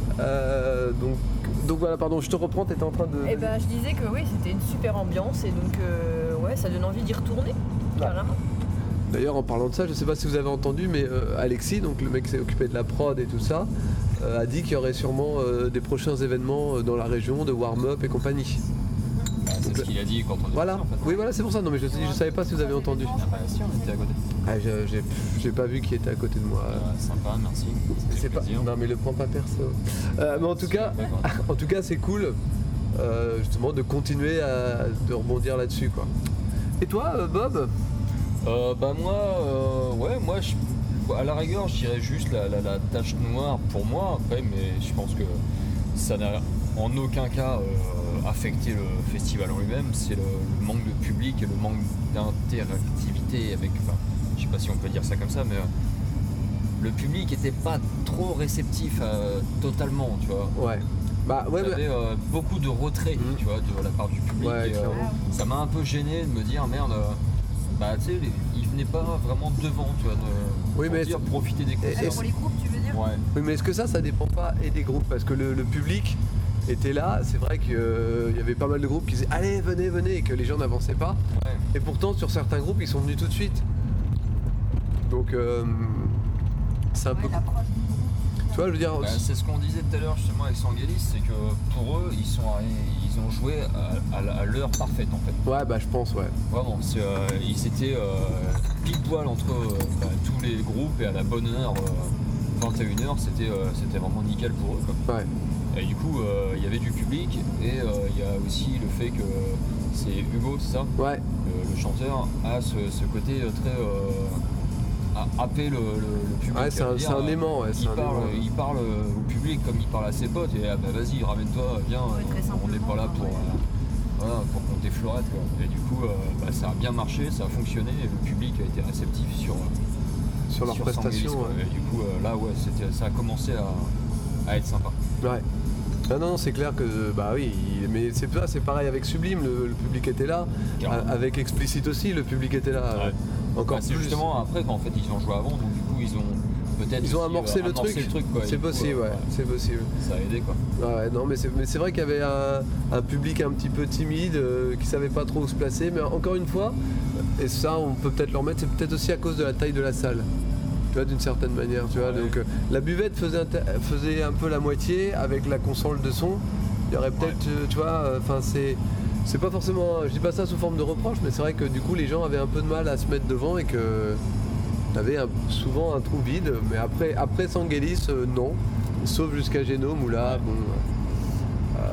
Donc voilà, pardon, je te reprends, t'étais en train de... Eh ben, je disais que oui, c'était une super ambiance et donc ouais, ça donne envie d'y retourner, carrément. D'ailleurs, en parlant de ça, je sais pas si vous avez entendu, mais Alexis, donc le mec qui s'est occupé de la prod et tout ça, a dit qu'il y aurait sûrement des prochains événements dans la région, de warm-up et compagnie. C'est ce qu'il a dit quand on est voilà. parti, en fait. Oui, voilà, c'est pour ça. Non, mais je savais pas si vous avez entendu. Ah bah si, on était à côté. Ah, j'ai pas vu qui était à côté de moi. Sympa, merci. C'est pas. Non, mais le prends pas perso. Mais en tout cas, c'est cool, justement, de continuer de rebondir là-dessus, quoi. Et toi, Bob? Bah moi, à la rigueur, je dirais juste la tache noire pour moi. Après, mais je pense que ça n'a en aucun cas affecté le festival en lui-même. C'est le manque de public et le manque d'interactivité avec. Enfin, je sais pas si on peut dire ça comme ça, mais le public était pas trop réceptif totalement, tu vois. Ouais. Bah ouais. Il y avait beaucoup de retrait, tu vois, de la part du public. Ouais, et, ça m'a un peu gêné de me dire merde. Bah tu sais, ils venaient pas vraiment devant, tu vois, profiter des concerts. Pour les groupes, tu veux dire? Ouais. Oui, mais est-ce que ça dépend pas et des groupes? Parce que le public était là, c'est vrai qu'il y avait pas mal de groupes qui disaient allez, venez, et que les gens n'avançaient pas. Ouais. Et pourtant, sur certains groupes, ils sont venus tout de suite. Donc, c'est un peu... Tu vois, je veux dire... c'est ce qu'on disait tout à l'heure justement avec Sangalis, c'est que pour eux, ils ont joué à l'heure parfaite en fait. Ouais, bah je pense, ouais. Vraiment, ils étaient pile poil entre tous les groupes et à la bonne heure, 21h, c'était vraiment nickel pour eux, quoi. Ouais. Et du coup, il y avait du public et il y a aussi le fait que c'est Hugo, c'est ça? Ouais. Le chanteur a ce côté très... à happer le public. Ouais, c'est un aimant, ouais. Il parle au public comme il parle à ses potes et vas-y, ramène-toi, viens, on n'est pas là pour compter fleurette, quoi. Et du coup, ça a bien marché, ça a fonctionné et le public a été réceptif sur leur prestation. Ouais. Et du coup, là, ouais, ça a commencé à être sympa. Ouais. Ah non, c'est clair que, bah oui, mais c'est pareil avec Sublime, le public était là. Avec Explicit aussi, le public était là. Ouais. Encore c'est plus. Justement après quand en fait ils ont joué avant, donc du coup ils ont amorcé le truc quoi. C'est possible, ouais, c'est possible. Ça a aidé quoi. Ouais, non, mais c'est vrai qu'il y avait un public un petit peu timide qui savait pas trop où se placer, mais encore une fois, et ça on peut peut-être le remettre, c'est peut-être aussi à cause de la taille de la salle. Tu vois, d'une certaine manière, tu vois. Donc la buvette faisait un peu la moitié avec la console de son. Il y aurait peut-être, tu vois, enfin c'est pas forcément, je dis pas ça sous forme de reproche, mais c'est vrai que du coup les gens avaient un peu de mal à se mettre devant et que t'avais souvent un trou vide. Mais après Sangalis, non, sauf jusqu'à Génome où là, bon,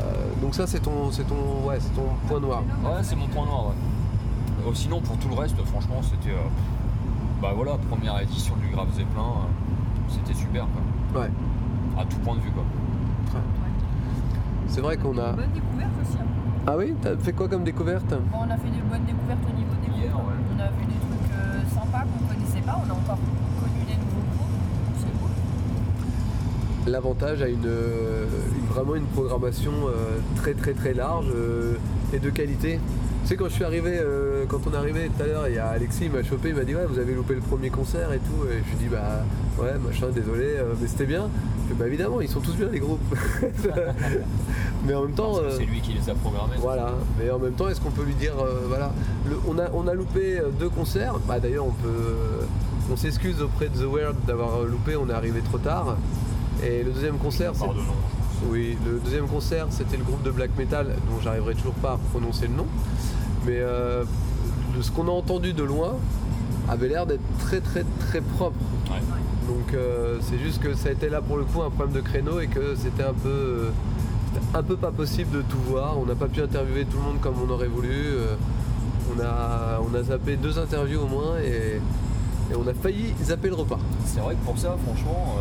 Donc ça c'est ton point noir. Ouais, c'est mon point noir. Ouais. Sinon pour tout le reste, franchement, c'était première édition du Graf Zeppelin, c'était super quoi. Ouais. À tout point de vue quoi. C'est vrai qu'on a. Bonne découverte aussi. Ah oui, t'as fait quoi comme découverte? On a fait des bonnes découvertes au niveau des groupes. On a vu des trucs sympas qu'on connaissait pas. On a encore connu des nouveaux groupes. C'est cool. L'avantage a vraiment une programmation très très très large et de qualité. Tu sais, quand je suis arrivé, quand on est arrivé tout à l'heure, il y a Alexis, il m'a chopé, il m'a dit ouais, vous avez loupé le premier concert et tout. Et je lui ai dit bah ouais, machin, désolé, mais c'était bien. Je fais, bah évidemment, ils sont tous bien les groupes. Mais en même temps. C'est lui qui les a programmés. Voilà, mais en même temps, est-ce qu'on peut lui dire voilà, on a loupé 2 concerts. Bah d'ailleurs, on s'excuse auprès de The Weird d'avoir loupé, on est arrivé trop tard. Et le deuxième concert, le deuxième concert, c'était le groupe de black metal dont j'arriverai toujours pas à prononcer le nom. Mais de ce qu'on a entendu de loin, avait l'air d'être très très très propre. Ouais. Donc c'est juste que ça a été là pour le coup un problème de créneau et que c'était un peu pas possible de tout voir. On n'a pas pu interviewer tout le monde comme on aurait voulu. On a zappé 2 interviews au moins et on a failli zapper le repas. C'est vrai que pour ça, franchement,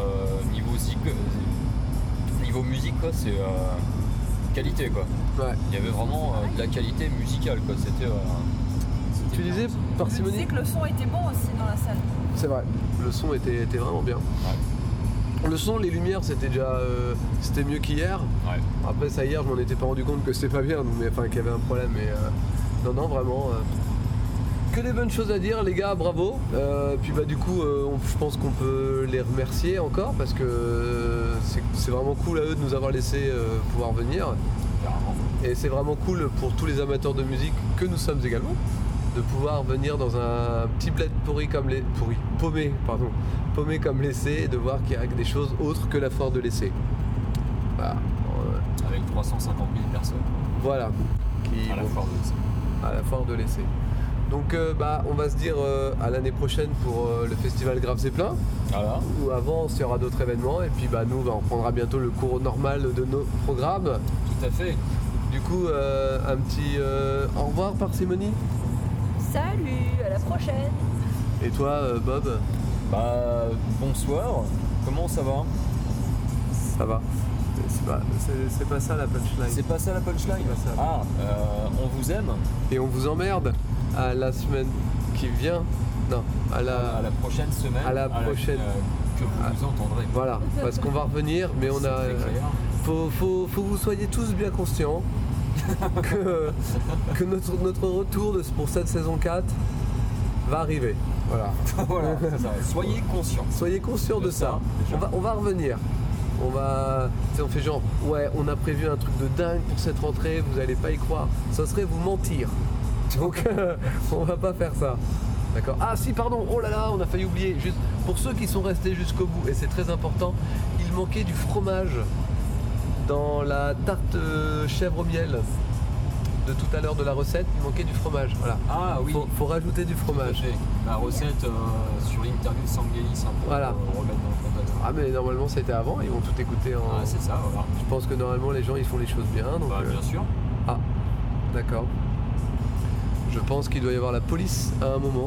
niveau musique, quoi, c'est qualité, quoi. Ouais. Il y avait vraiment de la qualité musicale, quoi. Tu disais parcimonie. Je disais que le son était bon aussi dans la salle. C'est vrai, le son était vraiment bien. Ouais. Le son, les lumières, c'était déjà c'était mieux qu'hier. Ouais. Après ça, hier, je m'en étais pas rendu compte que c'était pas bien, qu'il y avait un problème. Mais non, vraiment. Que des bonnes choses à dire, les gars, bravo. Puis du coup, je pense qu'on peut les remercier encore parce que c'est vraiment cool à eux de nous avoir laissé pouvoir venir. Et c'est vraiment cool pour tous les amateurs de musique que nous sommes également de pouvoir venir dans un petit bled paumé comme l'Essai et de voir qu'il y a des choses autres que la foire de l'Essai. Voilà. Avec 350 000 personnes. Voilà. À la foire de l'Essai. À la foire de l'Essai. Donc on va se dire à l'année prochaine pour le festival Graf Zeppelin. Voilà. Ou avant, il y aura d'autres événements. Et puis nous, on reprendra bientôt le cours normal de nos programmes. Tout à fait. Du coup, un petit au revoir, parcimonie. Salut, à la prochaine. Et toi, Bob? Bonsoir. Comment ça va? Ça va. C'est pas ça la punchline. C'est pas ça la punchline. On vous aime. Et on vous emmerde à la semaine qui vient. Non, à la prochaine semaine. À la prochaine. Que vous entendrez. Voilà, parce qu'on va revenir, mais on a. Faut que vous soyez tous bien conscients que notre retour pour cette saison 4 va arriver. Voilà. Voilà, c'est ça. Soyez conscients. Soyez conscients de ça. On va revenir. On fait genre, ouais, on a prévu un truc de dingue pour cette rentrée, vous allez pas y croire. Ça serait vous mentir. Donc, on va pas faire ça. D'accord. Ah si, pardon, oh là là, on a failli oublier. Juste pour ceux qui sont restés jusqu'au bout, et c'est très important, il manquait du fromage dans la tarte chèvre au miel de tout à l'heure de la recette, il manquait du fromage. Voilà. Ah oui. Faut rajouter du fromage. La recette sur l'interview de Sangueli, c'est un peu voilà. Remettre dans le contexte. Ah mais normalement c'était avant, ils vont tout écouter en. Ah c'est ça, voilà. Je pense que normalement les gens ils font les choses bien. Donc, bien sûr. Ah, d'accord. Je pense qu'il doit y avoir la police à un moment.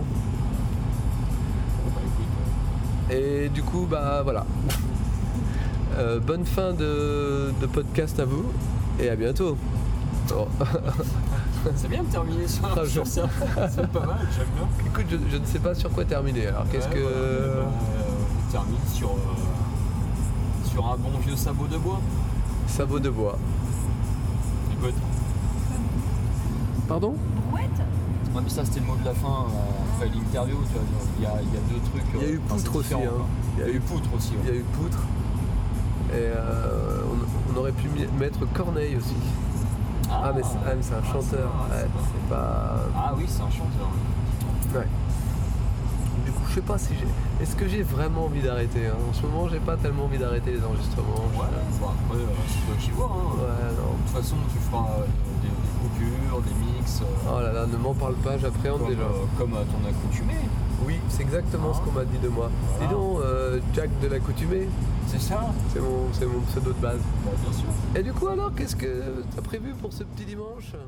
Et du coup, voilà. Bonne fin de podcast à vous et à bientôt. Oh. C'est bien de terminer sur ça. C'est pas mal, j'aime bien. Écoute, je ne sais pas sur quoi terminer. Alors qu'est-ce que. On termine sur un bon vieux sabot de bois. Sabot de bois. Écoute. Pardon? Brouette. Ouais, mais ça c'était le mot de la fin après l'interview, tu vois. Il y a 2 trucs. Il y a eu poutre aussi. Il y a eu poutre aussi. Il y a eu poutre. Et on aurait pu mettre Corneille aussi. Ah mais c'est un chanteur. C'est pas. Ah oui, c'est un chanteur. Ouais. Du coup, je sais pas si est-ce que j'ai vraiment envie d'arrêter. En ce moment, j'ai pas tellement envie d'arrêter les enregistrements. Ouais. Après, c'est toi qui vois. Ouais, non. De toute façon, tu feras des coupes piqûres, des mix. Oh là là, ne m'en parle pas, j'appréhende déjà. Comme à ton accoutumé. Oui, c'est exactement ce qu'on m'a dit de moi. Dis donc, Jack de l'accoutumé. C'est ça. C'est mon pseudo de base. Bien sûr. Et du coup alors, qu'est-ce que t'as prévu pour ce petit dimanche ?